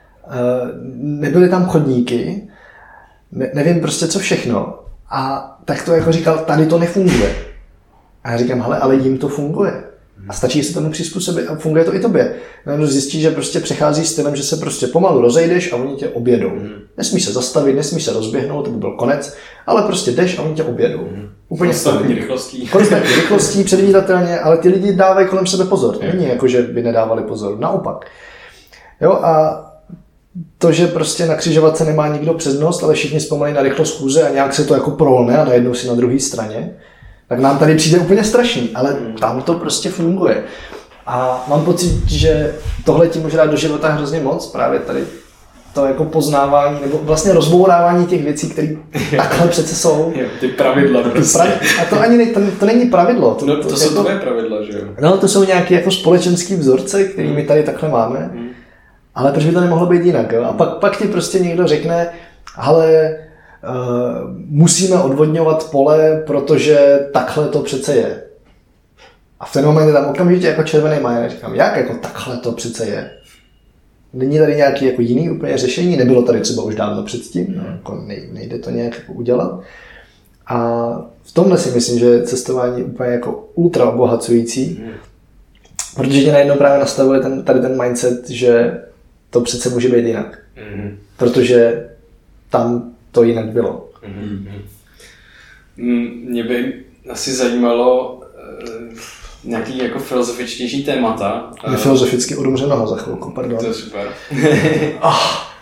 nebyly tam chodníky, ne, nevím prostě co všechno. A tak to jako říkal, tady to nefunguje. A já říkám, hele, ale jim to funguje. A stačí se tomu přizpůsobit a funguje to i tobě. No, zjistí, že prostě přechází stylem, že se prostě pomalu rozejdeš a oni tě objedou. Mm. Nesmíš se zastavit, nesmíš se rozběhnout, to by byl konec, ale prostě jdeš a oni tě objedou. Mm. Úplně konstantní rychlostí. Konstantní rychlostí, předvídatelně, ale ty lidi dávají kolem sebe pozor. Není jako, že by nedávali pozor. Naopak. Jo, a to, že prostě na křižovatce nemá nikdo přednost, ale všichni zpomalí na rychlost chůze a nějak se to jako prolne a najednou si na druhé straně, tak nám tady přijde úplně strašný, ale tam to prostě funguje. A mám pocit, že tohle ti může dát do života hrozně moc, právě tady to jako poznávání, nebo vlastně rozbourávání těch věcí, které takhle přece jsou. Jo, ty pravidla prostě. A to ani ne, to, to není pravidlo. To, no, to, to jsou jako, tvoje pravidla, že jo? No, to jsou nějaké jako společenský vzorce, který my tady takhle máme, hmm. ale proč by to nemohlo být jinak? Jo? A pak, pak ti prostě někdo řekne, ale uh, musíme odvodňovat pole, protože takhle to přece je. A v ten moment je tam okamžitě jako červený majer. Říkám, jak jako takhle to přece je? Není tady nějaký jako jiný úplně řešení? Nebylo tady třeba už dávno předtím? No, jako nejde to nějak jako udělat. A v tomhle si myslím, že cestování je úplně jako ultra obohacující, mm. protože tě najednou právě nastavuje ten, tady ten mindset, že to přece může být jinak. Mm. Protože tam to jinak bylo. Mm. Mě by asi zajímalo nějaký jako filozofičtější témata. Je filozoficky odumře noha za chvilku, pardon. To je super. oh.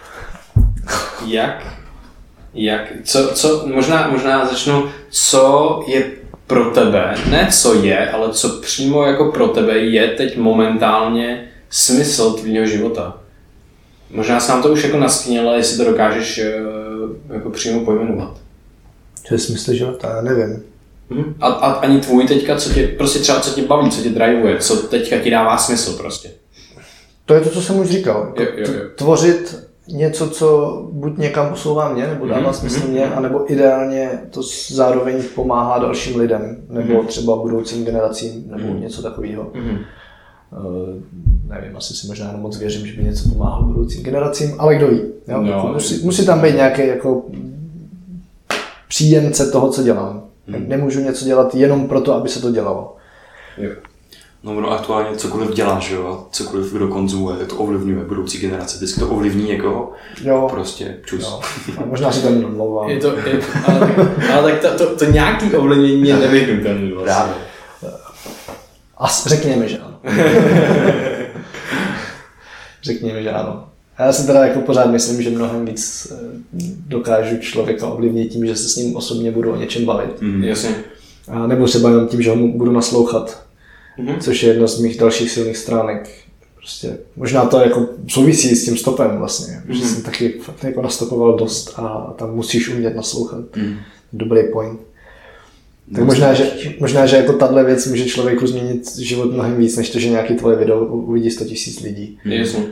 Jak? Jak? Co, co, možná, možná začnu, co je pro tebe, ne co je, ale co přímo jako pro tebe je teď momentálně smysl tvýho života. Možná jsi nám to už jako nastínila, jestli to dokážeš jako přímo pojmenovat. Co je smysl života? Já nevím. Hmm. A, a ani tvůj teďka, co tě, prostě třeba co tě baví, co tě driveuje, co teďka ti dává smysl prostě. To je to, co jsem už říkal. Jo, jo, jo. Tvořit něco, co buď někam posouvá mě, nebo dává mm-hmm. smysl mě, anebo ideálně to zároveň pomáhá dalším lidem, nebo mm-hmm. třeba budoucím generacím, nebo mm-hmm. něco takového. Mm-hmm. Uh, nevím, asi si možná moc věřím, že by něco pomáhalo budoucím generacím, ale kdo ví. Jo? No, musí, musí tam být nějaký jako příjemce toho, co dělám. Mm-hmm. Nemůžu něco dělat jenom proto, aby se to dělalo. Jo. No, no aktuálně cokoliv děláš, jo, a cokoliv kdo konzumuje, to ovlivňuje budoucí generace, vždycky to ovlivní někoho, jo. Prostě čus. Jo. A možná si to jenom mluvám. Je to, je, ale, ale tak to, to, to nějaký ovlivnění je nevyhnutelný vlastně. A řekněme, že ano. řekněme, že ano. Já si teda jako pořád myslím, že mnohem víc dokážu člověka ovlivnit tím, že se s ním osobně budu o něčem bavit. Mm, jasně. A nebo třeba jenom tím, že ho budu naslouchat. Mm-hmm. Což je jedna z mých dalších silných stránek. Prostě, možná to jako souvisí s tím stopem vlastně. Mm-hmm. Že jsem taky fakt jako nastopoval dost a tam musíš umět naslouchat. Mm. Dobrý point. Tak možná že, možná, že jako tahle věc může člověku změnit život mnohem víc, než to, že nějaký tvoje video uvidí sto tisíc lidí. Jasně.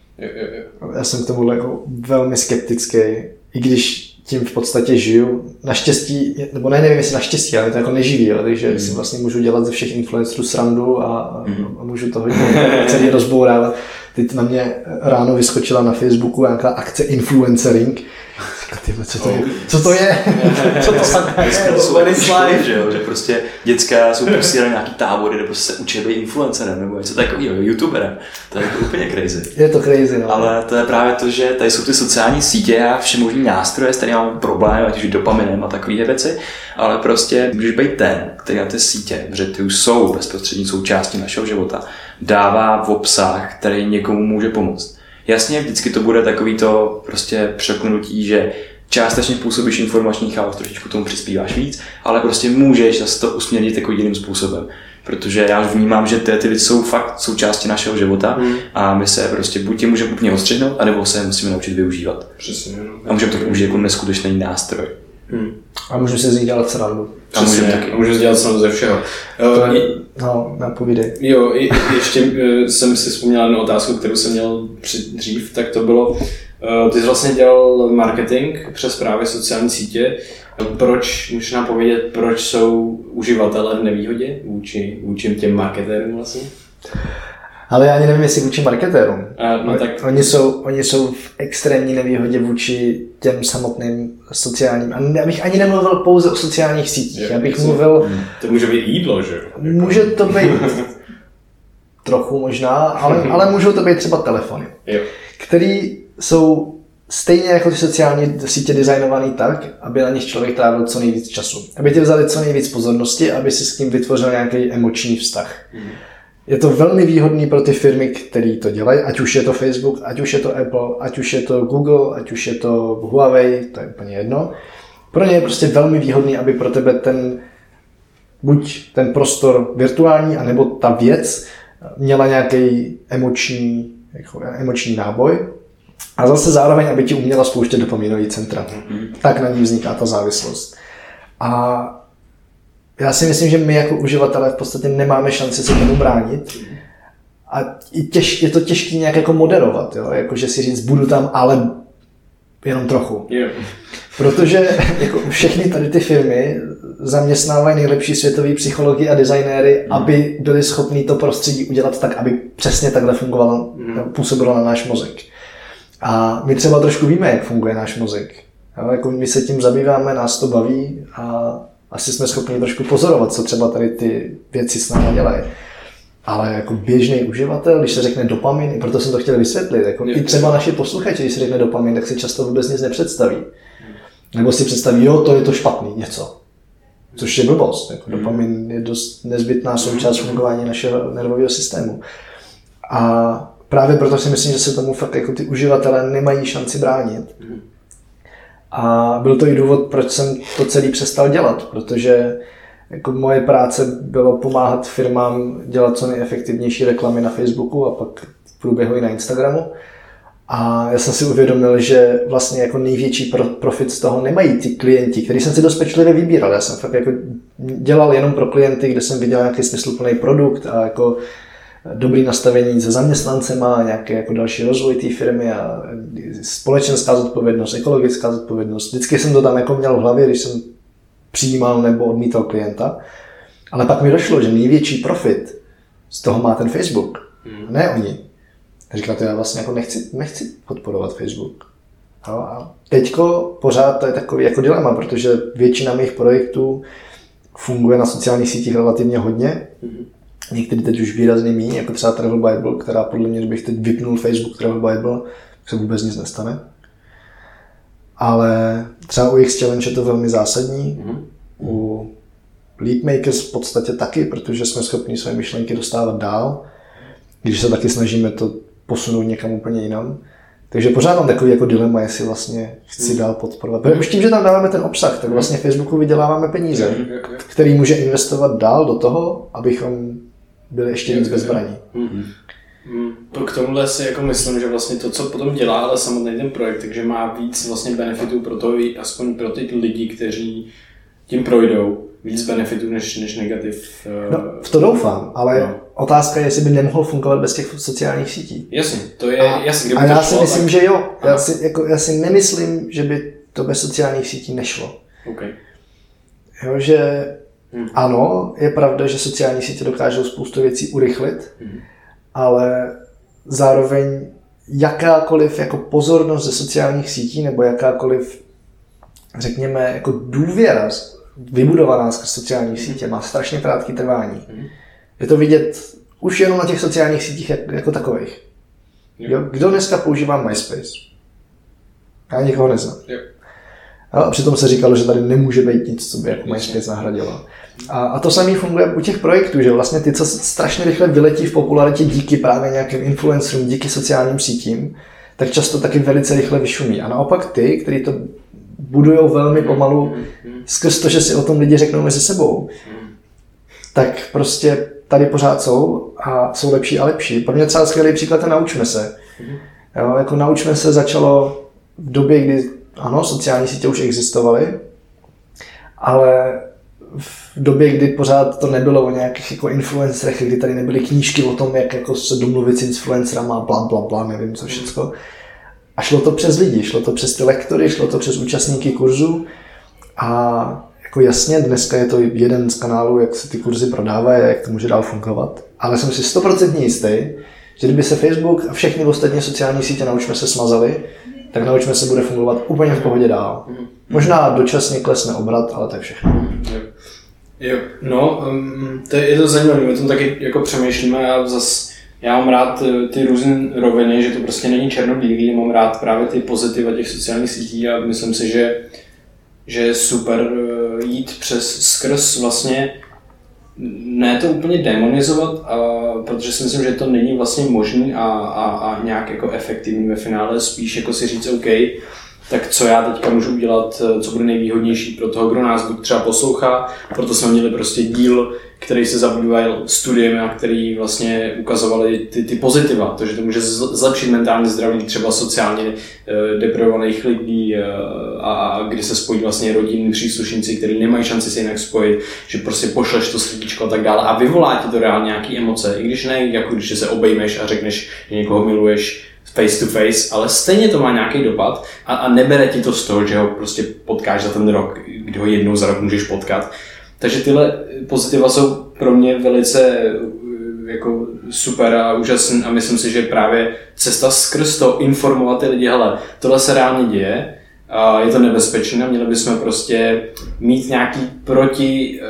Já jsem k tomu jako velmi skeptický, i když tím v podstatě žiju. Naštěstí, nebo ne, nevím jestli naštěstí, ale to jako neživí, jo, takže mm. si vlastně můžu dělat ze všech influencerů srandu a, mm. a můžu to hodně celý rozbourávat. Teď na mě ráno vyskočila na Facebooku nějaká akce influencering. Tyhle, co to je? Co to je? Co to je? Že, že prostě děcka jsou posílané nějaký tábory, kde prostě se učí být influencerem nebo něco takového, youtuberem. To je to úplně crazy. Je to crazy, no. Ale to je právě to, že tady jsou ty sociální sítě a všemožný nástroje, s kterými máme problém, ať už dopaminem a takové věci, ale prostě můžeš být ten, který na ty sítě, protože ty už jsou bezprostřední součástí našeho života, dává v obsah, který někomu může pomoct. Jasně, vždycky to bude takový to prostě překlenutí, že částečně působíš informační chaos, trošičku tomu přispíváš víc, ale prostě můžeš zase to usměrnit jako jiným způsobem. Protože já už vnímám, že ty, ty věci jsou fakt součástí našeho života mm. a my se prostě buď je můžeme úplně odstřihnout, anebo se musíme naučit využívat. Přesně. A můžeme to použít jako neskutečný nástroj. Mm. A můžeme se z nich dělat srandu. A můžeme taky. Můžeme dělat srandu ze všeho. To je, no, napovídej. Jo, ještě jsem si vzpomněl jednu otázku, kterou jsem měl dřív, tak to bylo, ty jsi vlastně dělal marketing přes právě sociální sítě. Proč, můžeš nám povědět, proč jsou uživatelé v nevýhodě vůči, vůči těm marketérům vlastně? Ale já ani nevím, jestli vůči marketérům. Uh, no tak... oni, jsou, oni jsou v extrémní nevýhodě vůči těm samotným sociálním. A já bych ani nemluvil pouze o sociálních sítích. Jo, já bych mluvil... Hmm. To může být jídlo, že? Může to být trochu možná, ale, ale můžou to být třeba telefony, jo. který jsou stejně jako ty sociální sítě designovaný tak, aby na nich člověk trávil co nejvíc času. Aby tě vzali co nejvíc pozornosti, aby si s tím vytvořil nějaký emoční vztah. Hmm. Je to velmi výhodný pro ty firmy, které to dělají, ať už je to Facebook, ať už je to Apple, ať už je to Google, ať už je to Huawei, to je úplně jedno. Pro ně je prostě velmi výhodný, aby pro tebe ten buď ten prostor virtuální, anebo ta věc měla nějaký emoční, jako emoční náboj. A zase zároveň, aby ti uměla spouštět dopaminové centra. Mm. Tak na ní vzniká ta závislost. A já si myslím, že my jako uživatelé v podstatě nemáme šanci se tomu bránit. A těž, je to těžké nějak jako moderovat, jo? Jako, že si říct, budu tam, ale jenom trochu. Yeah. Protože jako všechny tady ty firmy zaměstnávají nejlepší světové psychologi a designéry, mm. aby byli schopní to prostředí udělat tak, aby přesně takhle fungovalo, mm. působilo na náš mozek. A my třeba trošku víme, jak funguje náš mozek. Jo? Jako my se tím zabýváme, nás to baví a asi jsme schopni trošku pozorovat, co třeba tady ty věci s námi dělají. Ale jako běžný uživatel, když se řekne dopamin, i proto jsem to chtěl vysvětlit, jako i třeba naši posluchači, když se řekne dopamin, tak si často vůbec nic nepředstaví. Nebo si představí, jo, to je to špatný něco. Což je blbost. Jako dopamin je dost nezbytná součást fungování našeho nervového systému. A právě proto si myslím, že se tomu fakt jako ty uživatelé nemají šanci bránit. A byl to i důvod, proč jsem to celý přestal dělat, protože jako moje práce bylo pomáhat firmám dělat co nejefektivnější reklamy na Facebooku a pak v průběhu i na Instagramu. A já jsem si uvědomil, že vlastně jako největší profit z toho nemají ty klienti, který jsem si dost pečlivě vybíral. Já jsem fakt jako dělal jenom pro klienty, kde jsem viděl nějaký smysluplný produkt a jako dobrý nastavení se zaměstnancema, nějaký jako další rozvoj té firmy a společenská zodpovědnost, ekologická zodpovědnost. Vždycky jsem to tam jako měl v hlavě, když jsem přijímal nebo odmítal klienta. Ale pak mi došlo, že největší profit z toho má ten Facebook, hmm. ne oni. Říkal, to já vlastně jako nechci, nechci podporovat Facebook. No a teďko pořád to je takový jako dilema, protože většina mých projektů funguje na sociálních sítích relativně hodně. Hmm. Některý teď už výrazně míň, jako třeba Travel Bible, která podle mě, kdybych teď vypnul Facebook Travel Bible, se vůbec nic nestane. Ale třeba u X-Challenge je to velmi zásadní, mm. u Leapmakers v podstatě taky, protože jsme schopni své myšlenky dostávat dál, když se taky snažíme to posunout někam úplně jinam. Takže pořád mám takový jako dilema, jestli vlastně chci mm. dál podporovat. Protože už tím, že tam dáváme ten obsah, tak vlastně Facebooku vyděláváme peníze, mm. který může investovat dál do toho, abychom byli ještě víc bez zbraní. Mm. Mm, k tomuhle si jako myslím, že vlastně to, co potom dělá, ale samotný ten projekt, takže má víc vlastně benefitů pro to, aspoň pro ty lidi, kteří tím projdou, víc benefitů než, než negativ. No, v to doufám, ale no. Otázka je, jestli by nemohl fungovat bez těch sociálních sítí. Jasně, to je a, jasně. A já si šlo, myslím, tak... že jo. Já si, jako, já si nemyslím, že by to bez sociálních sítí nešlo. Okay. Jo, že hmm. ano, je pravda, že sociální sítě dokážou spoustu věcí urychlit, hmm. ale zároveň jakákoliv jako pozornost ze sociálních sítí nebo jakákoliv, řekněme, jako důvěra vybudovaná skrz sociální sítě má strašně krátký trvání. Je to vidět už jenom na těch sociálních sítích jako, jako takových. Jo? Kdo dneska používá MySpace? Já nikoho neznám. A přitom se říkalo, že tady nemůže být nic, co by jako MySpace nahradilo. A, a to samé funguje u těch projektů, že vlastně ty, co strašně rychle vyletí v popularitě díky právě nějakým influencerům, díky sociálním sítím, tak často taky velice rychle vyšumí. A naopak ty, kteří to budujou velmi pomalu, skrz to, že si o tom lidi řeknou mezi sebou, tak prostě tady pořád jsou a jsou lepší a lepší. Pro mě třeba skvělý příklad je Naučme se. Jo, jako Naučme se začalo v době, kdy ano, sociální sítě už existovaly, ale v době, kdy pořád to nebylo o nějakých jako influencerech, kdy tady nebyly knížky o tom, jak jako se domluvit s influencerama, bla, bla, bla, nevím co všecko. A šlo to přes lidi, šlo to přes ty lektory, šlo to přes účastníky kurzu a jako jasně, dneska je to jeden z kanálů, jak se ty kurzy prodávají a jak to může dál fungovat. Ale jsem si sto procent jistý, že kdyby se Facebook a všechny ostatní sociální sítě Naučme se smazali, tak Naučme se bude fungovat úplně v pohodě dál. Možná dočasně klesne obrat, ale to je všechno. Jo, jo. No, um, to je, je to zajímavé, my o tom taky jako přemýšlíme a zase já mám rád ty různé roviny, že to prostě není černobílý, mám rád právě ty pozitiva těch sociálních sítí a myslím si, že, že je super jít přes skrz vlastně, ne to úplně demonizovat, a, protože si myslím, že to není vlastně možný a, a, a nějak jako efektivní ve finále, spíš jako si říct OK, tak co já teďka můžu udělat, co bude nejvýhodnější pro toho, kdo nás buď třeba poslouchá. Proto jsme měli prostě díl, který se zabýval studiem, a který vlastně ukazovali ty, ty pozitiva, to, že to může zlepšit mentální zdraví třeba sociálně uh, deprivovaných lidí uh, a, a kdy se spojí vlastně rodinní příslušníci, kteří nemají šanci se jinak spojit, že prostě pošleš to srdíčko a tak dále a vyvolá ti to reálně nějaký emoce, i když ne, jako když se obejmeš a řekneš, že někoho miluješ face to face, ale stejně to má nějaký dopad a, a nebere ti to z toho, že ho prostě potkáš za ten rok, kdy ho jednou za rok můžeš potkat. Takže tyhle pozitiva jsou pro mě velice jako super a úžasný a myslím si, že právě cesta skrz to informovat ty lidi, hele, tohle se reálně děje, a je to nebezpečné, měli bychom prostě mít nějaký proti,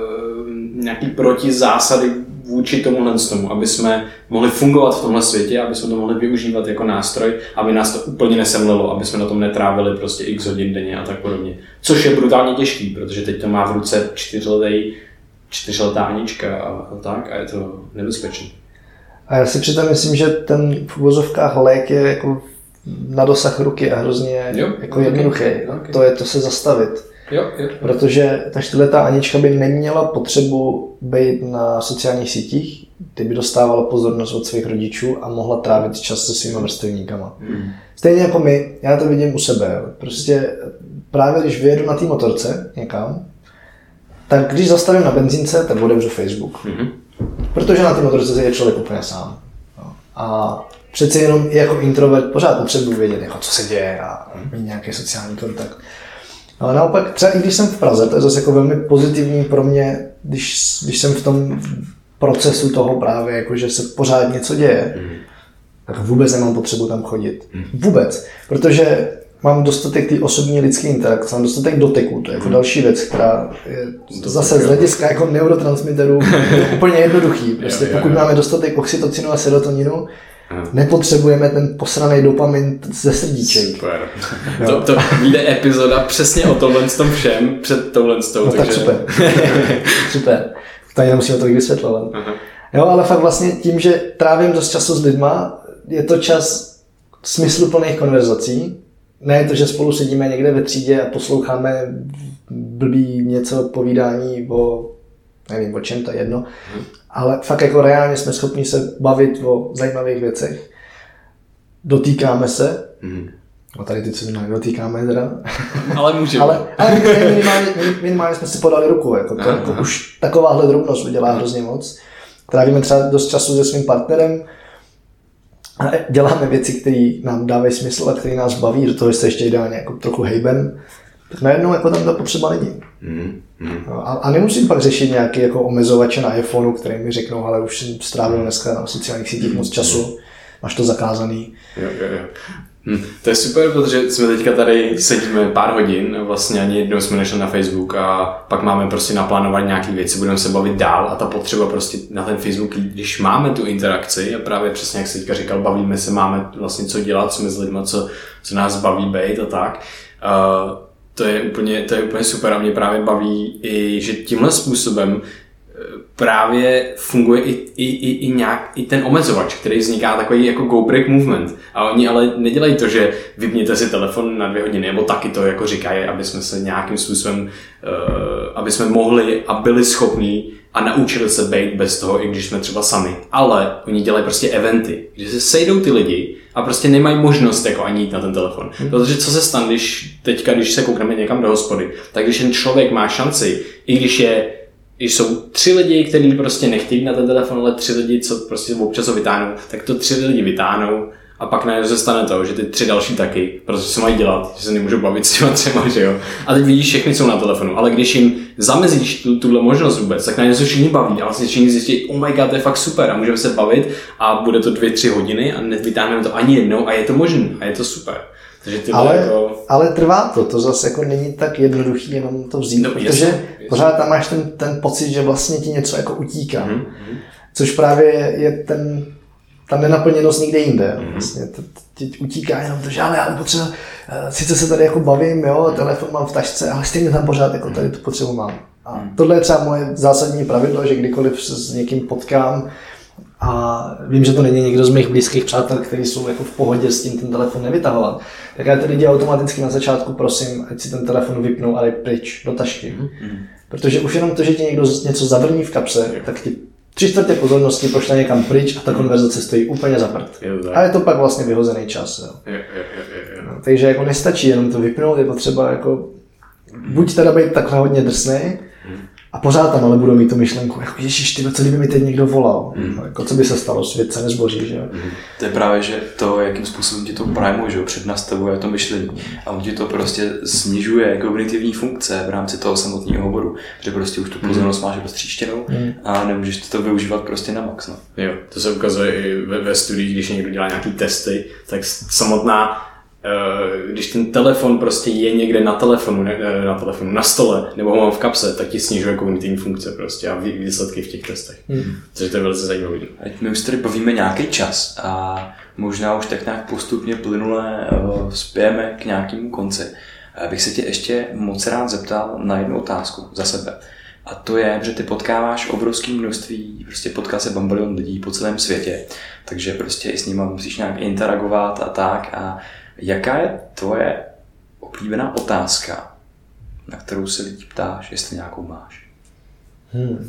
nějaký proti zásady vůči tomuhle tomu, aby jsme mohli fungovat v tomhle světě, aby jsme to mohli využívat jako nástroj, aby nás to úplně nesemlilo, aby jsme na tom netrávili prostě x hodin denně a tak podobně. Což je brutálně těžký, protože teď to má v ruce čtyřletý, čtyřletá Anička a, a tak a je to nebezpečný. A já si přitom myslím, že ten v uvozovkách lék je jako na dosah ruky a hrozně jo, jako okay, jednoduchý. Okay. To je to se zastavit. Jo, jo. Protože ta čtyřletá Anička by neměla potřebu být na sociálních sítích, ty by dostávala pozornost od svých rodičů a mohla trávit čas se svýma vrstevníkama. Mm. Stejně jako my, já to vidím u sebe. Prostě právě když vyjedu na té motorce někam, tak když zastavím na benzínce, tak otevřu Facebook. Mm. Protože na té motorce je člověk úplně sám. A přece jenom jako introvert pořád potřebuji vědět, jako, co se děje a mít nějaký sociální kontakt. Ale naopak, třeba i když jsem v Praze, to je zase jako velmi pozitivní pro mě, když, když jsem v tom procesu toho právě, jako, že se pořád něco děje, mm. tak vůbec nemám potřebu tam chodit. Mm. Vůbec. Protože mám dostatek té osobní lidské interakce, mám dostatek doteku, to je jako mm. další věc, která je dostatek, zase z hlediska jako neurotransmiterů úplně jednoduchý. Prostě pokud máme dostatek oxytocinu a serotoninu, nepotřebujeme ten posraný dopamin ze srdíček. Super. To, to vyjde epizoda přesně o tomhle tom všem před touhle stou. No takže... tak super. Super. Tady nemusíme to vysvětlovat. Aha. Jo, ale fakt vlastně tím, že trávím dost času s lidma, je to čas smysluplných konverzací. Ne to, že spolu sedíme někde ve třídě a posloucháme blbý něco povídání o, nevím o čem, to je jedno. Hmm. Ale fakt jako reálně jsme schopni se bavit o zajímavých věcech. Dotýkáme se. Mm. No tady teď se dotýkáme teda. Ale můžeme. ale, ale minimálně, minimálně jsme si podali ruku. Jako to, jako už takováhle drobnost udělá hrozně moc. Trávíme třeba dost času se svým partnerem. A děláme věci, které nám dávají smysl a které nás baví. Do toho se ještě ideálně jako trochu hejben. Tak najednou jako tam to potřeba lidí. Mm, mm. A, a nemusím pak řešit nějaké jako omezovače na iPhoneu, které mi řeknou, ale už jsem strávil dneska na sociálních sítích moc času, máš to zakázaný. Jo, jo, jo. Hm, to je super, protože jsme teďka tady sedíme pár hodin, vlastně ani jednou jsme nešli na Facebook a pak máme prostě naplánovat nějaké věci, budeme se bavit dál a ta potřeba prostě na ten Facebook, když máme tu interakci a právě přesně jak jsi teďka říkal, bavíme se, máme vlastně co dělat, jsme s lidma, co, co nás baví bejt a tak. Uh, To je, úplně, to je úplně super a mě právě baví, i, že tímhle způsobem právě funguje i, i, i, i, nějak, i ten omezovač, který vzniká takový jako go break movement. A oni ale nedělají to, že vypněte si telefon na dvě hodiny, nebo taky to jako říkají, aby jsme se nějakým způsobem, uh, aby jsme mohli a byli schopní a naučili se být bez toho, i když jsme třeba sami. Ale oni dělají prostě eventy, kde se sejdou ty lidi a prostě nemají možnost jako ani jít na ten telefon. Hmm. Protože co se stane, když teďka, když se koukneme někam do hospody, tak když ten člověk má šanci, i když je když jsou tři lidi, kteří prostě nechtějí na ten telefon, ale tři lidi, co prostě občas ho vytáhnou, tak to tři lidi vytáhnou a pak najednou se stane to, že ty tři další taky, protože se mají dělat, že se nemůžou bavit s těma třema, že jo. A teď vidíš, všechny jsou na telefonu, ale když jim zamezíš tu, tuhle možnost vůbec, tak najednou se všichni baví a vlastně všichni zjistí, oh my god, to je fakt super a můžeme se bavit a bude to dvě, tři hodiny a nevytáhneme to ani jednou a je to možné a je to super. Ale, jako... ale trvá to, to zase jako není tak jednoduchý jenom to vzít, no, protože jasný, jasný. Pořád tam máš ten, ten pocit, že vlastně ti něco jako utíká, mm-hmm. což právě je ten, ta nenaplněnost někde jinde. Mm-hmm. Vlastně ti utíká jenom to, že ale, ale potřeba, sice se tady jako bavím, jo, telefon mám v tašce, ale stejně tam pořád jako tady tu potřebu mám. A tohle je třeba moje zásadní pravidlo, že kdykoliv se s někým potkám, a vím, že to není někdo z mých blízkých přátel, kteří jsou jako v pohodě s tím ten telefon nevytahovat, tak já ty lidi automaticky na začátku prosím, ať si ten telefon vypnou a dej pryč do tašky. Mm-hmm. Protože už jenom to, že ti někdo něco zavrní v kapse, tak ti tři čtvrtě pozornosti pošle někam pryč a ta konverzace stojí úplně za prd. A je to pak vlastně vyhozený čas. Jo. Je, je, je, je. No, takže jako nestačí jenom to vypnout, je potřeba jako buď teda být takhle hodně drsnej, a pořád tam ale budou mít tu myšlenku, jako ježiš, ty, co kdyby mi teď někdo volal, mm. jako co by se stalo, svět se nezboří, že jo. Mm. To je právě, že to, jakým způsobem ti to primuje, že jo, přednastavuje to myšlení a on ti to prostě snižuje kognitivní funkce v rámci toho samotného hovoru, že prostě už tu pozornost máš roztříštěnou mm. a nemůžeš to využívat prostě na max, no. Jo, to se ukazuje i ve, ve studiích, když někdo dělá nějaký testy, tak samotná když ten telefon prostě je někde na telefonu, ne, na telefonu, na stole, nebo ho mám v kapse, tak ti snižuje kognitivní funkce prostě a výsledky v těch testech. Hmm. Takže to je velice zajímavé. My už tady bavíme nějaký čas a možná už tak nějak postupně plynule uh, spějeme k nějakému konci. Já bych se tě ještě moc rád zeptal na jednu otázku za sebe. A to je, že ty potkáváš obrovské množství, prostě potká se bambilion lidí po celém světě, takže prostě i s nimi musíš nějak interagovat a tak. A jaká je tvoje oblíbená otázka, na kterou se lidí ptáš, jestli nějakou máš? Hmm.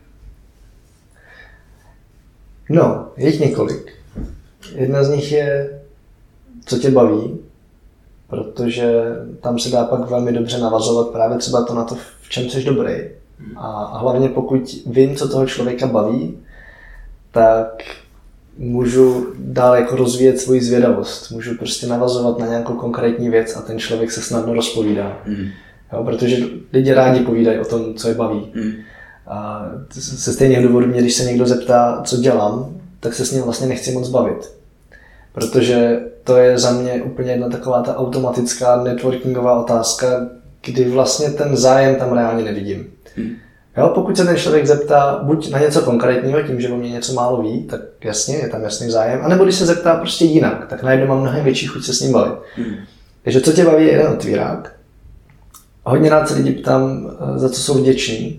No, je jich několik. Jedna z nich je, co tě baví, protože tam se dá pak velmi dobře navazovat právě třeba to na to, v čem jsi dobrý. A hlavně pokud vím, co toho člověka baví, tak můžu dál jako rozvíjet svoji zvědavost. Můžu prostě navazovat na nějakou konkrétní věc a ten člověk se snadno rozpovídá. Mm. Jo, protože lidi rádi povídají o tom, co je baví. Mm. A se stejného důvodu mě, když se někdo zeptá, co dělám, tak se s ním vlastně nechci moc bavit. Protože to je za mě úplně jedna taková ta automatická networkingová otázka, kdy vlastně ten zájem tam reálně nevidím. Mm. Jo, pokud se ten člověk zeptá buď na něco konkrétního, tím, že o mě něco málo ví, tak jasně, je tam jasný zájem, anebo když se zeptá prostě jinak, tak najednou mám mnohem větší chuť se s ním bavit. Mm. Takže co tě baví je jeden otvírák. Hodně rád se lidi ptám, za co jsou vděční.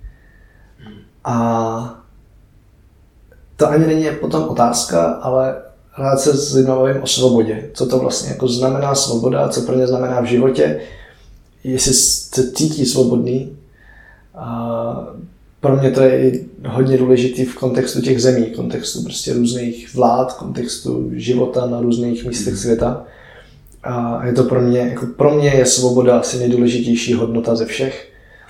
A to ani není potom otázka, ale rád se s lidmi bavím o svobodě. Co to vlastně jako znamená svoboda, co pro ně znamená v životě, jestli se cítí svobodný. A pro mě to je i hodně důležitý v kontextu těch zemí, v kontextu prostě různých vlád, v kontextu života na různých místech světa. A je to pro mě, jako pro mě je svoboda asi nejdůležitější hodnota ze všech.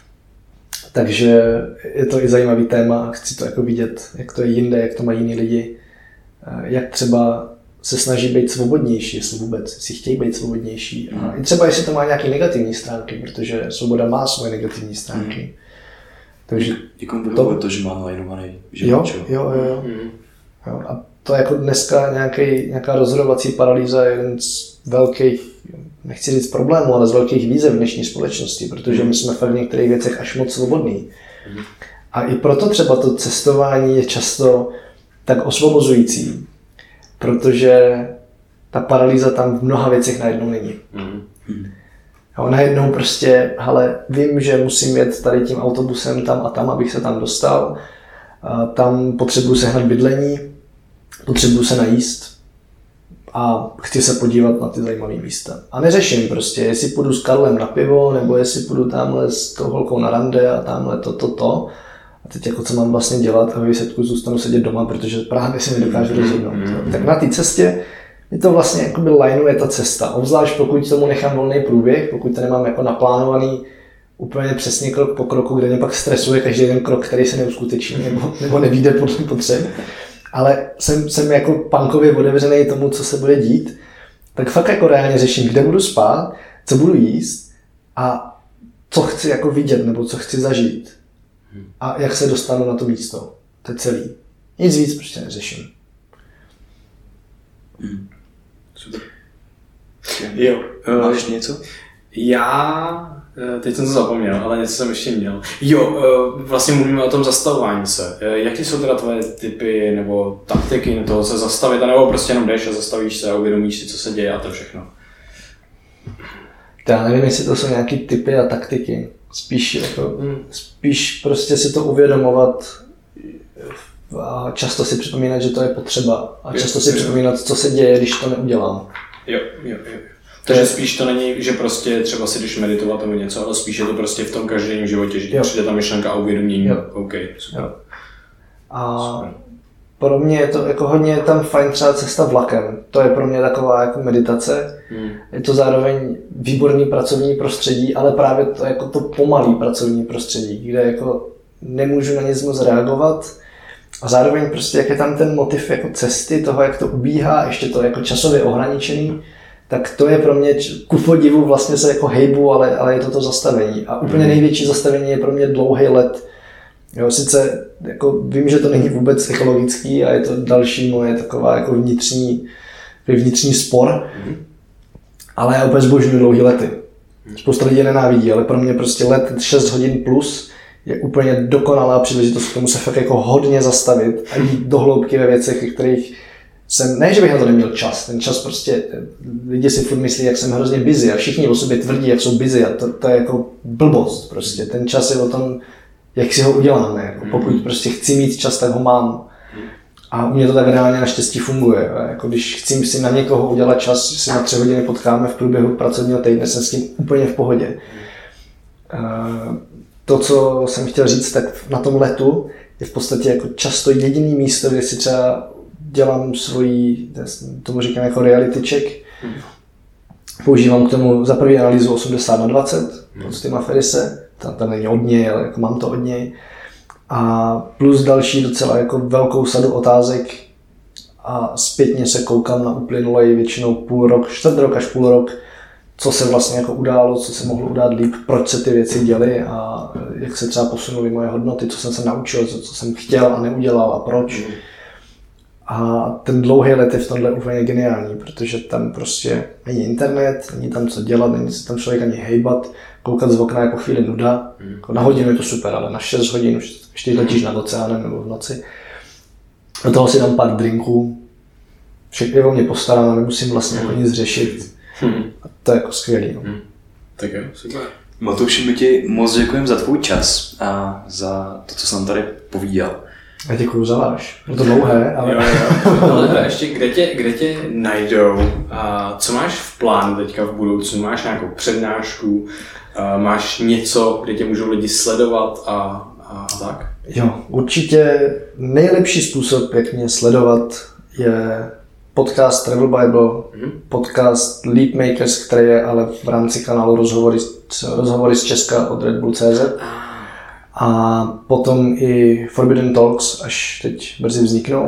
Takže je to i zajímavý téma, chci to jako vidět, jak to je jinde, jak to mají jiní lidi, jak třeba se snaží být svobodnější, jestli vůbec si chtějí být svobodnější. A i třeba jestli to má nějaké negativní stránky, protože svoboda má svoje negativní stránky. Mm. Takže někomu vyhovuje to, to, že má nalajnovaný život. Jo, jo, jo. jo. Mm. jo. A to jako dneska nějaký, nějaká rozhodovací paralýza je jeden z velkých, nechci říct problémů, ale z velkých výzev v dnešní společnosti, protože my jsme fakt v některých věcech až moc svobodní. Mm. A i proto třeba to cestování je často tak osvobozující, protože ta paralýza tam v mnoha věcech najednou není. Mm. Jo, najednou prostě, hele, vím, že musím jet tady tím autobusem tam a tam, abych se tam dostal. A tam potřebuji sehnat bydlení, potřebuji se najíst a chci se podívat na ty zajímavé místa. A neřeším prostě, jestli půjdu s Karlem na pivo, nebo jestli půjdu tamhle s tou holkou na rande a tamhle to, to, to. A teď jako co mám vlastně dělat a ve výsledku zůstanu sedět doma, protože právě si nedokážu rozhodnout. Mm-hmm. Tak na té cestě mi to vlastně jakoby lineuje ta cesta, obzvlášť pokud tomu nechám volný průběh, pokud to nemám jako naplánovaný úplně přesně krok po kroku, kde mě pak stresuje každý ten krok, který se neuskuteční nebo, nebo nevíde podle potřeb. Ale jsem, jsem jako punkově otevřený tomu, co se bude dít, tak fakt jako reálně řeším, kde budu spát, co budu jíst a co chci jako vidět nebo co chci zažít a jak se dostanu na to místo. To je celý. Nic víc prostě neřeším. Hmm. Super. Jo. Máš něco? Já, teď jsem to zapomněl, ale něco jsem ještě měl. Jo, vlastně mluvíme o tom zastavování se. Jaké jsou teda tvoje typy nebo taktiky na toho se zastavit, nebo prostě jenom jdeš a zastavíš se a uvědomíš si, co se děje a to všechno? Já nevím, jestli to jsou nějaké typy a taktiky. Spíš, jako, spíš prostě si to uvědomovat a často si připomínat, že to je potřeba a často si připomínat, co se děje, když to neudělám. Jo, jo, jo. Takže spíš to není, že prostě třeba si jdeš meditovat nebo něco, ale spíš je to prostě v tom každodenním životě, že ti přijde ta myšlenka a uvědomění. Jo. OK, super. Jo. A super. Pro mě je to jako hodně tam fajn třeba cesta vlakem. To je pro mě taková jako meditace. Hmm. Je to zároveň výborný pracovní prostředí, ale právě to jako to pomalý pracovní prostředí, kde jako nemůžu na nic moc reagovat. A zároveň prostě jak je tam ten motiv jako cesty, toho jak to ubíhá, ještě to jako časově ohraničený, tak to je pro mě ku podivu vlastně se jako hejbu, ale, ale je to to zastavení. A úplně největší zastavení je pro mě dlouhý let. Jo, sice jako vím, že to není vůbec ekologický a je to další moje taková jako vnitřní, vnitřní spor, ale já úplně zbožňuji dlouhý lety. Spousta lidí nenávidí, ale pro mě prostě let šest hodin plus je úplně dokonalá příležitost k tomu se fakt jako hodně zastavit a jít do hloubky ve věcech, kterých jsem, ne, že bych na to neměl čas, ten čas prostě, lidi si furt myslí, jak jsem hrozně busy a všichni o sobě tvrdí, jak jsou busy a to, to je jako blbost prostě, ten čas je o tom, jak si ho uděláme, jako pokud prostě chci mít čas, tak ho mám. A u mě to tak reálně naštěstí funguje. Jako když chci si na někoho udělat čas, že si na tři hodiny potkáme v průběhu pracovního týdne, jsem s tím úplně v pohodě. To, co jsem chtěl říct, tak na tom letu je v podstatě jako často jediný místo, kde si třeba dělám svoji, tomu říkám jako reality check. Používám k tomu za první analýzu osmdesát na dvacet od Tima Ferrise. Tam, tam není od něj, ale jako mám to od něj. A plus další docela jako velkou sadu otázek a zpětně se koukám na uplynulej většinou půl rok, čtvrt rok až půl rok, co se vlastně jako událo, co se mohlo udát líp, proč se ty věci děly a jak se třeba posunuly moje hodnoty, co jsem se naučil, co, co jsem chtěl a neudělal a proč. Mm. A ten dlouhý let je v tomhle úplně geniální, protože tam prostě není internet, není tam co dělat, není se tam člověk ani hejbat, koukat z okna jako chvíli nuda. Jako na hodinu je to super, ale na šest hodin už ještě letíš nad oceánem nebo v noci. Do toho si dám pár drinků, všechno je o mě postaráno, nemusím vlastně jako nic řešit. A to je jako skvělý. No. Tak jo, super. Matouši, my ti moc děkujeme za tvůj čas a za to, co jsem tady povídal. Já děkuju za váš. Je to dlouhé, ale... Jo, jo. Ale ještě, kde tě, kde tě najdou? A co máš v plánu teďka v budoucnu? Máš nějakou přednášku? A máš něco, kde tě můžou lidi sledovat a, a tak? Jo, určitě nejlepší způsob, jak mě sledovat, je podcast Travel Bible, mm-hmm. podcast Leap Makers, který je ale v rámci kanálu Rozhovory, rozhovory z Česka od Red Bull tečka cé zet. A potom i Forbidden Talks, až teď brzy vzniknou.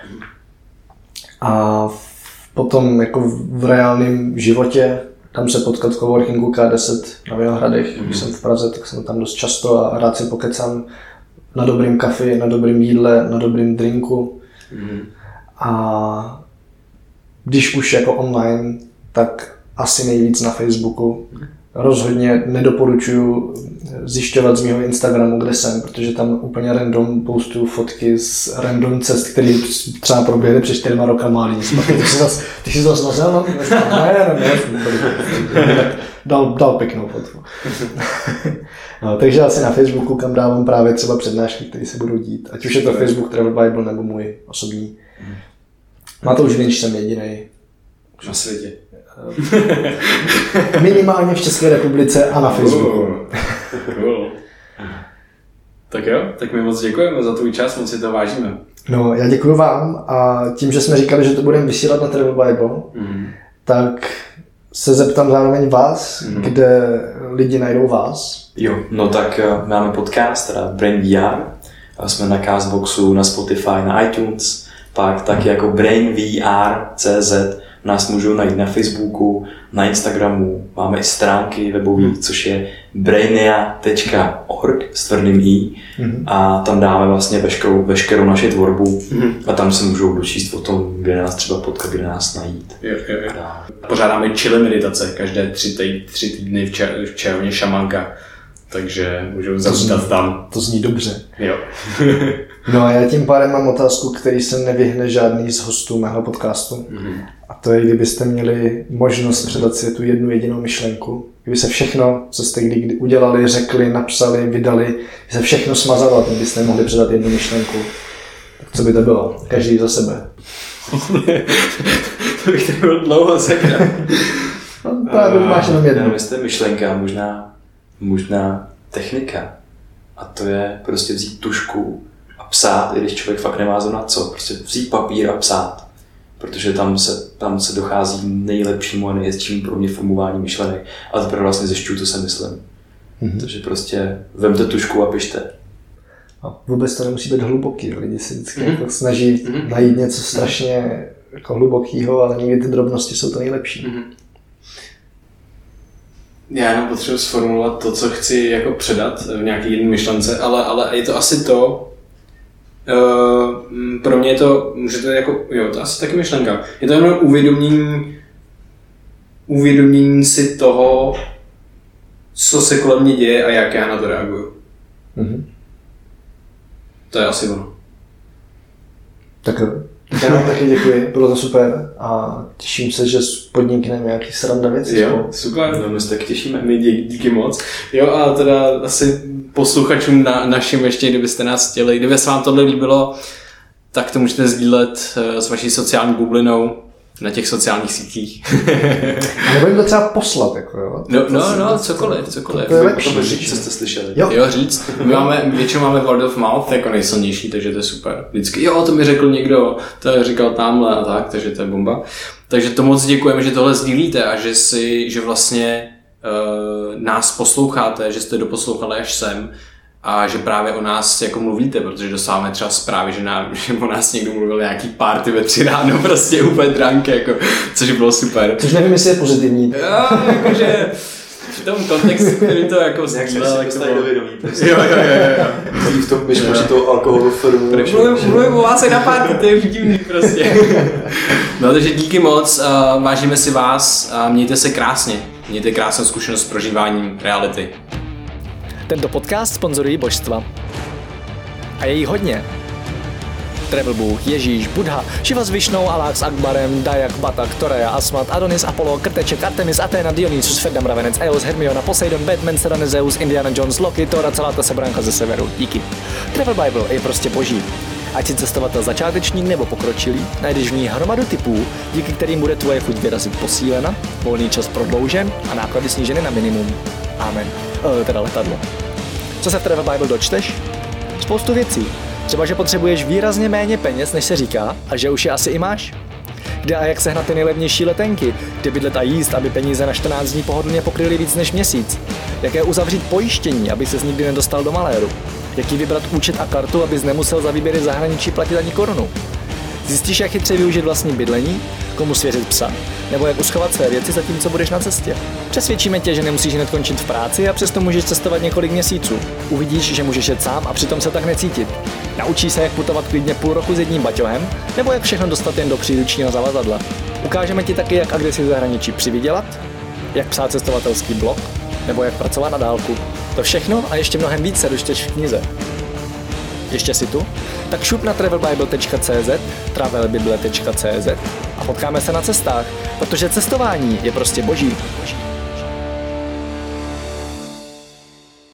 A potom jako v reálném životě, tam se potkat v coworkingu K deset na Vinohradech. Mm-hmm. Když jsem v Praze, tak jsem tam dost často a rád si pokecám na dobrým kafi, na dobrým jídle, na dobrým drinku. Mm-hmm. A když už jako online, tak asi nejvíc na Facebooku. Rozhodně nedoporučuji zjišťovat z mého Instagramu, kde jsem, protože tam úplně random postuju fotky z random cest, které třeba proběhly před čtyřma rokama. Ty jsi zase, ty jsi zase nazel, no? Ne, ne, ne. Dal, dal pěknou fotku. No, takže asi na Facebooku, kam dávám právě třeba přednášky, které se budou dít. Ať už je to Facebook Travel Bible nebo můj osobní. Matouš Vinč jsem jedinej. Na světě. Minimálně v České republice a na Facebooku. Cool. Cool. Tak jo, tak my moc děkujeme za tvůj čas, moc si to vážíme. No, já děkuji vám a tím, že jsme říkali, že to budeme vysílat na Travel Bible, mm. tak se zeptám zároveň vás, mm. kde lidi najdou vás. Jo, no tak máme podcast, teda Brain V R, jsme na Castboxu, na Spotify, na iTunes, pak taky jako Brain V R tečka cé zet nás můžou najít na Facebooku, na Instagramu, máme i stránky webové, což je brainia tečka org s tvrdým i mm-hmm. a tam dáme vlastně veškerou, veškerou naši tvorbu mm-hmm. a tam se můžou dočíst o tom, kde nás třeba potkat, kde nás najít. Jo, jo, jo. Pořádáme chili meditace každé tři, tý, tři týdny v, čer, v červně šamanka, takže můžou zavítat tam. To zní dobře. Jo. No a já tím pádem mám otázku, který se nevyhne žádný z hostů mého podcastu. Mm-hmm. A to je, kdybyste měli možnost předat světu jednu jedinou myšlenku. Kdyby se všechno, co jste kdy udělali, řekli, napsali, vydali, kdyby se všechno smazalo, tak byste mohli předat jednu myšlenku. Co by to bylo? Každý za sebe. To bych to byl dlouho sekrat. No, právě máš jenom jedno. Nevím, jestli to je myšlenka, možná, možná technika. A to je prostě vzít tužku a psát, i když člověk fakt nemá zrovna co. Prostě vzít papír a psát. Protože tam se, tam se dochází nejlepšímu a nejhezčímu pro mě formování myšlenek. A teprve vlastně zjišťuju, co jsem myslím. Mm-hmm. Takže prostě vemte tužku a pište. A vůbec to nemusí být hluboký. Lidi si vždycky mm-hmm. jako snaží mm-hmm. najít něco strašně jako hlubokýho, ale někdy ty drobnosti jsou to nejlepší. Mm-hmm. Já jenom potřebuji sformulovat to, co chci jako předat v nějaké jedné myšlence, ale, ale je to asi to, uh, pro mě je to, můžete jako, jo, to asi taky myšlenka. Je to jenom uvědomění, uvědomění si toho, co se kolem mě děje a jak já na to reaguju. Mm-hmm. To je asi ono. Tak já vám taky děkuji, bylo to super a těším se, že podnikneme nějaký sranda věci. Jo, super, no my se tak těšíme, my dí, díky moc. Jo a teda asi posluchačům na, našim ještě, kdybyste nás chtěli, kdyby se vám tohle líbilo, tak to můžete sdílet s vaší sociální bublinou na těch sociálních sítích. A nebo jim to třeba poslat, jako jo? No, no, no, cokoliv, cokoliv. To je lepší. To říct, co jste slyšeli. Jo, jo říct. My máme, většinou máme word of mouth jako nejsilnější, takže to je super. Vždycky, jo, to mi řekl někdo, to říkal tamhle a tak, takže to je bomba. Takže to moc děkujeme, že tohle sdílíte a že si, že vlastně uh, nás posloucháte, že jste doposlouchali až sem. A že právě o nás jako mluvíte, protože dostáváme třeba zprávy, že, na, že o nás někdo mluvil nějaký party ve tři ráno, prostě úplně drunk, jako, což bylo super. Což nevím, jestli je pozitivní. Jo, jakože v tom kontextu, který to jako sdílel. Jak se dostali do vědomí. Prostě. Jo, jo, jo, jo. V tom myšmaši toho alkoholu firmu. Mluvím o vás i na party, to je divný prostě. No, takže díky moc, uh, vážíme si vás a mějte se krásně. Mějte krásnou zkušenost s prožíváním reality. Tento podcast sponzorují božstva. A je jí hodně. Travel Bůh, Ježíš, Buddha, Šiva s Višnou, Alák s Akbarem, Dajak, Batak, Toreja, Asmat, Adonis, Apollo, Krteček, Artemis, Athena, Dionysus, Ferdam, Ravenec, Eos, Hermiona, Poseidon, Batman, Serena, Zeus, Indiana Jones, Loki, Thor a celá ta sebranka ze severu. Díky. Travel Bible je prostě boží. Ať si cestovatel začátečník nebo pokročilý, najdeš v ní hromadu typů, díky kterým bude tvoje chuť vyrazit posílena, volný čas prodloužen a náklady sníženy na minimum. Amen. E, teda letadlo. Co se v Travel Bible dočteš? Spoustu věcí. Třeba, že potřebuješ výrazně méně peněz, než se říká, a že už je asi i máš. Kde a jak sehnat ty nejlevnější letenky, kde bydlet a jíst, aby peníze na čtrnáct dní pohodlně pokryly víc než měsíc. Jaké uzavřít pojištění, aby ses nikdy nedostal do maléru. Jaký vybrat účet a kartu, abys nemusel za výběry v zahraničí platit ani korunu. Zjistíš, jak chytře využít vlastní bydlení, komu svěřit psa, nebo jak uschovat své věci zatímco budeš na cestě. Přesvědčíme tě, že nemusíš hned končit v práci a přesto můžeš cestovat několik měsíců. Uvidíš, že můžeš jet sám a přitom se tak necítit. Naučíš se, jak putovat klidně půl roku s jedním baťohem, nebo jak všechno dostat jen do příručního zavazadla. Ukážeme ti taky, jak a kde si v zahraničí přivydělat, jak psát cestovatelský blog, nebo jak pracovat na dálku. To všechno a ještě mnohem víc se dočteš v knize. Ještě si tu? Tak šup na travel bible tečka cé zet, travel bible tečka cé zet a potkáme se na cestách, protože cestování je prostě boží. boží.